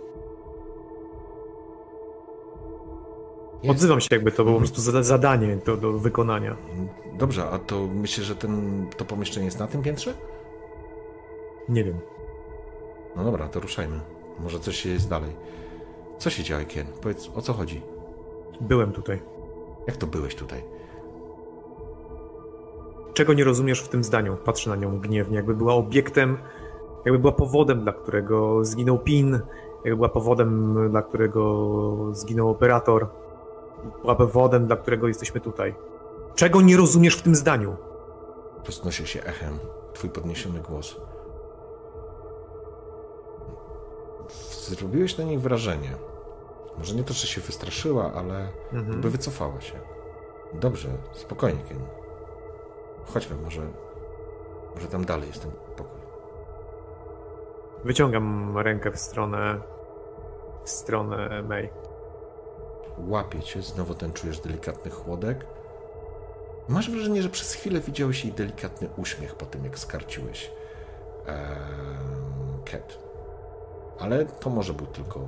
Jest. Odzywam się, jakby to było po prostu zadanie do wykonania. Dobrze, a to myślisz, że to pomieszczenie jest na tym piętrze? Nie wiem. No dobra, to ruszajmy. Może coś jest dalej. Co się działo, Kien? Powiedz, o co chodzi? Byłem tutaj. Jak to byłeś tutaj? Czego nie rozumiesz w tym zdaniu? Patrzę na nią gniewnie, jakby była obiektem, jakby była powodem, dla którego zginął Pin, jakby była powodem, dla którego zginął operator, była powodem, dla którego jesteśmy tutaj. Czego nie rozumiesz w tym zdaniu? Roznosi się echem twój podniesiony głos. Zrobiłeś na niej wrażenie. Może nie to, że się wystraszyła, ale jakby wycofała się. Dobrze, spokojnie, Ken. Chodźmy, może tam dalej jest ten pokój. Wyciągam rękę w stronę May. Łapie cię, znowu ten czujesz delikatny chłodek. Masz wrażenie, że przez chwilę widziałeś jej delikatny uśmiech po tym, jak skarciłeś Cat. Ale to może był tylko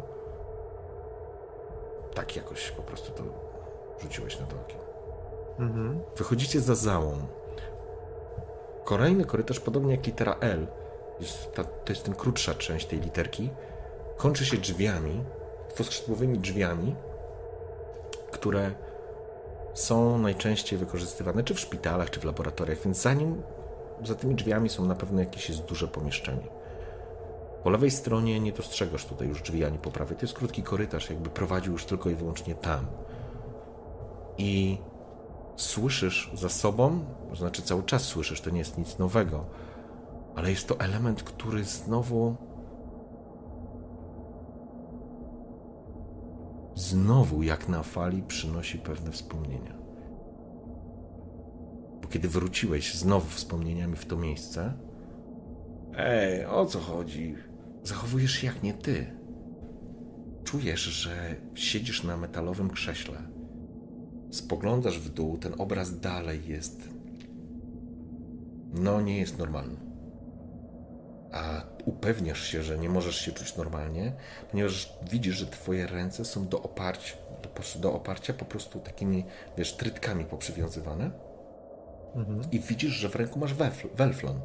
tak jakoś po prostu to rzuciłeś na to okiem. Wychodzicie za załą. Kolejny korytarz, podobnie jak litera L, to jest ten krótsza część tej literki, kończy się drzwiami, dwuskrzydłowymi drzwiami, które są najczęściej wykorzystywane czy w szpitalach, czy w laboratoriach, więc za tymi drzwiami są na pewno jakieś jest duże pomieszczenie. Po lewej stronie nie dostrzegasz tutaj już drzwi ani po prawej. To jest krótki korytarz, jakby prowadził już tylko i wyłącznie tam. I słyszysz za sobą, to znaczy cały czas słyszysz, to nie jest nic nowego, ale jest to element, który znowu jak na fali przynosi pewne wspomnienia. Bo kiedy wróciłeś znowu wspomnieniami w to miejsce, o co chodzi? Zachowujesz się jak nie ty. Czujesz, że siedzisz na metalowym krześle. Spoglądasz w dół, ten obraz dalej jest... nie jest normalny. A upewniasz się, że nie możesz się czuć normalnie, ponieważ widzisz, że twoje ręce są do oparcia po prostu takimi, trytkami poprzywiązywane. I widzisz, że w ręku masz welflon.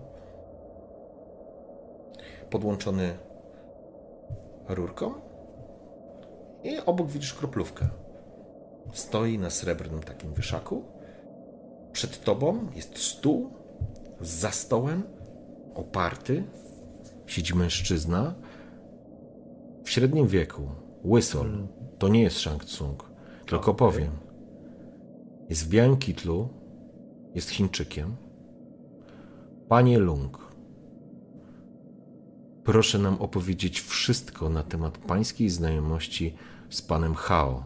Podłączony rurką i obok widzisz kroplówkę. Stoi na srebrnym takim wieszaku. Przed tobą jest stół, za stołem oparty siedzi mężczyzna w średnim wieku. Łysol. To nie jest Shang Tsung. Tylko powiem. Jest w białym kitlu. Jest Chińczykiem. Panie Lung, proszę nam opowiedzieć wszystko na temat pańskiej znajomości z panem Hao.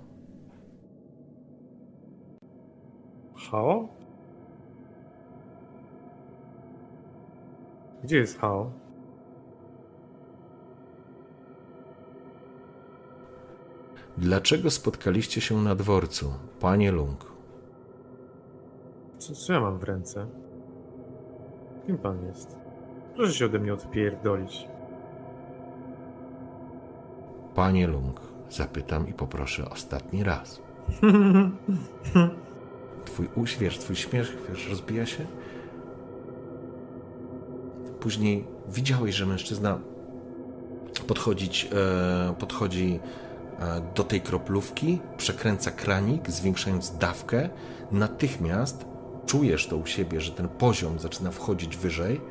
Hao? Gdzie jest Hao? Dlaczego spotkaliście się na dworcu, panie Lung? Co ja mam w ręce? Kim pan jest? Proszę się ode mnie odpierdolić. Panie Lung, zapytam i poproszę ostatni raz. Twój śmiech, rozbija się. Później widziałeś, że mężczyzna podchodzi do tej kroplówki, przekręca kranik, zwiększając dawkę. Natychmiast czujesz to u siebie, że ten poziom zaczyna wchodzić wyżej.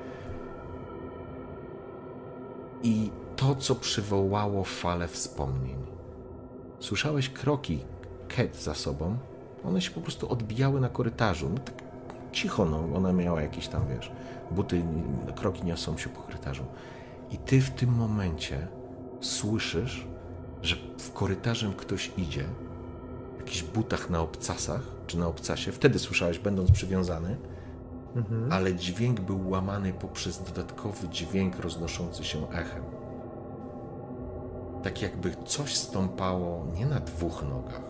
I to, co przywołało falę wspomnień. Słyszałeś kroki Ket za sobą. One się po prostu odbijały na korytarzu. Tak cicho, ona miała jakieś tam, buty, kroki niosą się po korytarzu. I ty w tym momencie słyszysz, że w korytarzem ktoś idzie, w jakichś butach na obcasach, czy na obcasie. Wtedy słyszałeś, będąc przywiązany, ale dźwięk był łamany poprzez dodatkowy dźwięk roznoszący się echem. Tak jakby coś stąpało nie na dwóch nogach,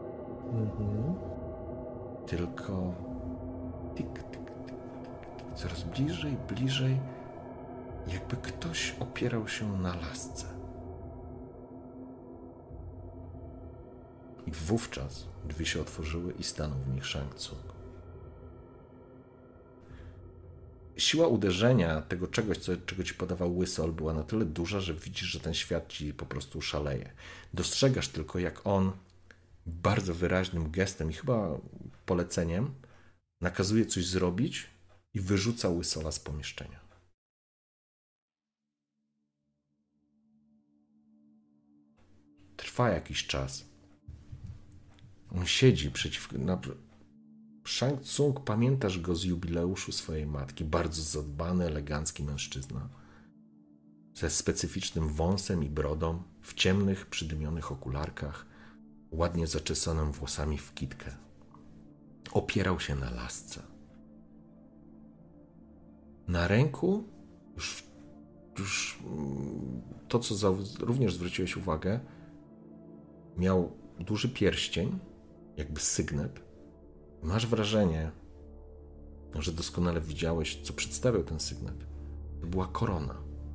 tylko tik, tik, tik, tik, coraz bliżej, bliżej, jakby ktoś opierał się na lasce. I wówczas drzwi się otworzyły i stanął w nich Shang Tsung. Siła uderzenia tego czegoś, czego ci podawał Łysol, była na tyle duża, że widzisz, że ten świat ci po prostu szaleje. Dostrzegasz tylko, jak on bardzo wyraźnym gestem i chyba poleceniem nakazuje coś zrobić i wyrzuca Łysola z pomieszczenia. Trwa jakiś czas. On siedzi Shang Tsung, pamiętasz go z jubileuszu swojej matki. Bardzo zadbany, elegancki mężczyzna. Ze specyficznym wąsem i brodą, w ciemnych, przydymionych okularkach, ładnie zaczesanym włosami w kitkę. Opierał się na lasce. Na ręku, już to, co również zwróciłeś uwagę, miał duży pierścień, jakby sygnet. Masz wrażenie, że doskonale widziałeś, co przedstawiał ten sygnet. To była korona.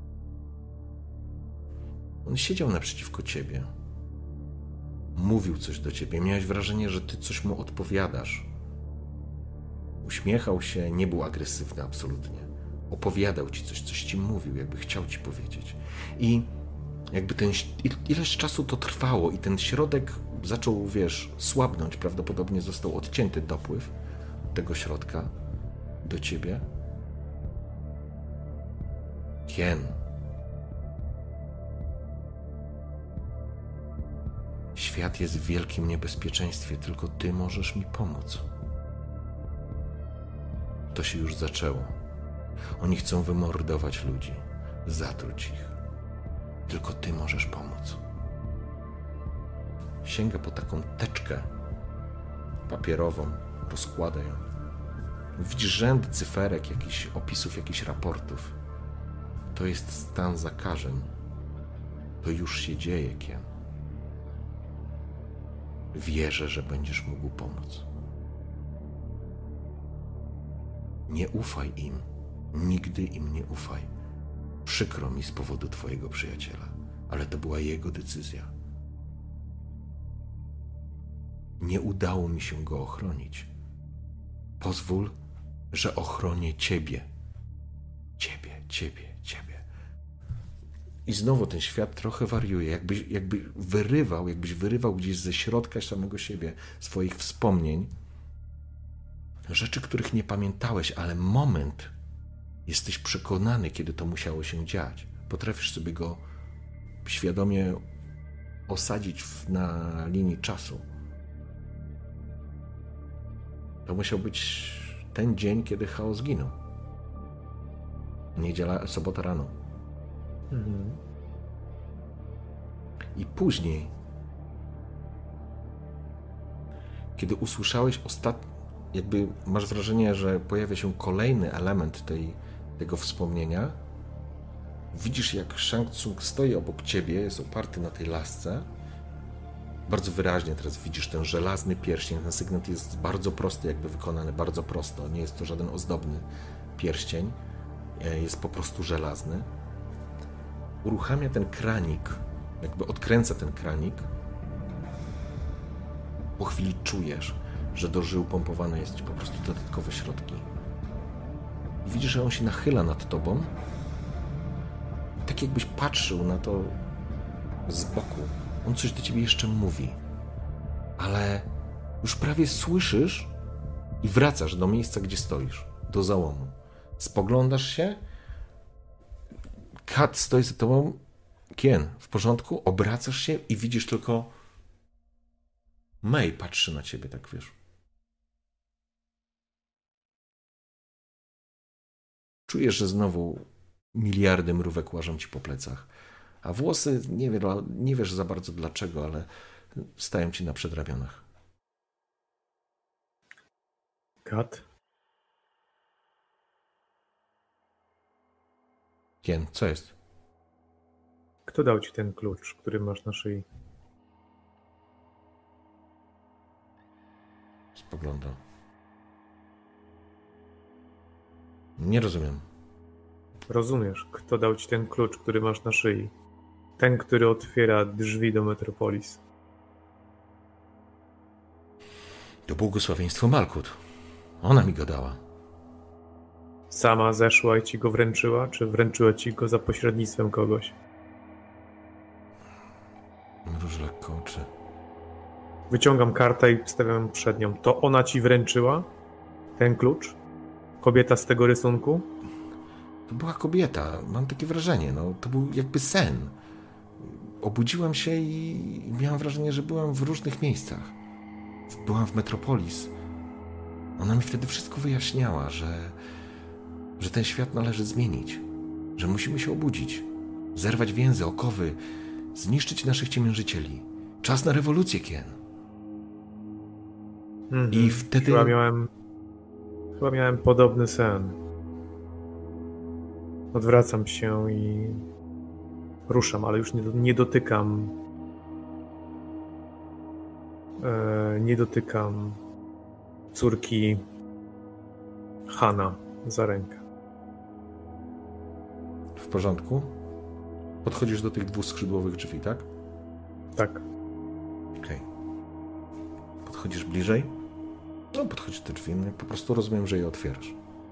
On siedział naprzeciwko ciebie. Mówił coś do ciebie. Miałeś wrażenie, że ty coś mu odpowiadasz. Uśmiechał się, nie był agresywny absolutnie. Opowiadał ci coś ci mówił, jakby chciał ci powiedzieć. I jakby ileś czasu to trwało i ten środek zaczął, słabnąć. Prawdopodobnie został odcięty dopływ tego środka do ciebie. Kien. Świat jest w wielkim niebezpieczeństwie, tylko ty możesz mi pomóc. To się już zaczęło. Oni chcą wymordować ludzi, zatruć ich. Tylko ty możesz pomóc. Sięga po taką teczkę papierową, rozkłada ją. Widzisz rzędy cyferek, jakichś opisów, jakichś raportów. To jest stan zakażeń. To już się dzieje, Kien. Wierzę, że będziesz mógł pomóc. Nie ufaj im. Nigdy im nie ufaj. Przykro mi z powodu twojego przyjaciela, ale to była jego decyzja. Nie udało mi się go ochronić. Pozwól, że ochronię ciebie. Ciebie. I znowu ten świat trochę wariuje, jakbyś wyrywał gdzieś ze środka samego siebie, swoich wspomnień, rzeczy, których nie pamiętałeś, ale moment, jesteś przekonany, kiedy to musiało się dziać. Potrafisz sobie go świadomie osadzić na linii czasu. To musiał być ten dzień, kiedy Hao zginął. Niedziela, sobota rano. I później, kiedy usłyszałeś jakby masz wrażenie, że pojawia się kolejny element tego wspomnienia, widzisz, jak Shang Tsung stoi obok ciebie, jest oparty na tej lasce. Bardzo wyraźnie teraz widzisz ten żelazny pierścień. Ten sygnet jest bardzo prosty, jakby wykonany bardzo prosto. Nie jest to żaden ozdobny pierścień. Jest po prostu żelazny. Uruchamia ten kranik, jakby odkręca ten kranik. Po chwili czujesz, że do żył pompowane jest ci po prostu dodatkowe środki. I widzisz, że on się nachyla nad tobą. Tak jakbyś patrzył na to z boku. On coś do ciebie jeszcze mówi. Ale już prawie słyszysz i wracasz do miejsca, gdzie stoisz. Do załomu. Spoglądasz się. Kat stoi za tobą. Kien, w porządku? Obracasz się i widzisz tylko Mei patrzy na ciebie, tak wiesz. Czujesz, że znowu miliardy mrówek łażą ci po plecach. A włosy, nie wiesz za bardzo dlaczego, ale stają ci na przedramionach. Kat? Kien, co jest? Kto dał ci ten klucz, który masz na szyi? Spoglądał. Nie rozumiem. Rozumiesz, kto dał ci ten klucz, który masz na szyi? Ten, który otwiera drzwi do Metropolis. To błogosławieństwo Malkut. Ona mi go dała. Sama zeszła i ci go wręczyła, czy wręczyła ci go za pośrednictwem kogoś? Mruż lekko oczy. Wyciągam kartę i stawiam przed nią. To ona ci wręczyła ten klucz? Kobieta z tego rysunku? To była kobieta. Mam takie wrażenie. To był jakby sen. Obudziłam się i miałam wrażenie, że byłam w różnych miejscach. Byłam w Metropolis. Ona mi wtedy wszystko wyjaśniała, że ten świat należy zmienić. Że musimy się obudzić. Zerwać więzy, okowy. Zniszczyć naszych ciemiężycieli. Czas na rewolucję, Kien. I wtedy... Chyba miałem podobny sen. Odwracam się i ruszam, ale już nie dotykam. Nie dotykam córki Hana za rękę. W porządku? Podchodzisz do tych dwuskrzydłowych drzwi, tak? Tak. Okej. Podchodzisz bliżej? No, podchodzisz do drzwi, no i po prostu rozumiem, że je otwierasz.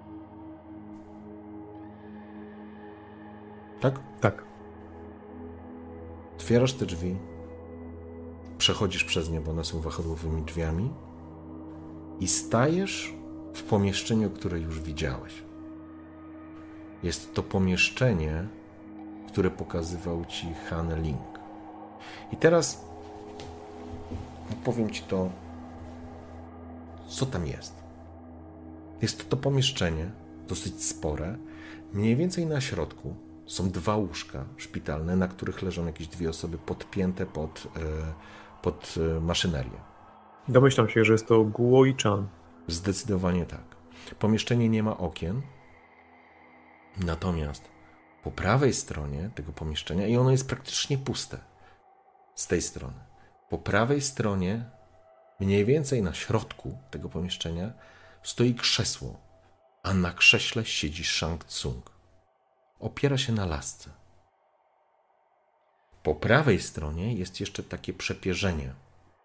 Tak? Tak. Otwierasz te drzwi, przechodzisz przez nie, bo one są wahadłowymi drzwiami i stajesz w pomieszczeniu, które już widziałeś. Jest to pomieszczenie, które pokazywał ci Han Ling. I teraz opowiem ci to, co tam jest. Jest to pomieszczenie, dosyć spore. Mniej więcej na środku są 2 łóżka szpitalne, na których leżą jakieś 2 osoby podpięte pod maszynerię. Domyślam się, że jest to Guo i Chan. Zdecydowanie tak. Pomieszczenie nie ma okien, natomiast po prawej stronie tego pomieszczenia, i ono jest praktycznie puste z tej strony, po prawej stronie, mniej więcej na środku tego pomieszczenia, stoi krzesło, a na krześle siedzi Shang Tsung. Opiera się na lasce. Po prawej stronie jest jeszcze takie przepierzenie.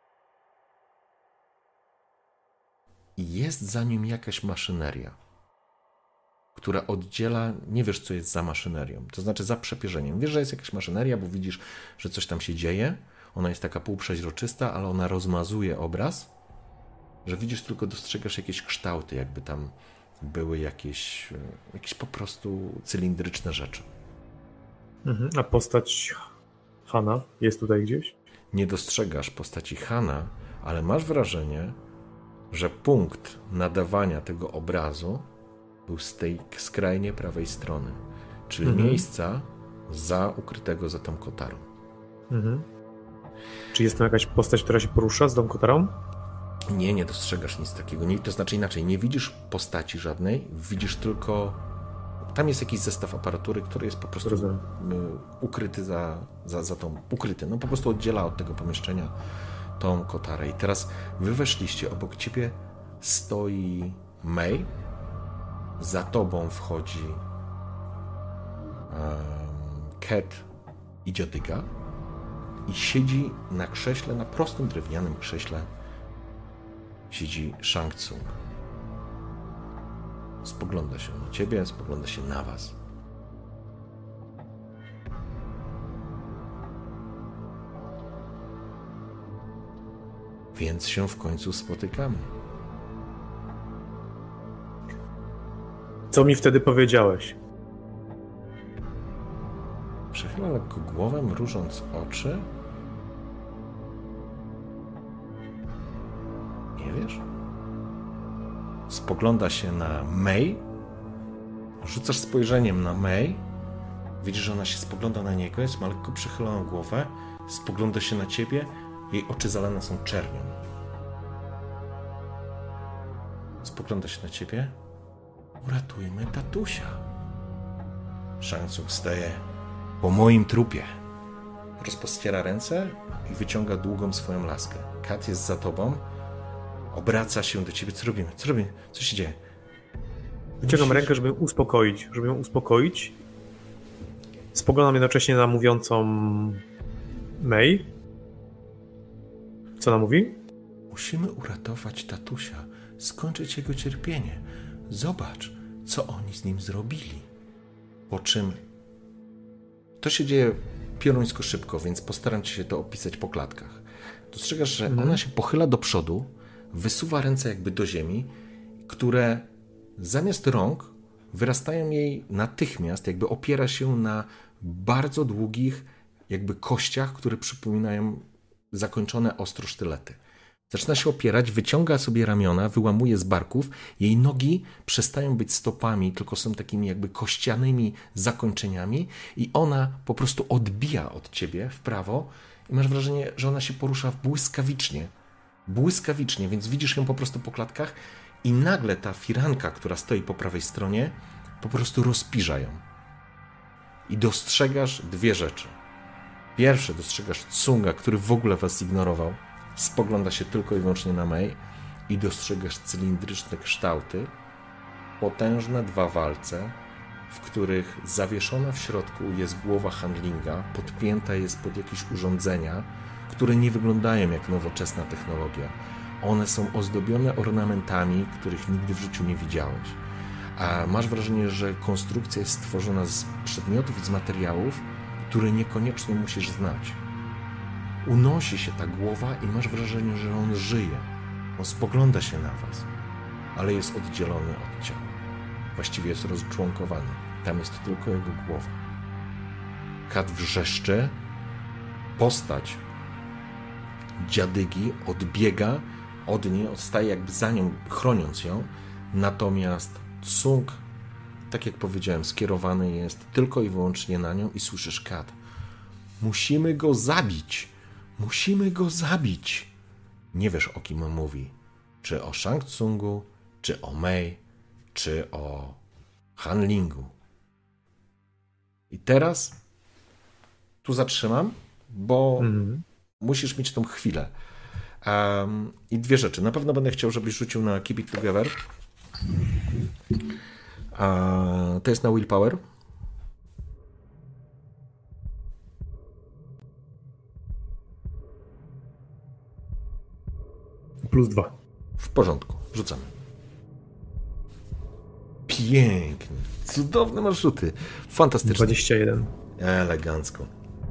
I jest za nim jakaś maszyneria, która oddziela, nie wiesz, co jest za maszynerią, to znaczy za przepierzeniem. Wiesz, że jest jakaś maszyneria, bo widzisz, że coś tam się dzieje. Ona jest taka półprzeźroczysta, ale ona rozmazuje obraz, że widzisz, tylko dostrzegasz jakieś kształty, jakby tam były jakieś po prostu cylindryczne rzeczy. A postać Hana jest tutaj gdzieś? Nie dostrzegasz postaci Hana, ale masz wrażenie, że punkt nadawania tego obrazu był z tej skrajnie prawej strony, czyli miejsca ukrytego za tą kotarą. Czy jest tam jakaś postać, która się porusza z tą kotarą? Nie dostrzegasz nic takiego. To znaczy inaczej, nie widzisz postaci żadnej, widzisz tylko... Tam jest jakiś zestaw aparatury, który jest po prostu ukryty za tą... Ukryty, no po prostu oddziela od tego pomieszczenia tą kotarę. I teraz wy weszliście, obok ciebie stoi Mei, za tobą wchodzi Cat i Dziadyga i siedzi na krześle, na prostym drewnianym krześle siedzi Shang Tsung. Spogląda się na ciebie, spogląda się na was. Więc się w końcu spotykamy. Co mi wtedy powiedziałeś? Przechyla lekko głowę, mrużąc oczy. Nie wiesz? Spogląda się na Mei. Rzucasz spojrzeniem na Mei. Widzisz, że ona się spogląda na niego, ma lekko przychyloną głowę. Spogląda się na ciebie. Jej oczy zalane są czernią. Spogląda się na ciebie. Uratujmy tatusia. Shang Tsung wstaje. Po moim trupie. Rozpościera ręce i wyciąga długą swoją laskę. Kat jest za tobą. Obraca się do ciebie. Co robimy? Co robimy? Co się dzieje? Wyciągam rękę, żeby ją uspokoić. Spoglądam jednocześnie na mówiącą Mei. Co ona mówi? Musimy uratować tatusia. Skończyć jego cierpienie. Zobacz, co oni z nim zrobili. Po czym... To się dzieje pioruńsko szybko, więc postaram ci się to opisać po klatkach. Dostrzegasz, że ona się pochyla do przodu, wysuwa ręce jakby do ziemi, które zamiast rąk wyrastają jej natychmiast, jakby opiera się na bardzo długich jakby kościach, które przypominają zakończone ostro sztylety. Zaczyna się opierać, wyciąga sobie ramiona, wyłamuje z barków. Jej nogi przestają być stopami, tylko są takimi jakby kościanymi zakończeniami i ona po prostu odbija od ciebie w prawo i masz wrażenie, że ona się porusza błyskawicznie, więc widzisz ją po prostu po klatkach i nagle ta firanka, która stoi po prawej stronie, po prostu rozpirza ją. I dostrzegasz 2 rzeczy. Pierwsze, dostrzegasz Tsunga, który w ogóle was zignorował. Spogląda się tylko i wyłącznie na Mei i dostrzegasz cylindryczne kształty, potężne 2 walce, w których zawieszona w środku jest głowa handlinga, podpięta jest pod jakieś urządzenia, które nie wyglądają jak nowoczesna technologia. One są ozdobione ornamentami, których nigdy w życiu nie widziałeś. A masz wrażenie, że konstrukcja jest stworzona z przedmiotów, z materiałów, które niekoniecznie musisz znać. Unosi się ta głowa i masz wrażenie, że on żyje. On spogląda się na was, ale jest oddzielony od ciała. Właściwie jest rozczłonkowany. Tam jest tylko jego głowa. Kat wrzeszczy. Postać dziadygi odbiega od niej, odstaje jakby za nią, chroniąc ją. Natomiast Tsung tak jak powiedziałem, skierowany jest tylko i wyłącznie na nią i słyszysz Kat. Musimy go zabić! Musimy go zabić! Nie wiesz, o kim on mówi. Czy o Shang Tsungu, czy o Mei, czy o Han Lingu. I teraz tu zatrzymam, bo musisz mieć tą chwilę. I dwie rzeczy. Na pewno będę chciał, żebyś rzucił na Keep It Together. To jest na Willpower. +2. W porządku. Rzucamy. Pięknie. Cudowne marszruty. Fantastycznie. 21. Elegancko.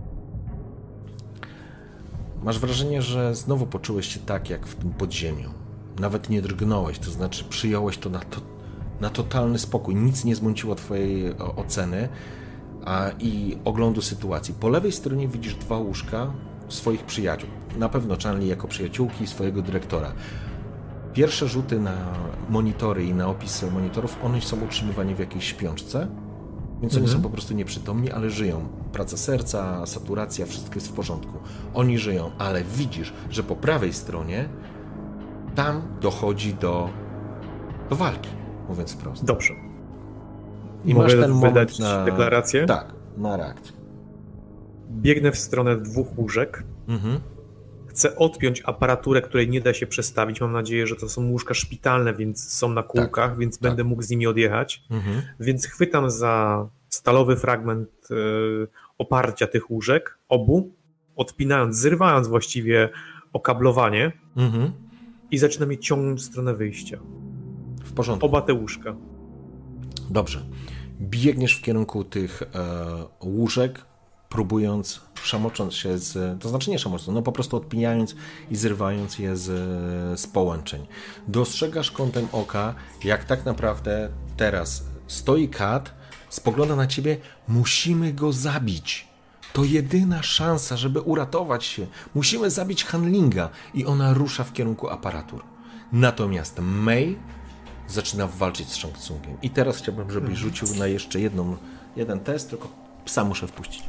Masz wrażenie, że znowu poczułeś się tak, jak w tym podziemiu. Nawet nie drgnąłeś, to znaczy przyjąłeś to na totalny spokój. Nic nie zmąciło twojej oceny i oglądu sytuacji. Po lewej stronie widzisz 2 łóżka swoich przyjaciół. Na pewno Chanli jako przyjaciółki i swojego dyrektora. Pierwsze rzuty na monitory i na opisy monitorów, one są utrzymywani w jakiejś śpiączce, więc oni są po prostu nieprzytomni, ale żyją. Praca serca, saturacja, wszystko jest w porządku. Oni żyją, ale widzisz, że po prawej stronie tam dochodzi do walki, mówiąc wprost. Dobrze. I mogę masz ten moment wydać na deklarację? Tak, na reakcję. Biegnę w stronę 2 łóżek. Chcę odpiąć aparaturę, której nie da się przestawić. Mam nadzieję, że to są łóżka szpitalne, więc są na kółkach, więc będę mógł z nimi odjechać. Więc chwytam za stalowy fragment oparcia tych łóżek, obu, odpinając, zrywając właściwie okablowanie i zaczynam je ciągnąć w stronę wyjścia. W porządku. Oba te łóżka. Dobrze. Biegniesz w kierunku tych łóżek, próbując, szamocząc się to znaczy nie szamocząc, no po prostu odpinając i zrywając je z połączeń. Dostrzegasz kątem oka, jak tak naprawdę teraz stoi Kat, spogląda na ciebie, musimy go zabić. To jedyna szansa, żeby uratować się. Musimy zabić Han Linga. I ona rusza w kierunku aparatur. Natomiast Mei zaczyna walczyć z Shang Tsungiem. I teraz chciałbym, żebyś rzucił na jeszcze jeden test, tylko psa muszę wpuścić.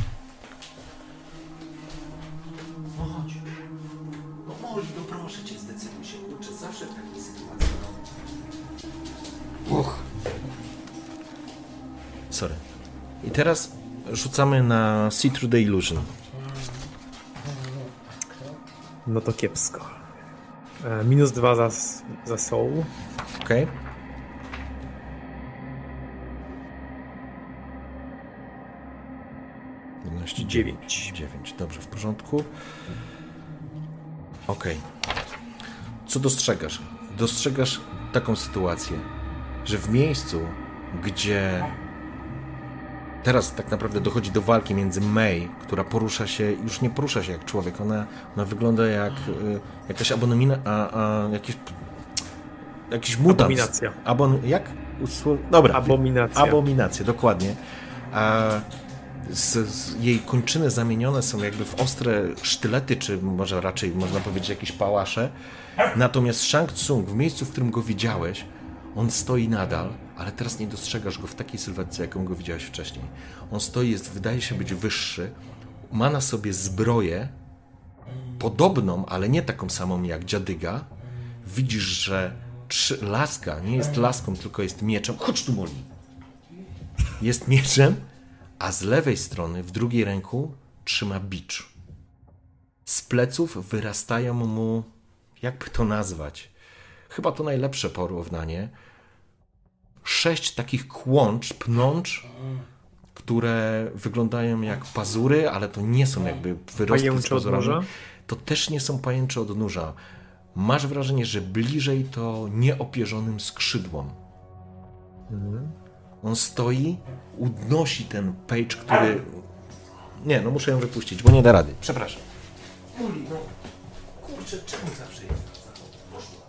No chodź. No Molly, no proszę cię, zdecyduj się. Kurczę, zawsze w takiej sytuacji. Sorry. I teraz rzucamy na See Through the Illusion. No to kiepsko. -2 za soul. Okej. Okay. 9. 9. Dobrze, w porządku. Okej. Co dostrzegasz? Dostrzegasz taką sytuację, że w miejscu, gdzie teraz tak naprawdę dochodzi do walki między Mei, która porusza się, już nie porusza się jak człowiek, ona wygląda jak jakaś abonomina, jakiś mutant. Abominacja. Jak? Dobra. Abominacja. Abominacja, dokładnie. Jej kończyny zamienione są jakby w ostre sztylety, czy może raczej można powiedzieć jakieś pałasze. Natomiast Shang Tsung, w miejscu, w którym go widziałeś, on stoi nadal, ale teraz nie dostrzegasz go w takiej sylwetce, jaką go widziałeś wcześniej. On stoi, wydaje się być wyższy, ma na sobie zbroję podobną, ale nie taką samą jak dziadyga. Widzisz, że laska nie jest laską, tylko jest mieczem. Chodź tu, Molly. Jest mieczem, a z lewej strony, w drugiej ręku, trzyma bicz. Z pleców wyrastają mu, jakby to nazwać, chyba to najlepsze porównanie, 6 takich pnącz, które wyglądają jak pazury, ale to nie są jakby wyrostki z pazurami. To też nie są pajęcze odnóża. Masz wrażenie, że bliżej to nieopierzonym skrzydłom. On stoi, udnosi ten page, który... Nie, no muszę ją wypuścić, bo nie da rady. Przepraszam. Uli, no kurczę, czemu zawsze jest na poszła?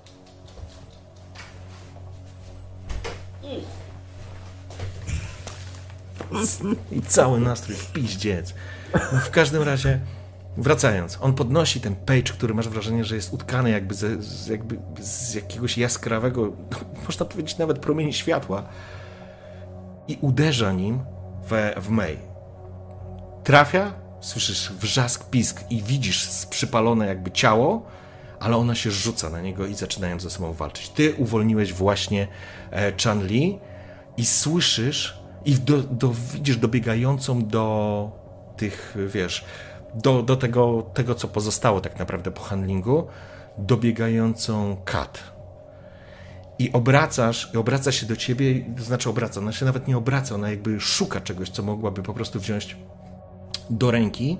I cały nastrój w piździec. No w każdym razie, wracając, on podnosi ten page, który masz wrażenie, że jest utkany jakby z jakiegoś jaskrawego, można powiedzieć nawet promieni światła. i uderza nim w May. Trafia, słyszysz wrzask, pisk i widzisz przypalone jakby ciało, ale ona się rzuca na niego i zaczynają ze sobą walczyć. Ty uwolniłeś właśnie Chan-Li i słyszysz i widzisz dobiegającą do tych, wiesz, do tego, co pozostało tak naprawdę po handlingu, dobiegającą Kat. I obraca się do ciebie, to znaczy ona się nawet nie obraca, ona jakby szuka czegoś, co mogłaby po prostu wziąć do ręki,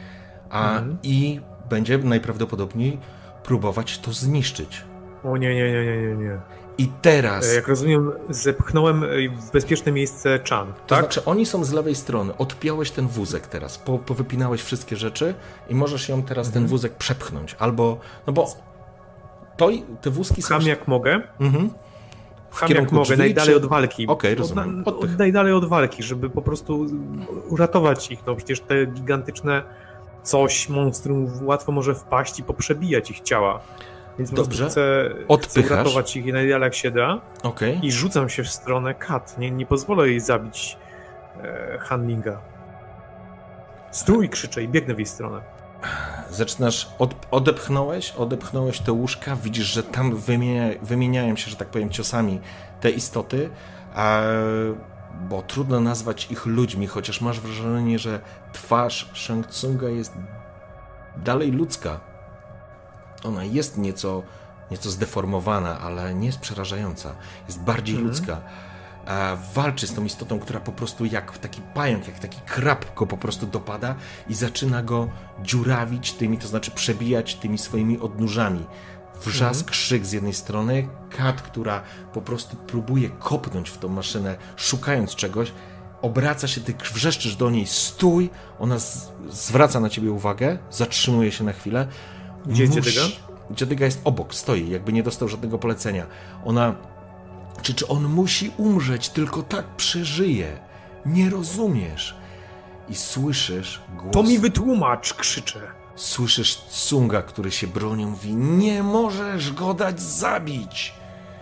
i będzie najprawdopodobniej próbować to zniszczyć. O nie. I teraz... Jak rozumiem, zepchnąłem w bezpieczne miejsce Chan, tak? To znaczy, oni są z lewej strony. Odpiąłeś ten wózek teraz, powypinałeś wszystkie rzeczy i możesz ją teraz, ten wózek przepchnąć. Albo, no bo te wózki są... Pcham jak mogę. Pcham jak mogę, najdalej od walki. Okej, rozumiem. Najdalej od walki, żeby po prostu uratować ich. No przecież te gigantyczne monstrum łatwo może wpaść i poprzebijać ich ciała. Więc dobrze, chcę uratować ich najdalej jak się da. I rzucam się w stronę Kat. Nie pozwolę jej zabić handlinga. Stój, krzyczę i biegnę w jej stronę. Zaczynasz, odepchnąłeś te łóżka, widzisz, że tam wymieniają się, że tak powiem, ciosami te istoty, bo trudno nazwać ich ludźmi, chociaż masz wrażenie, że twarz Shang Tsunga jest dalej ludzka. Ona jest nieco zdeformowana, ale nie jest przerażająca. Jest bardziej ludzka. Walczy z tą istotą, która po prostu jak taki pająk, jak taki krab go po prostu dopada i zaczyna go dziurawić tymi, to znaczy przebijać tymi swoimi odnóżami. Wrzask, krzyk z jednej strony, Kat, która po prostu próbuje kopnąć w tą maszynę, szukając czegoś, obraca się, ty wrzeszczysz do niej, stój, ona zwraca na ciebie uwagę, zatrzymuje się na chwilę. Gdzie jest Dziadyga? Dziadyga jest obok, stoi, jakby nie dostał żadnego polecenia. Ona czy on musi umrzeć, tylko tak przeżyje. Nie rozumiesz. I słyszysz głos... To mi wytłumacz, krzyczę. Słyszysz Tsunga, który się broni, mówi: nie możesz go dać zabić.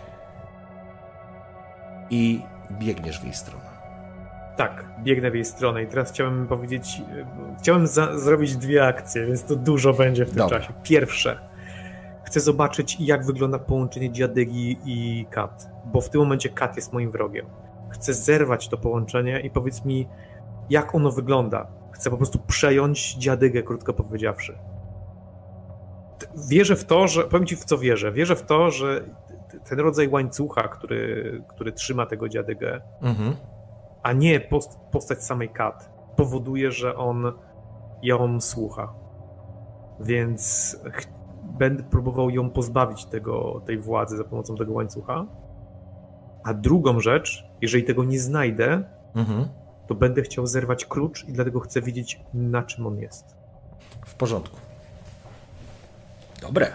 I biegniesz w jej stronę. Tak, biegnę w jej stronę i teraz chciałem zrobić 2 akcje, więc to dużo będzie w tym czasie. Pierwsze, chcę zobaczyć, jak wygląda połączenie Dziadygi i Kat, bo w tym momencie Kat jest moim wrogiem. Chcę zerwać to połączenie i powiedz mi, jak ono wygląda. Chcę po prostu przejąć Dziadygę, krótko powiedziawszy. Wierzę w to, że... Powiem ci, w co wierzę. Wierzę w to, że ten rodzaj łańcucha, który trzyma tego Dziadygę, a nie postać samej Kat, powoduje, że on ją słucha. Więc będę próbował ją pozbawić tej władzy za pomocą tego łańcucha. A drugą rzecz, jeżeli tego nie znajdę, to będę chciał zerwać klucz i dlatego chcę wiedzieć, na czym on jest. W porządku. Dobre.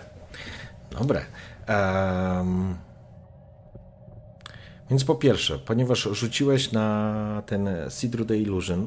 Więc po pierwsze, ponieważ rzuciłeś na ten See Through the Illusion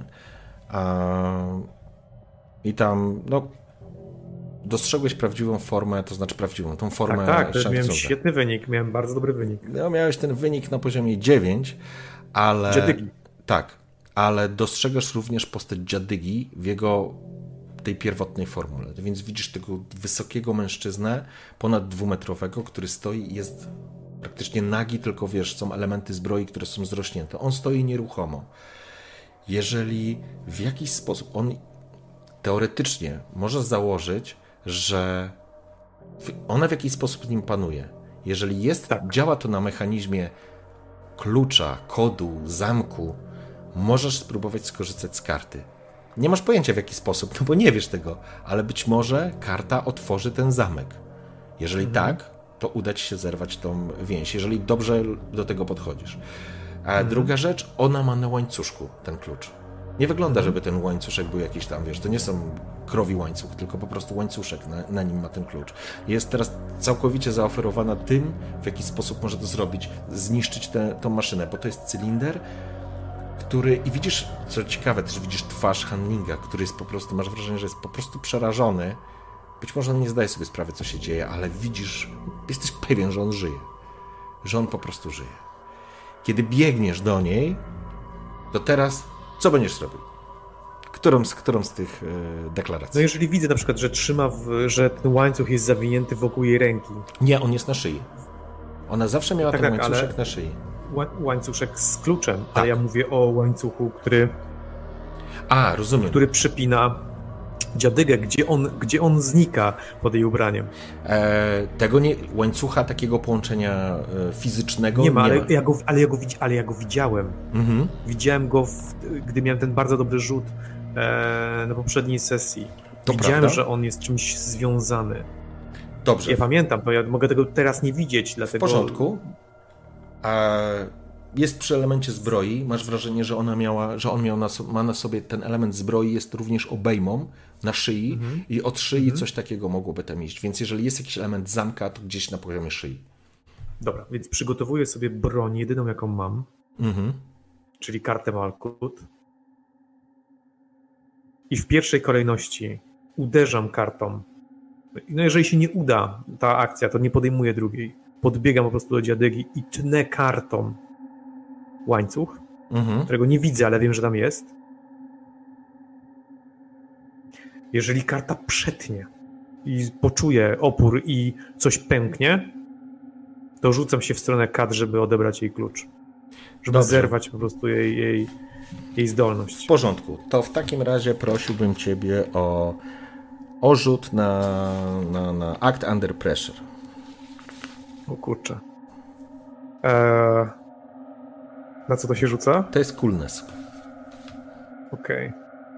i tam, dostrzegłeś prawdziwą formę, to znaczy tą formę. Tak, miałem świetny wynik, miałem bardzo dobry wynik. No, miałeś ten wynik na poziomie 9, ale... Dziadygi. Tak, ale dostrzegasz również postać Dziadygi w jego tej pierwotnej formule. Więc widzisz tego wysokiego mężczyznę, ponad 2-metrowego, który stoi i jest praktycznie nagi, tylko wiesz, są elementy zbroi, które są zrośnięte. On stoi nieruchomo. Jeżeli w jakiś sposób on teoretycznie może założyć, że ona w jakiś sposób nim panuje. Jeżeli działa to na mechanizmie klucza, kodu, zamku, możesz spróbować skorzystać z karty. Nie masz pojęcia w jaki sposób, no bo nie wiesz tego, ale być może karta otworzy ten zamek. Jeżeli tak, to uda ci się zerwać tą więź, jeżeli dobrze do tego podchodzisz. A druga rzecz, ona ma na łańcuszku ten klucz. Nie wygląda, żeby ten łańcuszek był jakiś tam, wiesz, to nie są krowi łańcuch, tylko po prostu łańcuszek, na nim ma ten klucz. Jest teraz całkowicie zaoferowana tym, w jaki sposób może to zrobić, zniszczyć tą maszynę, bo to jest cylinder, który, i widzisz, co ciekawe, też widzisz twarz handlinga, który jest po prostu, masz wrażenie, że jest po prostu przerażony. Być może on nie zdaje sobie sprawy, co się dzieje, ale widzisz, jesteś pewien, że on żyje. Że on po prostu żyje. Kiedy biegniesz do niej, To teraz co będziesz robił? Którą z tych deklaracji? No jeżeli widzę na przykład, że że ten łańcuch jest zawinięty wokół jej ręki. Nie, on jest na szyi. Ona zawsze miała ten łańcuszek na szyi. Łańcuszek z kluczem, ale ja mówię o łańcuchu, który... Rozumiem. Który przypina dziadygę, gdzie on znika pod jej ubraniem. Tego nie... Łańcucha takiego połączenia fizycznego nie ma. Ale ja go widziałem. Mhm. Widziałem go, gdy miałem ten bardzo dobry rzut na poprzedniej sesji. To widziałem, prawda? że on jest czymś związany. Dobrze. Ja pamiętam to, ja mogę tego teraz nie widzieć, dlatego... W porządku. Jest przy elemencie zbroi. Masz wrażenie, że on ma na sobie ten element zbroi, jest również obejmą na szyi i od szyi coś takiego mogłoby tam iść. Więc jeżeli jest jakiś element zamka, to gdzieś na poziomie szyi. Dobra, więc przygotowuję sobie broń, jedyną jaką mam, czyli kartę Malkut. I w pierwszej kolejności uderzam kartą. No jeżeli się nie uda ta akcja, to nie podejmuję drugiej. Podbiegam po prostu do dziadygi i tnę kartą łańcuch, którego nie widzę, ale wiem, że tam jest. Jeżeli karta przetnie i poczuję opór i coś pęknie, to rzucam się w stronę Kat, żeby odebrać jej klucz. Żeby zerwać po prostu jej zdolność. W porządku. To w takim razie prosiłbym ciebie o rzut na Act Under Pressure. O kurczę. Na co to się rzuca? To jest coolness. Okej.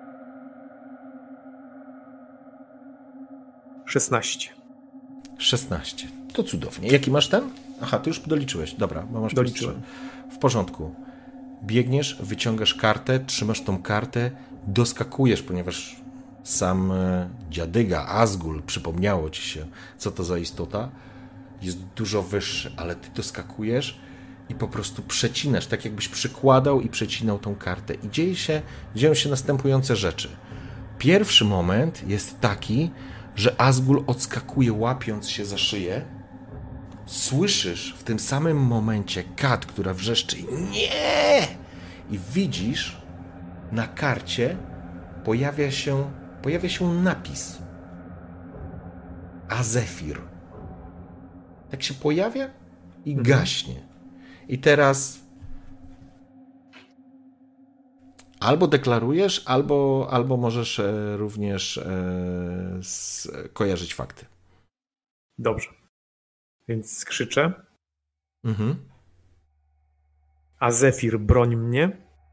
16. 16. To cudownie. Jaki masz ten? Aha, ty już doliczyłeś. Dobra, bo masz Doliczyłem. W porządku. Biegniesz, wyciągasz kartę, trzymasz tą kartę, doskakujesz, ponieważ sam dziadyga, Azgul, przypomniało ci się, co to za istota. Jest dużo wyższy, ale ty doskakujesz i po prostu przecinasz, tak jakbyś przykładał i przecinał tą kartę. I dzieją się następujące rzeczy. Pierwszy moment jest taki, że Azgul odskakuje, łapiąc się za szyję. Słyszysz w tym samym momencie Kat, która wrzeszczy nie! I widzisz, na karcie pojawia się napis Azefir. Tak się pojawia i gaśnie. I teraz albo deklarujesz, albo możesz również kojarzyć fakty. Dobrze. Więc skrzyczę. A Zefir, broń mnie.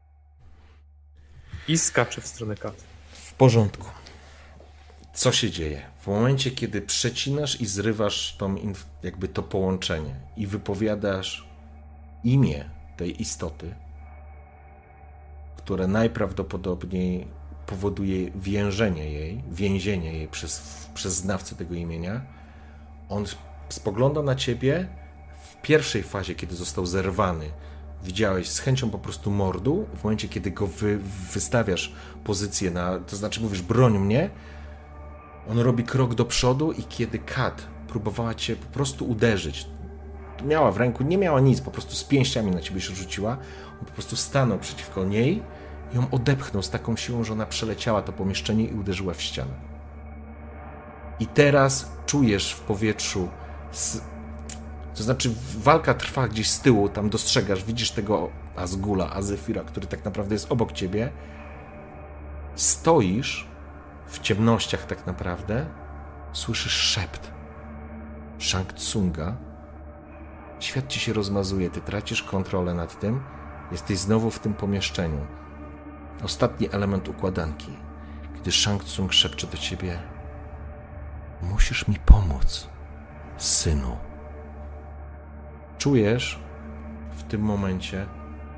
I skaczę w stronę Kat. W porządku. Co się dzieje? W momencie, kiedy przecinasz i zrywasz jakby to połączenie i wypowiadasz imię tej istoty, które najprawdopodobniej powoduje więzienie jej przez znawcę tego imienia, on spogląda na ciebie w pierwszej fazie, kiedy został zerwany. Widziałeś z chęcią po prostu mordu. W momencie, kiedy go wystawiasz pozycję to znaczy mówisz broń mnie, on robi krok do przodu i kiedy Kat próbowała cię po prostu uderzyć, miała w ręku, nie miała nic, po prostu z pięściami na ciebie się rzuciła, on po prostu stanął przeciwko niej i ją odepchnął z taką siłą, że ona przeleciała to pomieszczenie i uderzyła w ścianę. I teraz czujesz w powietrzu, to znaczy walka trwa gdzieś z tyłu, tam dostrzegasz, widzisz tego Azgula, Azefira, który tak naprawdę jest obok ciebie. Stoisz w ciemnościach tak naprawdę, słyszysz szept Shang Tsunga. Świat ci się rozmazuje, ty tracisz kontrolę nad tym, jesteś znowu w tym pomieszczeniu. Ostatni element układanki, kiedy Shang Tsung szepcze do ciebie: musisz mi pomóc, synu. Czujesz w tym momencie,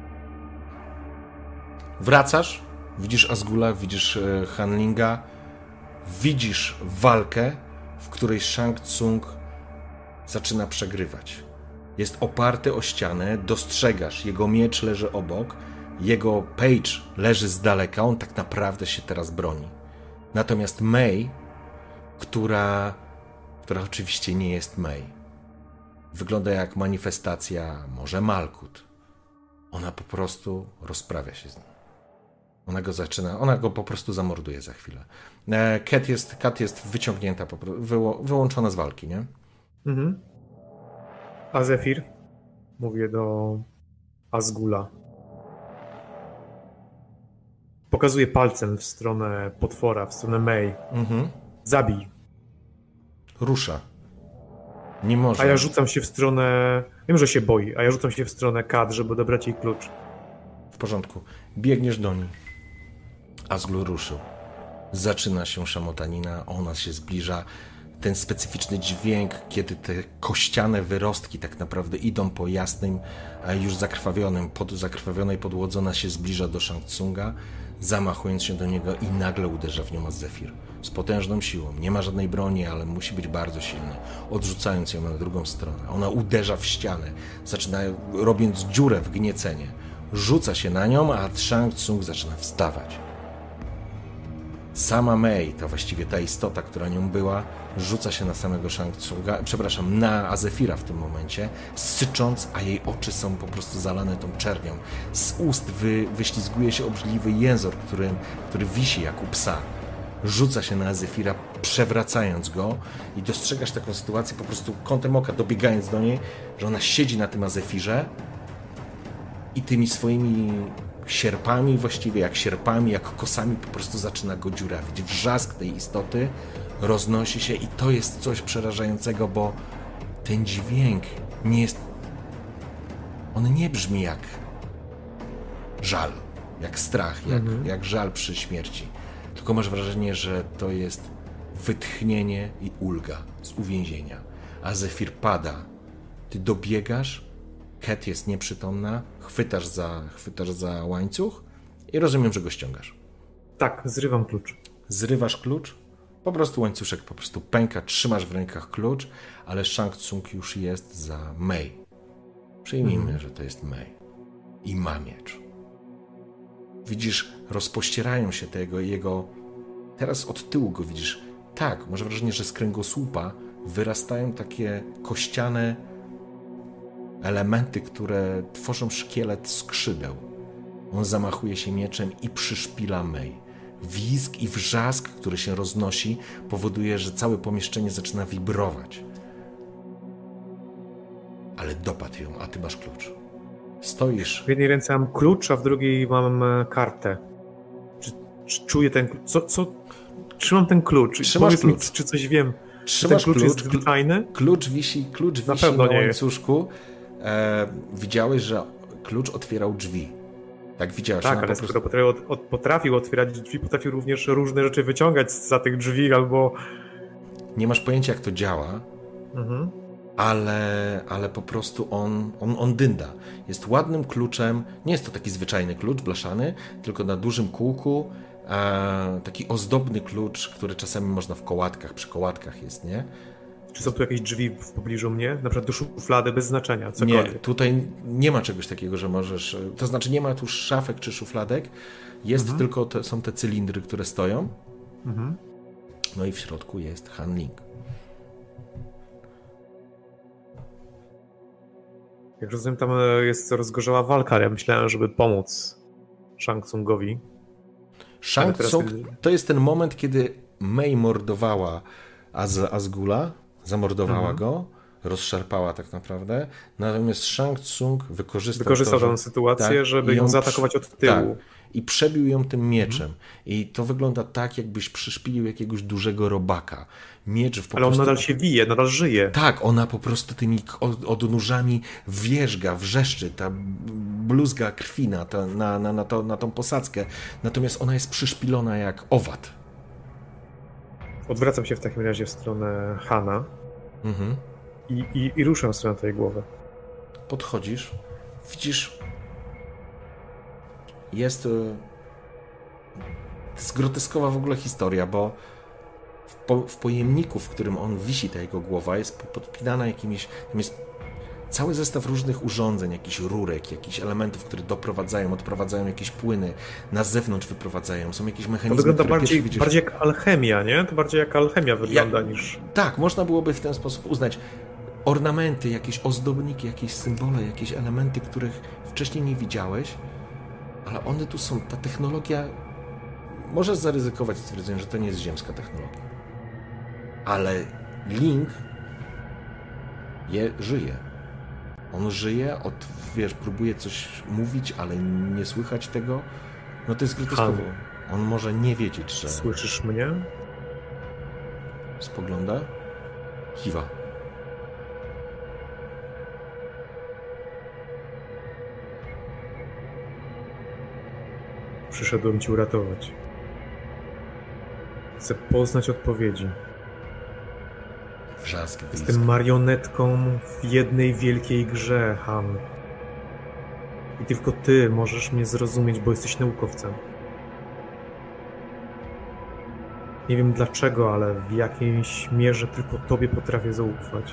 wracasz, widzisz Azgula, widzisz Hanlinga, widzisz walkę, w której Shang Tsung zaczyna przegrywać. Jest oparty o ścianę, dostrzegasz, jego miecz leży obok, jego page leży z daleka, on tak naprawdę się teraz broni. Natomiast Mei, która oczywiście nie jest Mei, wygląda jak manifestacja może Malkut. Ona po prostu rozprawia się z nim. Ona go po prostu zamorduje za chwilę. Kat jest wyciągnięta, wyłączona z walki, nie? Mhm. A Zephyr? Mówię do Azgula. Pokazuje palcem w stronę potwora, w stronę May. Mhm. Zabij. Rusza. Nie może. A ja rzucam się w stronę... Wiem, że się boi, a ja rzucam się w stronę Kat, żeby odebrać jej klucz. W porządku. Biegniesz do niej. Azgul ruszył. Zaczyna się szamotanina, ona się zbliża. Ten specyficzny dźwięk, kiedy te kościane wyrostki tak naprawdę idą po jasnym, już zakrwawionej podłodze, ona się zbliża do Shang Tsunga, zamachując się do niego i nagle uderza w nią Az-Zephyr. Z potężną siłą. Nie ma żadnej broni, ale musi być bardzo silny. Odrzucając ją na drugą stronę. Ona uderza w ścianę, robiąc dziurę w gniecenie. Rzuca się na nią, a Shang Tsung zaczyna wstawać. Sama May, to właściwie ta istota, która nią była, rzuca się na samego Shang Tsunga, na Az-Zephyra w tym momencie, sycząc, a jej oczy są po prostu zalane tą czernią. Z ust wyślizguje się obrzydliwy język, który wisi jak u psa. Rzuca się na Az-Zephyra, przewracając go i dostrzegasz taką sytuację po prostu kątem oka, dobiegając do niej, że ona siedzi na tym Az-Zephyrze i tymi swoimi sierpami, właściwie jak sierpami, jak kosami po prostu zaczyna go dziurawić. Wrzask tej istoty roznosi się i to jest coś przerażającego, bo ten dźwięk nie jest... On nie brzmi jak żal, jak strach, jak żal przy śmierci. Tylko masz wrażenie, że to jest wytchnienie i ulga z uwięzienia. A Zephyr pada. Ty dobiegasz, Kat jest nieprzytomna, chwytasz za łańcuch i rozumiem, że go ściągasz. Tak, zrywam klucz. Zrywasz klucz, po prostu łańcuszek po prostu pęka, trzymasz w rękach klucz, ale Shang Tsung już jest za May. Przyjmijmy, że to jest May. I ma miecz. Widzisz, rozpościerają się jego... Teraz od tyłu go widzisz. Tak, masz wrażenie, że z kręgosłupa wyrastają takie kościane elementy, które tworzą szkielet skrzydeł. On zamachuje się mieczem i przyszpila May. Wizg i wrzask, który się roznosi, powoduje, że całe pomieszczenie zaczyna wibrować. Ale dopadł ją, a ty masz klucz. Stoisz. W jednej ręce mam klucz, a w drugiej mam kartę. Czy czuję ten klucz? Trzymam ten klucz. Trzymasz Powiedz klucz. Mi, czy coś wiem. Trzymasz czy ten klucz jest zwyczajny? Klucz wisi na łańcuszku. Widziałeś, że klucz otwierał drzwi. Tak, widziałeś. Tak, ale skoro potrafił otwierać drzwi, potrafił również różne rzeczy wyciągać za tych drzwi albo... Nie masz pojęcia, jak to działa, ale po prostu on dynda. Jest ładnym kluczem, nie jest to taki zwyczajny klucz blaszany, tylko na dużym kółku, taki ozdobny klucz, który czasami można przy kołatkach jest, nie? Czy są tu jakieś drzwi w pobliżu mnie? Na przykład do szuflady, bez znaczenia, cokolwiek. Nie, tutaj nie ma czegoś takiego, że możesz... To znaczy nie ma tu szafek czy szufladek, jest tylko są te cylindry, które stoją. No i w środku jest Han Ling. Jak rozumiem, tam jest rozgorzała walka. Ja myślałem, żeby pomóc Shang Tsungowi. Shang Tsung to jest ten moment, kiedy May mordowała Azgula, zamordowała go, rozszarpała tak naprawdę, natomiast Shang Tsung wykorzystał tę sytuację, żeby ją zaatakować od tyłu. Tak, i przebił ją tym mieczem. I to wygląda tak, jakbyś przyszpilił jakiegoś dużego robaka. Miecz Ale on nadal się wije, nadal żyje. Tak, ona po prostu tymi odnóżami wierzga, wrzeszczy, ta bluzga krwi na tą posadzkę. Natomiast ona jest przyszpilona jak owad. Odwracam się w takim razie w stronę Hana i ruszam w stronę tej głowy. Podchodzisz, widzisz... Jest groteskowa w ogóle historia, bo w pojemniku, w którym on wisi, ta jego głowa, jest podpinana jakimiś... Tam jest cały zestaw różnych urządzeń, jakichś rurek, jakichś elementów, które doprowadzają, odprowadzają jakieś płyny, na zewnątrz wyprowadzają. Są jakieś mechanizmy, to wygląda które bardziej jak alchemia, nie? To bardziej jak alchemia wygląda niż... Tak, można byłoby w ten sposób uznać. ornamenty, jakieś ozdobniki, jakieś symbole, jakieś elementy, których wcześniej nie widziałeś, ale one tu są. Ta technologia... Możesz zaryzykować stwierdzenie, że to nie jest ziemska technologia. Ale Link żyje. On żyje, próbuje coś mówić, ale nie słychać tego. No to jest groteskowo. On może nie wiedzieć, że... Słyszysz mnie? Spogląda. Kiwa. Przyszedłem cię uratować. Chcę poznać odpowiedzi. Wrzask. Jestem marionetką w jednej wielkiej grze, Han. I tylko ty możesz mnie zrozumieć, bo jesteś naukowcem. Nie wiem dlaczego, ale w jakiejś mierze tylko tobie potrafię zaufać.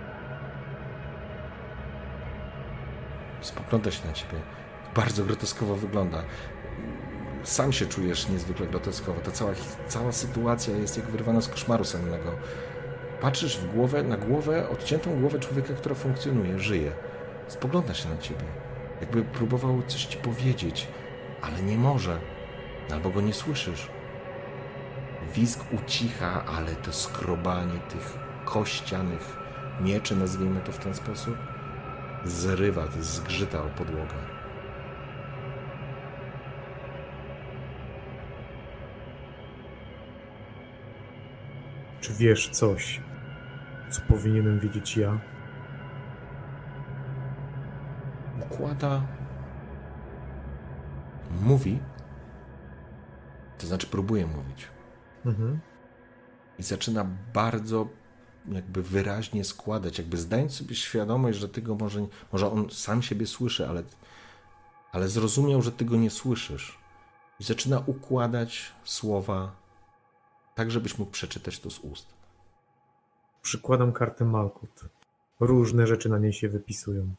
Spogląda się na ciebie. Bardzo groteskowo wygląda. Sam się czujesz niezwykle groteskowo. Ta cała sytuacja jest jak wyrwana z koszmaru sennego. Patrzysz na głowę, odciętą głowę człowieka, która funkcjonuje, żyje. Spogląda się na ciebie. Jakby próbował coś ci powiedzieć, ale nie może. Albo go nie słyszysz. Wizg ucicha, ale to skrobanie tych kościanych mieczy, nazwijmy to w ten sposób, zrywa, zgrzyta o podłogę. Czy wiesz coś, co powinienem wiedzieć ja? Układa. Mówi. To znaczy próbuje mówić. Mhm. I zaczyna bardzo jakby wyraźnie składać, jakby zdając sobie świadomość, że ty go może on sam siebie słyszy, ale zrozumiał, że ty go nie słyszysz. I zaczyna układać słowa tak, żebyś mógł przeczytać to z ust. Przykładam kartę Malkut. Różne rzeczy na niej się wypisują.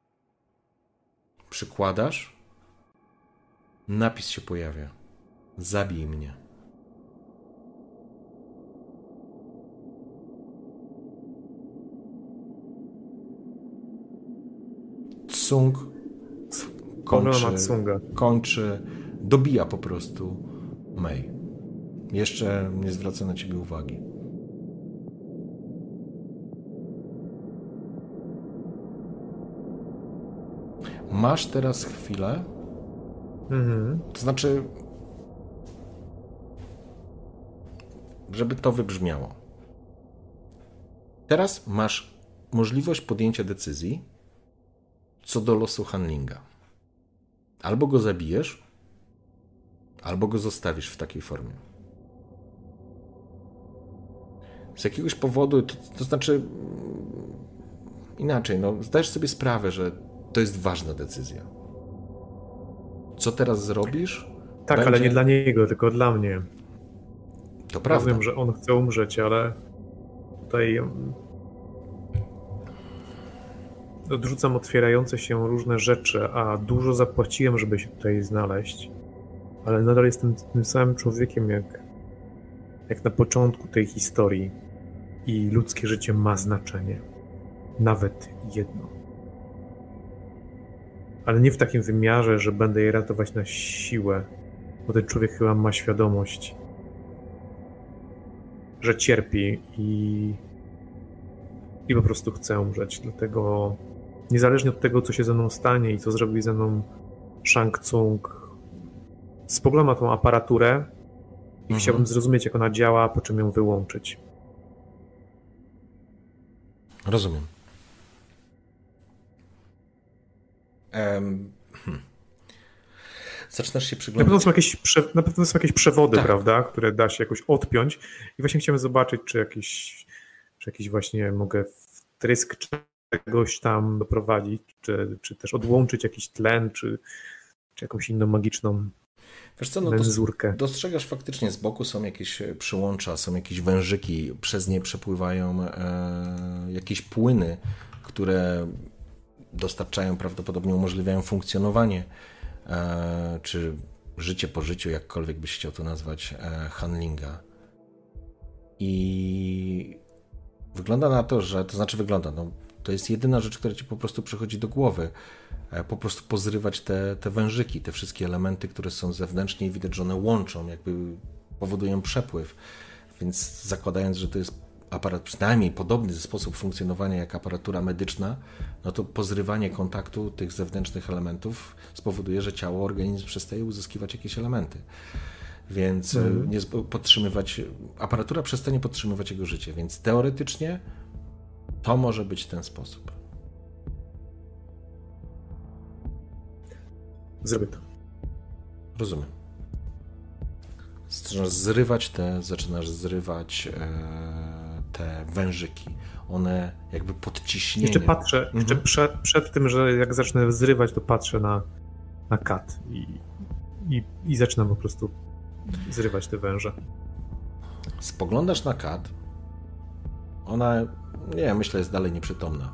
Przykładasz, napis się pojawia. Zabij mnie. Tsung kończy, dobija po prostu Mei. Jeszcze nie zwraca na ciebie uwagi. Masz teraz chwilę, to znaczy, żeby to wybrzmiało. Teraz masz możliwość podjęcia decyzji co do losu Hanlinga. Albo go zabijesz, albo go zostawisz w takiej formie. Z jakiegoś powodu, to znaczy inaczej, zdajesz sobie sprawę, że to jest ważna decyzja. Co teraz zrobisz? Tak, ale nie dla niego, tylko dla mnie. To prawda. Rozumiem, że on chce umrzeć, ale tutaj odrzucam otwierające się różne rzeczy, a dużo zapłaciłem, żeby się tutaj znaleźć. Ale nadal jestem tym samym człowiekiem, jak na początku tej historii. I ludzkie życie ma znaczenie. Nawet jedno. Ale nie w takim wymiarze, że będę je ratować na siłę, bo ten człowiek chyba ma świadomość, że cierpi i po prostu chce umrzeć. Dlatego niezależnie od tego, co się ze mną stanie i co zrobi ze mną Shang Tsung, spoglądam na tą aparaturę i chciałbym zrozumieć, jak ona działa, po czym ją wyłączyć. Rozumiem. Zaczynasz się przyglądać. Na pewno są jakieś przewody, tak, prawda, które da się jakoś odpiąć i właśnie chciałem zobaczyć, czy jakiś właśnie mogę wtrysk czegoś tam doprowadzić, czy też odłączyć jakiś tlen, czy jakąś inną magiczną węzurkę. Dostrzegasz faktycznie z boku są jakieś przyłącza, są jakieś wężyki, przez nie przepływają jakieś płyny, które dostarczają, prawdopodobnie umożliwiają funkcjonowanie czy życie po życiu, jakkolwiek byś chciał to nazwać, Hanlinga. I Wygląda na to, że... To znaczy wygląda, no to jest jedyna rzecz, która ci po prostu przychodzi do głowy. Po prostu pozrywać te wężyki, te wszystkie elementy, które są zewnętrznie i widać, że one łączą, jakby powodują przepływ. Więc zakładając, że to jest aparat przynajmniej podobny sposób funkcjonowania jak aparatura medyczna, no to pozrywanie kontaktu tych zewnętrznych elementów spowoduje, że ciało, organizm przestaje uzyskiwać jakieś elementy. Więc aparatura przestanie podtrzymywać jego życie, więc teoretycznie to może być ten sposób. Zrobię to. Rozumiem. Zaczynasz zrywać te wężyki. One jakby pod ciśnieniem... Jeszcze patrzę, przed tym, że jak zacznę zrywać, to patrzę na kat i zaczynam po prostu zrywać te węże. Spoglądasz na kat. Ona, nie wiem, myślę, jest dalej nieprzytomna.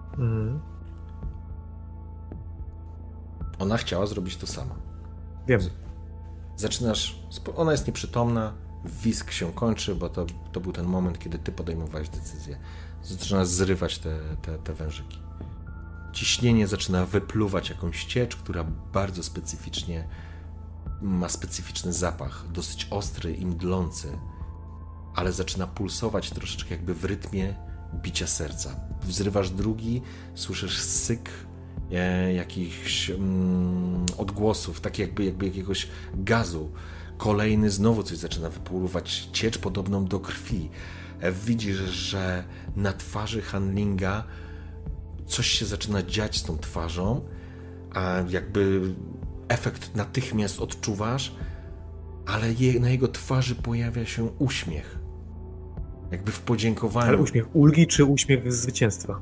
Ona chciała zrobić to sama. Wiem. Ona jest nieprzytomna, wisk się kończy, bo to był ten moment, kiedy ty podejmowałeś decyzję. Zaczynasz zrywać te wężyki. Ciśnienie zaczyna wypluwać jakąś ciecz, która bardzo specyficznie ma specyficzny zapach, dosyć ostry i mdlący, ale zaczyna pulsować troszeczkę jakby w rytmie bicia serca. Zrywasz drugi, słyszysz syk jakichś odgłosów, tak jakby jakiegoś gazu. Kolejny znowu coś zaczyna wypływać, ciecz podobną do krwi. Widzisz, że na twarzy Hanlinga coś się zaczyna dziać z tą twarzą, a jakby efekt natychmiast odczuwasz, ale na jego twarzy pojawia się uśmiech. Jakby w podziękowaniu. Ale uśmiech ulgi czy uśmiech zwycięstwa?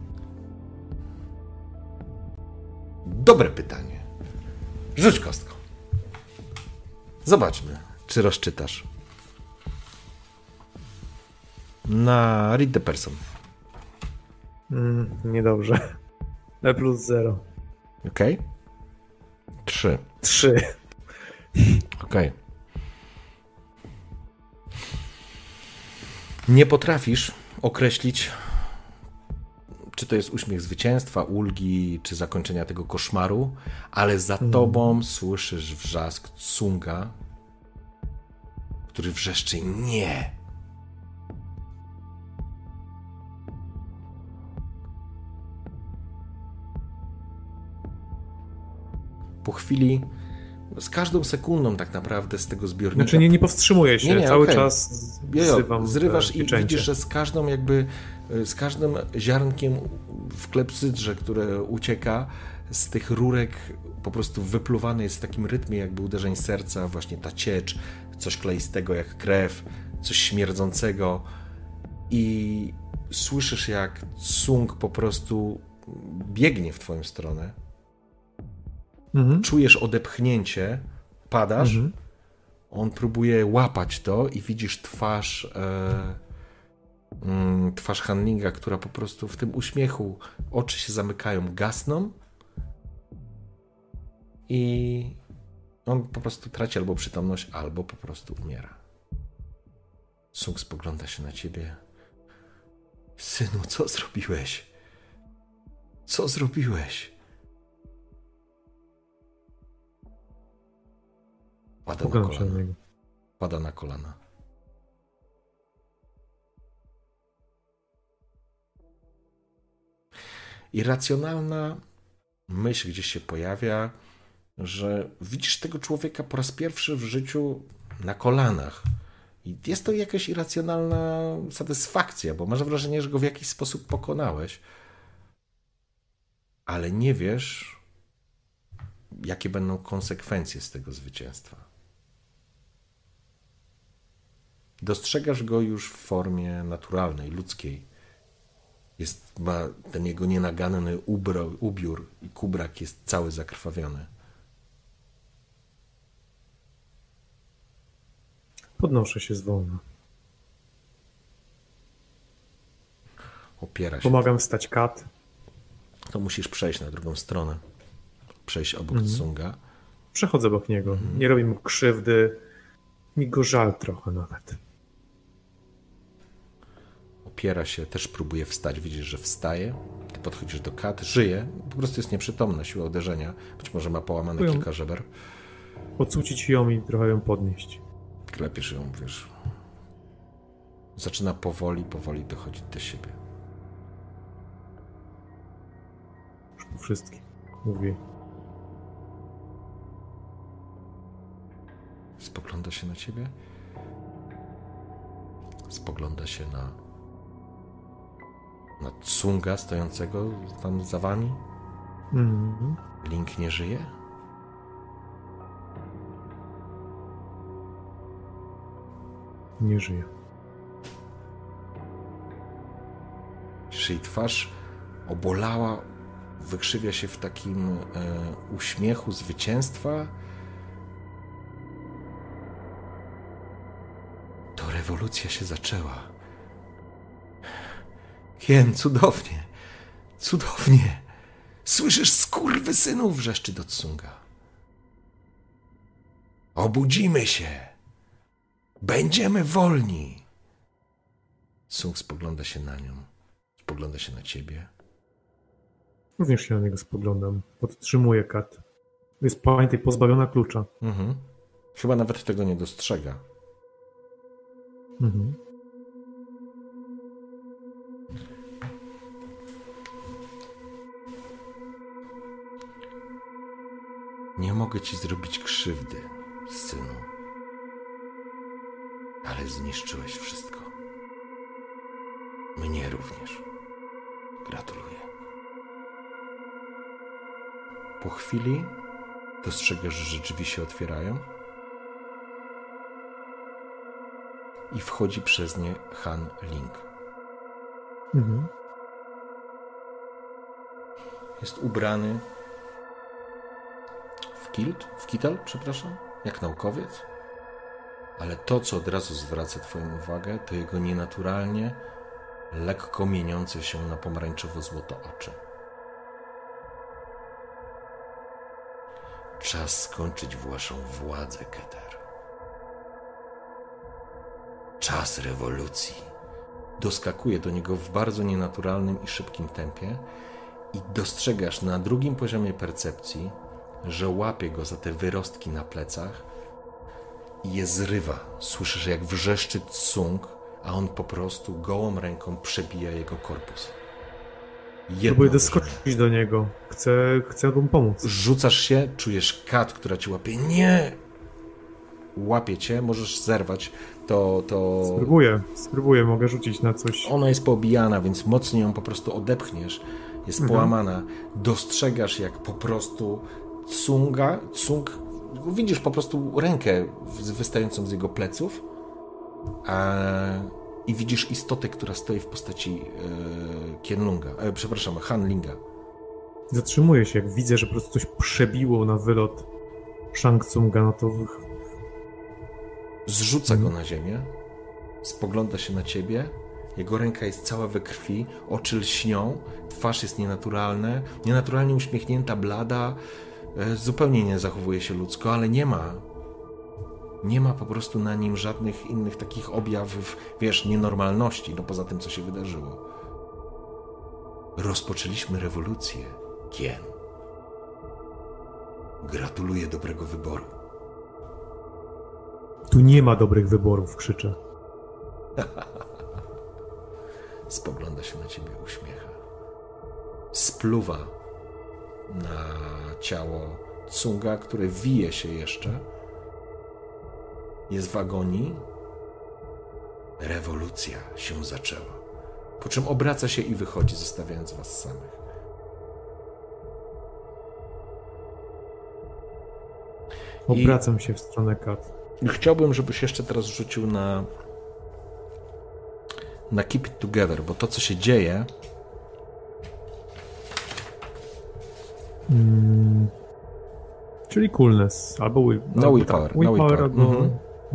Dobre pytanie. Rzuć kostką. Zobaczmy, czy rozczytasz. Na read the person. Niedobrze. +0. Okej. 3. 3. Okej. Nie potrafisz określić, czy to jest uśmiech zwycięstwa, ulgi, czy zakończenia tego koszmaru, ale za tobą słyszysz wrzask Tsunga, który wrzeszczy nie. Po chwili, z każdą sekundą tak naprawdę z tego zbiornika... Znaczy nie powstrzymuję się, cały czas zrywasz i widzisz, że z każdym ziarnkiem w klepsydrze, które ucieka, z tych rurek po prostu wypluwany jest w takim rytmie jakby uderzeń serca, właśnie ta ciecz, coś kleistego jak krew, coś śmierdzącego i słyszysz, jak Tsung po prostu biegnie w twoją stronę. Czujesz odepchnięcie, padasz, on próbuje łapać to i widzisz twarz Hanlinga, która po prostu w tym uśmiechu, oczy się zamykają, gasną i on po prostu traci albo przytomność, albo po prostu umiera. Tsung spogląda się na ciebie. Synu, co zrobiłeś? Co zrobiłeś? Pada na kolana. Irracjonalna myśl gdzieś się pojawia, że widzisz tego człowieka po raz pierwszy w życiu na kolanach. I jest to jakaś irracjonalna satysfakcja, bo masz wrażenie, że go w jakiś sposób pokonałeś. Ale nie wiesz, jakie będą konsekwencje z tego zwycięstwa. Dostrzegasz go już w formie naturalnej, ludzkiej. Ma ten jego nienaganny ubiór i kubrak jest cały zakrwawiony. Podnoszę się zwolna. Opiera się. Pomagam wstać kat. To musisz przejść na drugą stronę. Przejść obok Tsunga. Przechodzę obok niego. Nie robi mu krzywdy. Mi go żal trochę nawet. opiera się, też próbuje wstać. Widzisz, że wstaje. Ty podchodzisz do Kat, żyje. Po prostu jest nieprzytomna, siła uderzenia. Być może ma połamane kilka żeber. Podsucić ją i trochę ją podnieść. Klepiesz ją, wiesz. Zaczyna powoli dochodzić do siebie. Już po wszystkim. Mówię. Spogląda się na ciebie. Spogląda się na Tsunga stojącego tam za wami. Link nie żyje. Nie żyje. Jej twarz obolała, wykrzywia się w takim uśmiechu zwycięstwa. To rewolucja się zaczęła. Kien, cudownie, cudownie. Słyszysz, skurwysynu, wrzeszczy do Tsunga. Obudzimy się. Będziemy wolni. Tsung spogląda się na nią. Spogląda się na ciebie. Również się na niego spoglądam. Podtrzymuję Kat. Jest, pamiętaj, pozbawiona klucza. Chyba nawet tego nie dostrzega. Nie mogę ci zrobić krzywdy, synu. Ale zniszczyłeś wszystko. Mnie również. Gratuluję. Po chwili dostrzegasz, że drzwi się otwierają i wchodzi przez nie Han Ling. Jest ubrany w kitel, przepraszam, jak naukowiec. Ale to, co od razu zwraca twoją uwagę, to jego nienaturalnie lekko mieniące się na pomarańczowo-złoto oczy. Czas skończyć waszą władzę, Keter. Czas rewolucji. Doskakuje do niego w bardzo nienaturalnym i szybkim tempie i dostrzegasz na drugim poziomie percepcji, że łapie go za te wyrostki na plecach i je zrywa. Słyszysz, jak wrzeszczy Tsung, a on po prostu gołą ręką przebija jego korpus. Próbuję doskoczyć do niego. Chcę mu pomóc. Rzucasz się, czujesz Kat, która ci łapie. Nie! Łapie cię, możesz zerwać. To... Spróbuję, mogę rzucić na coś. Ona jest poobijana, więc mocniej ją po prostu odepchniesz. Jest połamana. Dostrzegasz, jak po prostu Tsung, widzisz po prostu rękę wystającą z jego pleców i widzisz istotę, która stoi w postaci Han Linga. Zatrzymuję się, jak widzę, że po prostu coś przebiło na wylot Shang Tsunga, no to... Zrzuca go na ziemię, spogląda się na ciebie, jego ręka jest cała we krwi, oczy lśnią, twarz jest nienaturalnie uśmiechnięta, blada, zupełnie nie zachowuje się ludzko, ale nie ma po prostu na nim żadnych innych takich objawów, nienormalności, poza tym, co się wydarzyło. Rozpoczęliśmy rewolucję, Kien. Gratuluję dobrego wyboru. Tu nie ma dobrych wyborów, krzyczę. Spogląda się na ciebie, uśmiecha. Spluwa na ciało Tsunga, które wije się jeszcze. Jest w agonii. Rewolucja się zaczęła. Po czym obraca się i wychodzi, zostawiając was samych. Obracam się w stronę Kat. I chciałbym, żebyś jeszcze teraz rzucił na Keep It Together, bo to, co się dzieje... Czyli coolness, albo willpower. Albo...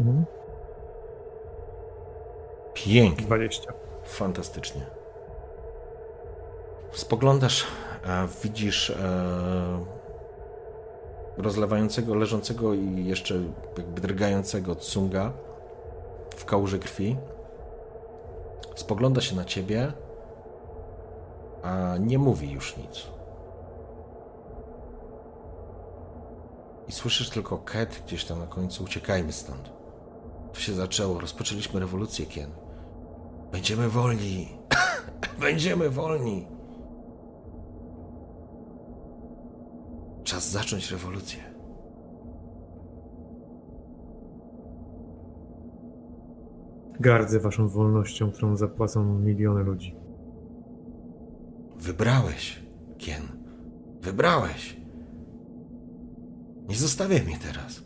Pięknie. 20. Fantastycznie. Spoglądasz, widzisz rozlewającego, leżącego i jeszcze jakby drgającego Tsunga w kałuży krwi. Spogląda się na ciebie, a nie mówi już nic. I słyszysz tylko ket gdzieś tam na końcu. Uciekajmy stąd. To się zaczęło. Rozpoczęliśmy rewolucję, Kien. Będziemy wolni. Będziemy wolni. Czas zacząć rewolucję. Gardzę waszą wolnością, którą zapłacą miliony ludzi. Wybrałeś, Kien. Wybrałeś. Nie zostawiaj mnie teraz.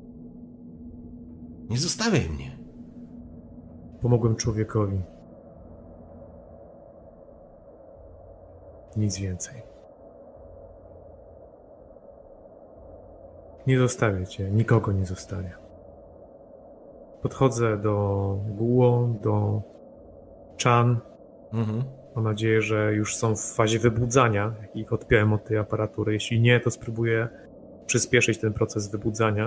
Nie zostawiaj mnie. Pomogłem człowiekowi. Nic więcej. Nie zostawię cię, nikogo nie zostawię. Podchodzę do Guo, do Chan. Mam nadzieję, że już są w fazie wybudzania, jak ich odpiąłem od tej aparatury. Jeśli nie, to spróbuję przyspieszyć ten proces wybudzania.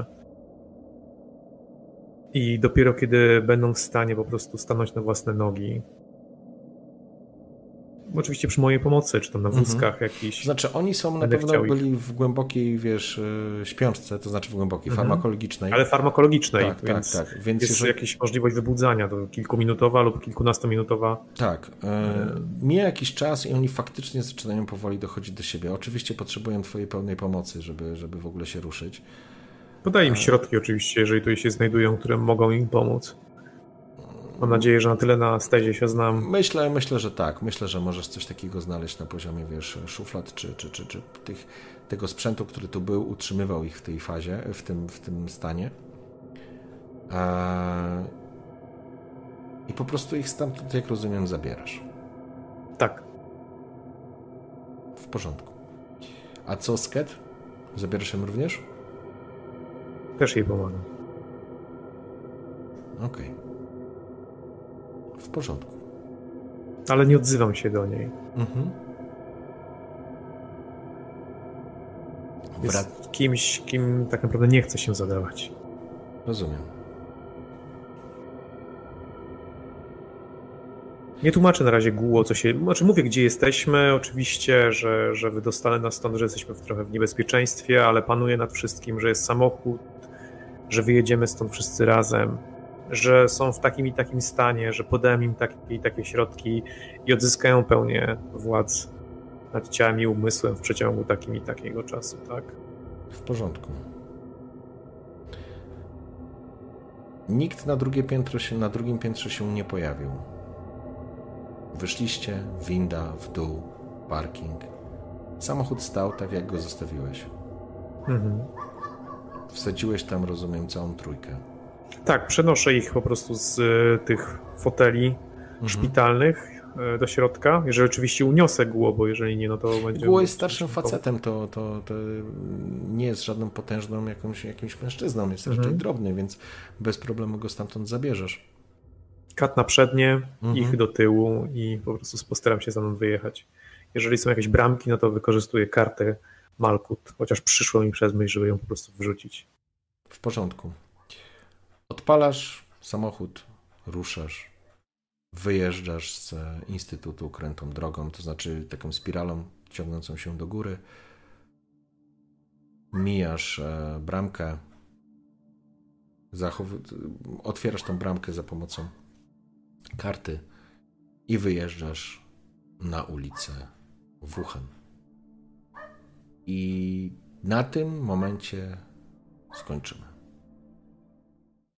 I dopiero kiedy będą w stanie po prostu stanąć na własne nogi, oczywiście przy mojej pomocy, czy tam na wózkach jakichś. Znaczy oni są na pewno byli w głębokiej, śpiączce, to znaczy w głębokiej, farmakologicznej. Ale farmakologicznej, tak, więc, tak. Więc jest jakaś możliwość wybudzania, to kilkuminutowa lub kilkunastominutowa. Tak. Mija jakiś czas i oni faktycznie zaczynają powoli dochodzić do siebie. Oczywiście potrzebują twojej pełnej pomocy, żeby w ogóle się ruszyć. Podaj im środki oczywiście, jeżeli tu się znajdują, które mogą im pomóc. Mam nadzieję, że na tyle na stezie się znam. Myślę, że tak. Myślę, że możesz coś takiego znaleźć na poziomie, szuflad czy tego sprzętu, który tu był, utrzymywał ich w tej fazie, w tym stanie. I po prostu ich stamtąd, jak rozumiem, zabierasz. Tak. W porządku. A co z Ket? Zabierasz ją również? Też jej pomagam. Okej. W porządku. Ale nie odzywam się do niej. Jest kimś, kim tak naprawdę nie chce się zadawać. Rozumiem. Nie tłumaczę na razie Guo, co się... Znaczy mówię, gdzie jesteśmy, oczywiście, że wydostanę nas stąd, że jesteśmy trochę w niebezpieczeństwie, ale panuje nad wszystkim, że jest samochód, że wyjedziemy stąd wszyscy razem, że są w takim i takim stanie, że podałem im takie i takie środki i odzyskają pełnię władz nad ciałem i umysłem w przeciągu takim i takiego czasu, tak? W porządku. Nikt na drugim piętrze się nie pojawił. Wyszliście, winda, w dół, parking. Samochód stał tak, jak go zostawiłeś. Wsadziłeś tam, rozumiem, całą trójkę. Tak, przenoszę ich po prostu z tych foteli szpitalnych do środka. Jeżeli oczywiście uniosę Guo, bo jeżeli nie, no to będzie... Guo jest starszym facetem, to nie jest żadną potężną jakimś mężczyzną, jest raczej drobny, więc bez problemu go stamtąd zabierzesz. Kat na przednie, ich do tyłu i po prostu postaram się stamtąd wyjechać. Jeżeli są jakieś bramki, no to wykorzystuję kartę Malkut, chociaż przyszło mi przez myśl, żeby ją po prostu wyrzucić. W porządku. Odpalasz samochód, ruszasz, wyjeżdżasz z Instytutu krętą drogą, to znaczy taką spiralą ciągnącą się do góry. Mijasz bramkę, otwierasz tą bramkę za pomocą karty i wyjeżdżasz na ulicę Wuhan. I na tym momencie skończymy.